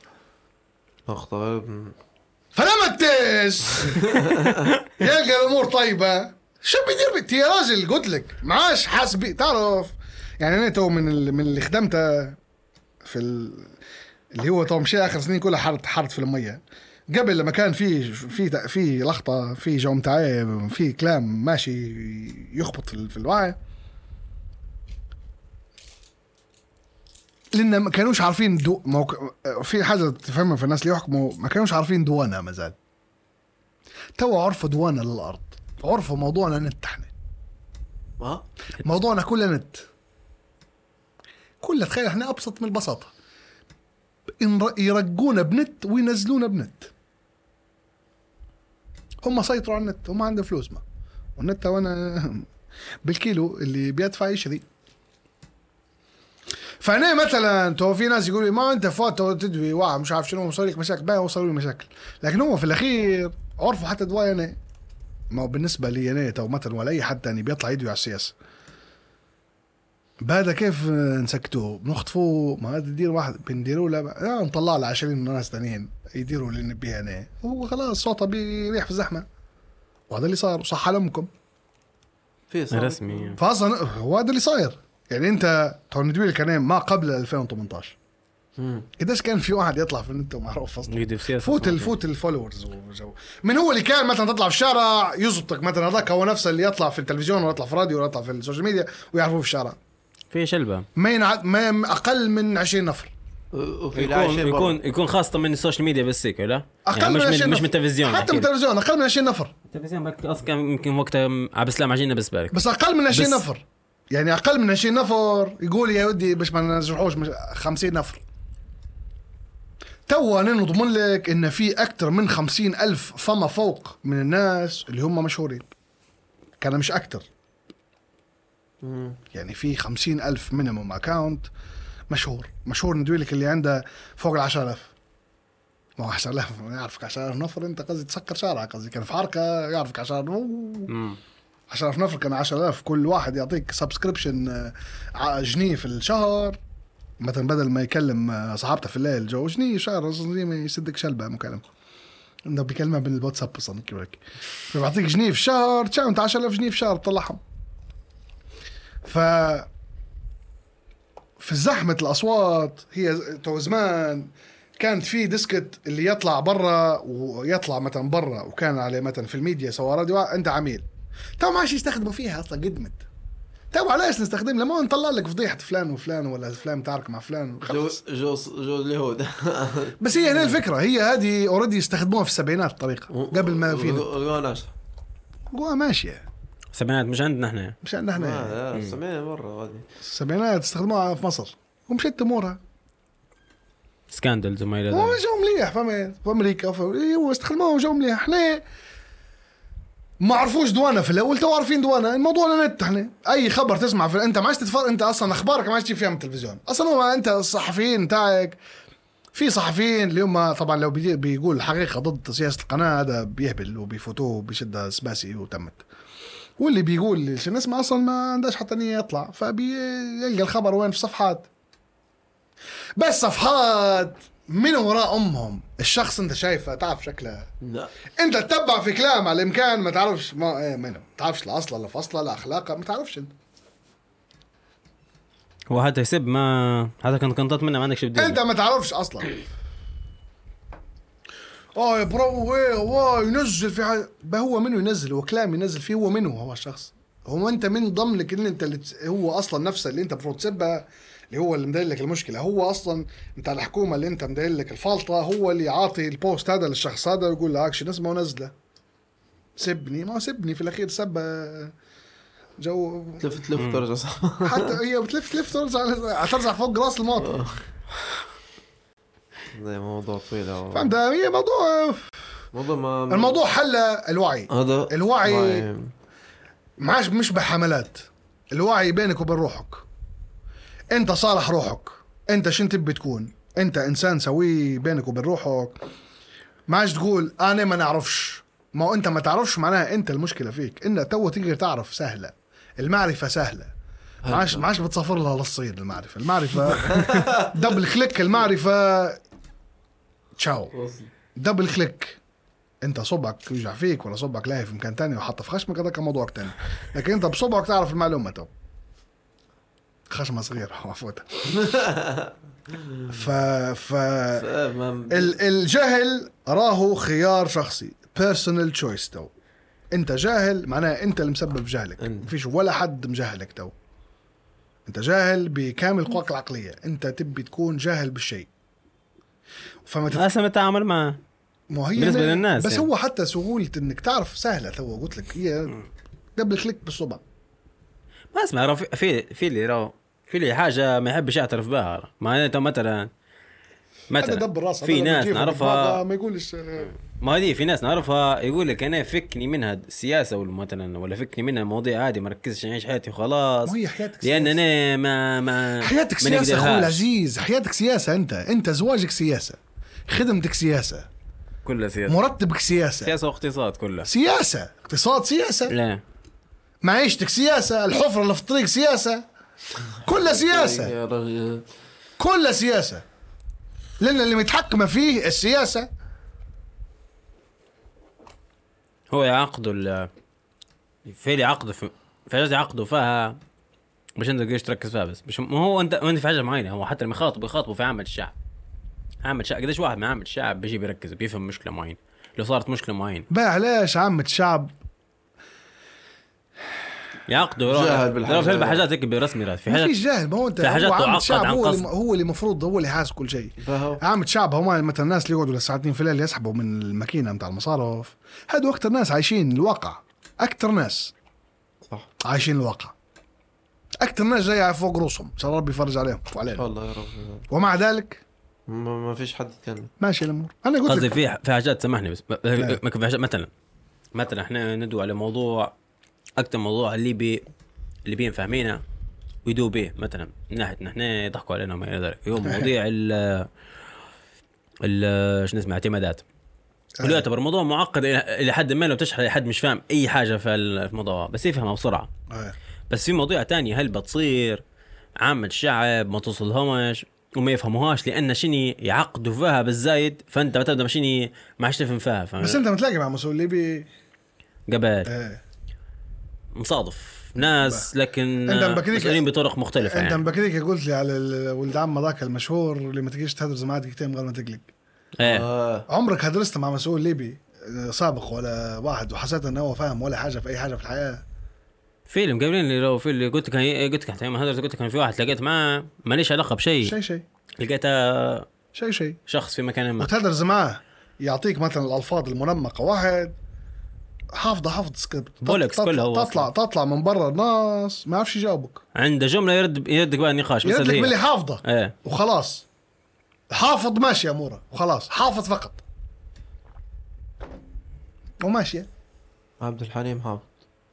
فلما تيس يلقى الامور طيبه شو بيدير يا راجل. قلت لك معاش حاسبي تعرف يعني انا تو من اللي خدمته في اللي هو تو مشي اخر سنين كلها حرت في الميه. قبل لما كان في لخطه في جو متاعي في كلام ماشي يخبط في الوعي لأن ما كانوش عارفين في حاجة تفهمها في الناس اللي يحكموا ما كانوش عارفين دوانا مازال. تو عرفوا دوانا للأرض. عرفوا موضوعنا نت احنا. موضوعنا كله نت. كله تخيل احنا أبسط من البساطة. يرقونا بنت وينزلونا بنت. هم سيطروا على النت. هم عندهم فلوس ما والنت وانا بالكيلو اللي بيدفع يشري. فأنا مثلا تو في ناس يقولوا ما أنت فات تدوي واحد مش عارف شنو وصل لك مشاكل بقى وصلوا لي مشاكل. لكن هو في الأخير عرفوا حتى دواء أنا ما هو بالنسبة لي أنا تو مثلا ولا أي حد تاني بيطلع يدوي على السياسة بعد كيف نسكتوه بنخطفوه ما هذا دير واحد بنديروا لا نطلع له 20 ناس تانيين يديروا اللي نبيه أنا هو خلاص صوته بيريح في الزحمة وهذا اللي صار وصح لكم في رسمي فأصلا هو هذا اللي صاير. يعني انت تندوي الكلام ما قبل 2018 قديش كان في واحد يطلع في النت ومعروف اصلا فوت الفولورز وجو من هو اللي كان مثلا تطلع في الشارع يزبطك مثلا هذاك هو نفسه اللي يطلع في التلفزيون ولا يطلع في الراديو ولا يطلع في السوشيال ميديا ويعرفوه في الشارع في شلبه ما اقل من 20 نفر يكون خاصة من السوشيال ميديا بس هيك لا أقل يعني مش من التلفزيون حتى من التلفزيون أقل من 20 نفر. التلفزيون اصلا يمكن وقتها عبد السلام عجينا بس بالك بس أقل من 20 نفر يعني أقل من 20 نفر يقول يا ودي باش ما نجرحوش 50 نفر. توا أنا نضمن لك إن في أكتر من 50,000 فما فوق من الناس اللي هم مشهورين كان مش أكتر يعني في 50,000 مينيموم أكاونت مشهور ندوي لك اللي عنده فوق 10,000 ما 10,000 يعرفك 10,000 نفر أنت قصدي تسكر شارع قصدي كان في حركة يعرفك 10,000 نفر كان 10,000 كل واحد يعطيك سبسكريبشن جنيه في الشهر مثلا بدل ما يكلم صحابته في الليل جو جنيه شهر زي ما يسدك شلبة مكالمة انه بيكلمها بالواتساب اصلا كيف فبيعطيك جنيه في الشهر تشاو انت 10,000 جنيه في الشهر تطلعهم. في زحمة الأصوات هي تو زمان كانت في ديسكت اللي يطلع برا ويطلع مثلا برا وكان عليه مثلا في الميديا سوا راديو انت عميل تو ما عادش يستخدموا فيها اصلا قدمت تو علاش نستخدم لما نطلع لك فضيحة فلان وفلان ولا فلان تعارك مع فلان جو اليهود بس هي هنا الفكرة هي هذه اوريدي يستخدموها في السبعينات الطريقة قبل ما فينا قوة ماشية السبعينات مش عندنا احنا مش عندنا احنا السبعينات مرة غادي السبعينات استخدموها في مصر ومشيت امورها سكاندلز وما الى ذلك جو مليح فهمت في امريكا واستخدموها جو مليح احنا ما عرفوش دوانا في الاول، تو عارفين دوانا. الموضوع نت، احنا اي خبر تسمع في انت ما عادش تتفرج، انت اصلا اخبارك ما عادش تجيب فيها من التلفزيون اصلا. هو انت الصحفيين تاعك، في صحفيين اللي هم طبعا لو بيقول الحقيقه ضد سياسه القناه هذا بيهبل وبيفوتوه بشده سباسي وتمت. واللي بيقول اللي نسمع اصلا ما عندهاش حتى نيه يطلع، فبيلقى الخبر وين؟ في صفحات، بس صفحات من وراء امهم. الشخص انت شايفه تعرف شكله؟ لا انت تتبع في كلام على الامكان ما تعرفش ما ايه منه، ما تعرفش لا اصلا لا فصله لا اخلاقه، ما تعرفش انت. هو حتى يسب ما هذا كان كنطات منه ما عندك شيء بديل. انت ما تعرفش اصلا. يا برو ايه ينزل في حاجه، هو منه ينزل، هو كلام ينزل فيه، هو منه هو الشخص. هو انت من ضمنك اللي انت هو اصلا نفسه اللي انت المفروض تسبه، اللي هو اللي مدير لك المشكله. هو اصلا انت الحكومه اللي انت مدير لك الفلطه، هو اللي يعطي البوست هذا للشخص هذا ويقول له اكشن اسمه ونزله. سبني ما سبني في الاخير سب جو تلف ترجع صح. حتى هي بتلف ترجع فوق راس المواطن. زي موضوع طويل. فهمت؟ هي موضوع ما الموضوع حل الوعي. هذا الوعي معاش مش بحملات، الوعي بينك وبين روحك. انت صالح روحك، انت شن تبي تكون، انت انسان سوي بينك وبين روحك. معاش تقول انا ما نعرفش، ما هو انت ما تعرفش معناها انت المشكله فيك. انت تو تقدر تعرف سهله، المعرفه سهله. معاش بتصفر لها للصيد. المعرفه دبل كليك، المعرفه تشاو دبل كليك. انت صبعك يوجع فيك ولا صبعك لاهي في مكان تاني وحط في خشمك، هذا كان موضوع تاني. لكن انت بصبعك تعرف المعلومه. تو خشمه صغير عفوتها. الجهل راهو خيار شخصي، personal choice. تو انت جاهل معناه انت اللي مسبب جهلك، مفيش ولا حد مجهلك. تو انت جاهل بكامل قواك العقليه، انت تبي تكون جاهل بالشيء. فما أسمى التعامل معه بالنسبه للناس بس يعني. هو حتى سهوله انك تعرف سهله. تو قلت لك هي دبل كليك بالصبع. ما اسمع في لي حاجه ما يحبش يعترف بها. ما انت مثلا في ناس نعرفها ما يقولش ما هذه، في ناس نعرفها يقول لك انا فكني منها السياسه مثلا، ولا فكني منها مواضيع عادي، ما ركزش نعيش حياتي وخلاص. ما هي حياتك لان انا ما حياتك سياسه اخوي العزيز. حياتك سياسه. انت زواجك سياسه، خدمتك سياسه، كلها سياسه، مرتبك سياسه واقتصاد، كلها سياسه، اقتصاد سياسه، لا معيشتك سياسه، الحفره اللي في الطريق سياسه، كلها سياسه. كلها سياسه، لان اللي متحكمه فيه السياسه. هو يعقدوا في عقد في حاجات يعقدوا فيها باش انت تقدرش تركز فيها. بس مش هو انت في حاجه معينه. هو حتى لما يخاطبوا في عامه الشعب، قديش واحد من عامه الشعب بيجي بيركز بيفهم مشكله معينه، لو صارت مشكله معينه بقى علاش عامه الشعب يعقدوا جاهل حاجات هيك برسمي. في حاجات مفيش جاهل. ما هو انت عامة الشعب هو اللي مفروض هو اللي حاسب كل شيء. عامة الشعب هم مثلا الناس اللي يقعدوا للساعة 2 في الليل يسحبوا من الماكينة متاع المصارف، هادو اكتر ناس عايشين الواقع. اكتر ناس صح عايشين الواقع، اكتر ناس جايه فوق رؤوسهم. ان شاء الله ربي يفرج عليهم وعلينا والله يا رب. ومع ذلك ما فيش حد يتكلم. ماشي الامور. انا قلت قصدي في حاجات سامحني بس ما في حاجات مثلا احنا ندوا على موضوع اكثر موضوع اللي بين فاهمينه ويدوا به، مثلا من ناحيه نحن يضحكوا علينا وما الى ذلك. يوم مواضيع شنو اسمه اعتمادات، واللي يعتبر موضوع معقد الى حد ما لو تشرح لحد مش فاهم اي حاجه في الموضوع، بس يفهمها بسرعه. بس في مواضيع تانية هل بتصير عامة الشعب ما توصلهمش وما يفهموهاش لان شني يعقدوا فيها بالزايد، فانت بتبدا ماشي ما عادش تفهم فيها. بس انت متلاقي مع مسؤول ليبي قبل مصادف ناس، لكن مسؤولين بطرق مختلفه. انت يعني بكريك قلت لي على ولد عم ذاك المشهور اللي ما تجيش تهدر زماعات دقيقتين قبل ما تقلق. عمرك هدرست مع مسؤول ليبي سابق ولا واحد وحسيت انه هو فاهم ولا حاجه في اي حاجه في الحياه؟ فيلم قبلين اللي لو في اللي قلت كان في واحد لقيت معاه ماليش علاقه بشيء، شيء لقيته شيء شخص في مكان ما وتهدرز معاه يعطيك مثلا الالفاظ المنمقه، واحد حافظ سكريبت بولكس كله تطلع من برا الناس ما يعرفش يجاوبك، عنده جمله يردك بقى النقاش بس يردك باللي حافظه ايه وخلاص. حافظ ماشي اموره وخلاص، حافظ فقط وماشيه. عبد الحليم حافظ.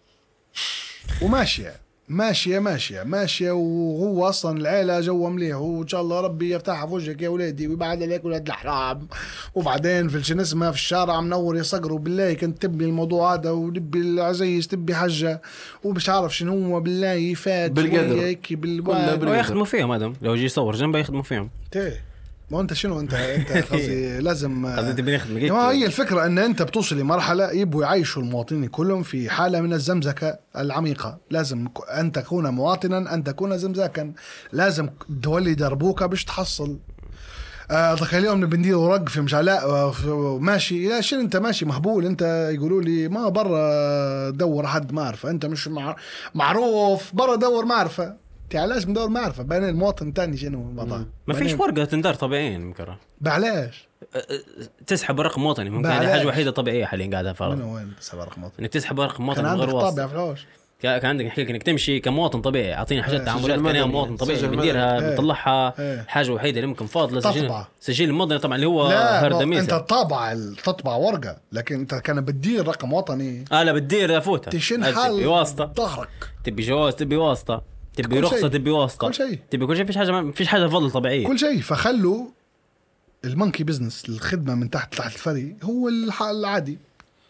ماشية وهو أصلا العيلة جوا مليح وإن شاء الله ربي يفتحها في وجهك يا ولادي ويبعد عليك ولاد الحرام. وبعدين في الشنسمة في الشارع منور يصقروا بالله كنت تبي الموضوع هذا ونبي العزيز تبي حجة ومش عارف شنو هو بالله يفات بالقدر هيك بالوالد ويخدموا فيهم هذا لو يجي يصور جنبه يخدموا فيهم. ما انت شنو انت قصدي لازم قصدي بنخدم هي الفكره ان انت بتوصل لمرحله يبوا يعيشوا المواطنين كلهم في حاله من الزمزكه العميقه. لازم ان تكون مواطنا ان تكون زمزاكا. لازم تولي دربوكه باش تحصل. ضك اليوم بندير ورق في مشعلاء ماشي لا شنو انت ماشي مهبول انت يقولوا لي ما برا دور حد معرفه انت مش معروف برا دور معرفه. علاش ندور معرفة بين المواطن تاني شنو الوضع؟ ما فيش ورقة تندار طبيعيا مكره. بعلاش؟ تسحب رقم وطني ممكن هذه حاجة وحيدة طبيعية حاليا قاعدة فارغ. من وين تسحب رقم وطني؟ انك تسحب رقم وطني كان من غير عندك واسطة. طابع فلوس. كان عندك نحكي لك انك تمشي كمواطن طبيعي اعطيني حاجات تعاملات كانها مواطن طبيعي بنديرها بنطلعها. حاجة وحيدة اللي ممكن فاضلة سجل المدني طبعا اللي هو هردميسة. انت تطبع ورقة لكن انت كان بتدير رقم وطني. لا بتدير افوتها. تشين حال واسطة ظهرك. تبي جواز تبي واسطة. تبي رخصة تبي واسطة. كل شيء. تبي كل شيء فيش حاجة فضل طبيعية. كل شيء فخلوا المنكي بزنس الخدمة من تحت الفري هو العادي.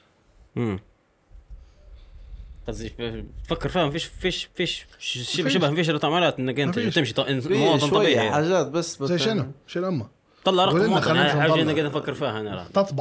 قصدي فكر فاهم فيش شبه فيش تعاملات انك انت تمشي مواطن طبيعي حاجات بس زي شنو أما طلع رقم وطني حاجة انك نفكر فيها انا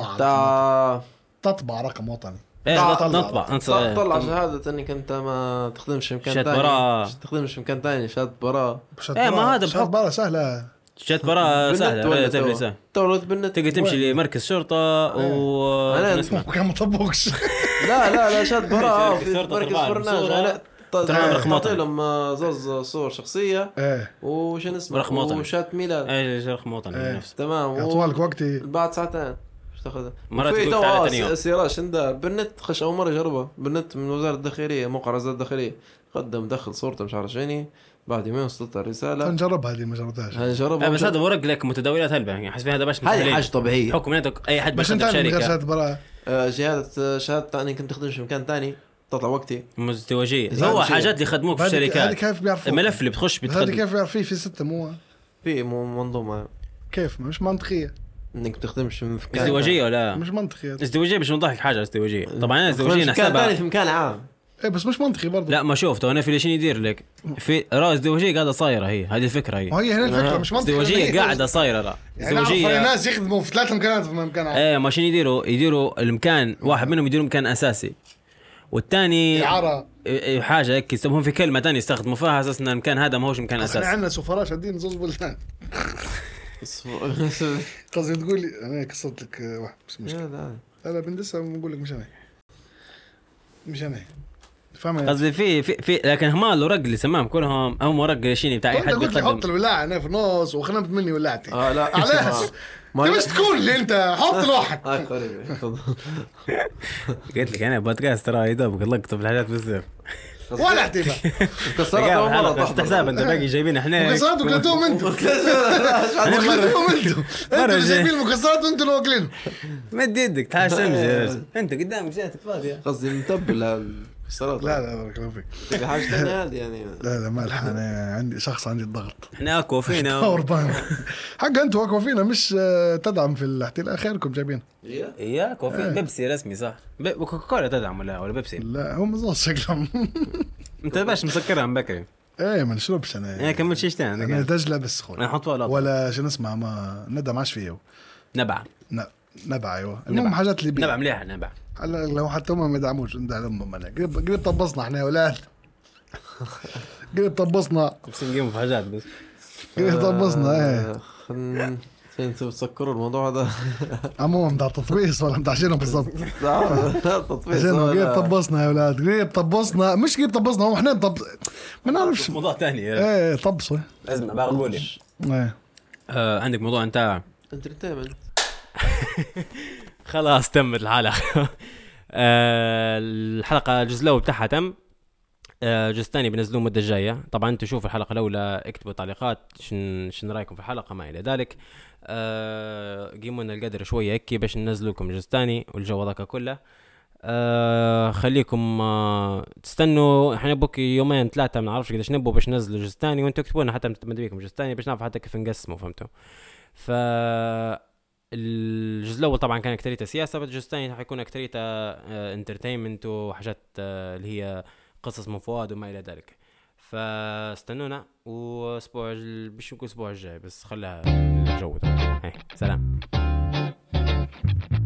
تطبع رقم وطني. طلع شهادة انك انت ما تخدمش مكان ثاني. تخدمش في مكان ثاني شهادة براءة. ما هذا شهادة براءة سهلة. شهادة براءة سهلة. تولد بالنت تقدر تمشي لمركز شرطة انا كان مطبقش. لا شهادة براءة في مركز فرناج. تعطي لهم زوز صور شخصية وش اسمه رقم وطني وشهادة ميلاد. رقم وطني نفس تمام. يعطوالك وقتي بعد ساعتين تاخذها. في تو سيراش عنده بالنت خش اول مره جربه بالنت من وزاره الداخليه موقع وزاره الداخليه قدم دخل صورته مش عارف شنو بعد يومين وصلت الرساله. نجرب هذه ما جربتهاش. نجربها بس هذا ورق لك متداولات هلبة يعني حسب هذا باش هاي حاجه طبيعيه حكم اي حد بس انت شركه شهاده براءه شهاده ثاني كنت تخدمش في مكان ثاني تطلع وقتي مزدوجيه هو حاجات اللي يخدموك في الشركات. هذه كيف بيعرفوا الملف اللي بتخش بتخدم هذه كيف بيعرف في ستة مو في منظومه كيف مش منطقيه انك تخدمش في مكان ازدواجيه ولا مش منطقيه. ازدواجيه باش نضحك حاجه ازدواجيه طبعا انا ازدواجيه نحسبها في مكان عام ايه بس مش منطقي برضه. لا ما شوف تو انا في ليش يدير لك في راس ازدواجيه قاعده صايره هي هذه الفكره هي هنا الفكره مش منطقي. ازدواجيه قاعده صايره لا ازدواجيه يعني الناس يخدموا في 3 مكانات في مكان عام. ايه ماشي يديروا المكان واحد منهم يديروا مكان اساسي والثاني إعارة حاجه هيك يسموهم في كلمه ثانيه يستخدموا فيها اساس ان المكان هذا ما هوش مكان اساسي. احنا عندنا سفراء شادين زوز بلدان. قصدي تقول لي انا قصت لك واحد بس مشكله. لا بندسها ونقول لك مش انا فاهم قصدي في لكن هم الورق اللي سماهم كلهم هم ورق ليشيني بتاع اي حد يقدم. حط الولاعه انا في النص وخنمت مني ولعتي. لا علاش مش تقول لي انت حط لوحك. قلت لك انا بودكاست ترى يدوبك لقطه في الحاجات بالزر ولا اعتبر كسرت مره تحت حساب انت باقي جايبين احنا مكسرات وكلتوهم انتم. انتوا جايبين المكسرات وانتوا اللي واكلينهم. مد يدك تعال شمس انت قدامك جاتك فاضيه قصدي متبل السلطه. لا بارك الله فيك. حاجه ثانيه هذه يعني لا مالح انا عندي شخص عندي الضغط. احنا اكوا فينا حق انتوا اكوا فينا مش تدعم في الاحتلال خيركم جايبين اياك وفي بيبسي رسمي صح كوكاكولا تدعم ولا بيبسي لا هم زوز شكلهم. انت باش مسكرها من بكري ايه ما نشربش انا كمل شيء ثاني انا دجله بس خول انا احط ولا شنو اسمها ما ندى ما عادش فيه نبع ايوه المهم حاجات اللي نبع مليح نبع لو حتى هم ما يدعموش ندعمهم انا قريب طبصنا احنا يا اولاد قريب طبصنا بس نقيم في حاجات بس قريب طبصنا ايه انتوا تسكروا الموضوع هذا عموما متاع تطبيص ولا متاع شنو بالضبط؟ لا تطبيص قريب طبصنا يا اولاد قريب طبصنا مش قريب طبصنا هو احنا ما نعرفش موضوع ثاني ايه طبصوا اسمع بقول لي ايه عندك موضوع انت انترتينمنت خلاص تمت الحلقه. الحلقه الجزء الاول بتاعها تم. الجزء الثاني بنزلوه المده الجايه. طبعا انتم شوفوا الحلقه الاولى اكتبوا تعليقات شن رايكم في الحلقه ما الى ذلك. قيموا لنا القدر شويه هيك باش ننزل لكم الجزء الثاني والجو ذاك كله. خليكم تستنوا، احنا بوك يومين 3 ما نعرفش قداش نبوا باش ننزلوا جزء ثاني، وانتوا اكتبوا لنا حتى متمد بيكم جزء ثاني باش نعرف حتى كيف نقسموا، فهمتوا؟ ف الجزء الاول طبعا كان اكتريته سياسه، الجزء الثاني حيكون اكتريته انترتينمنت وحاجات اللي هي قصص من فؤاد وما الى ذلك. فاستنونا، واسبوع باش نكون الاسبوع الجاي، بس خليها الجو ده. سلام.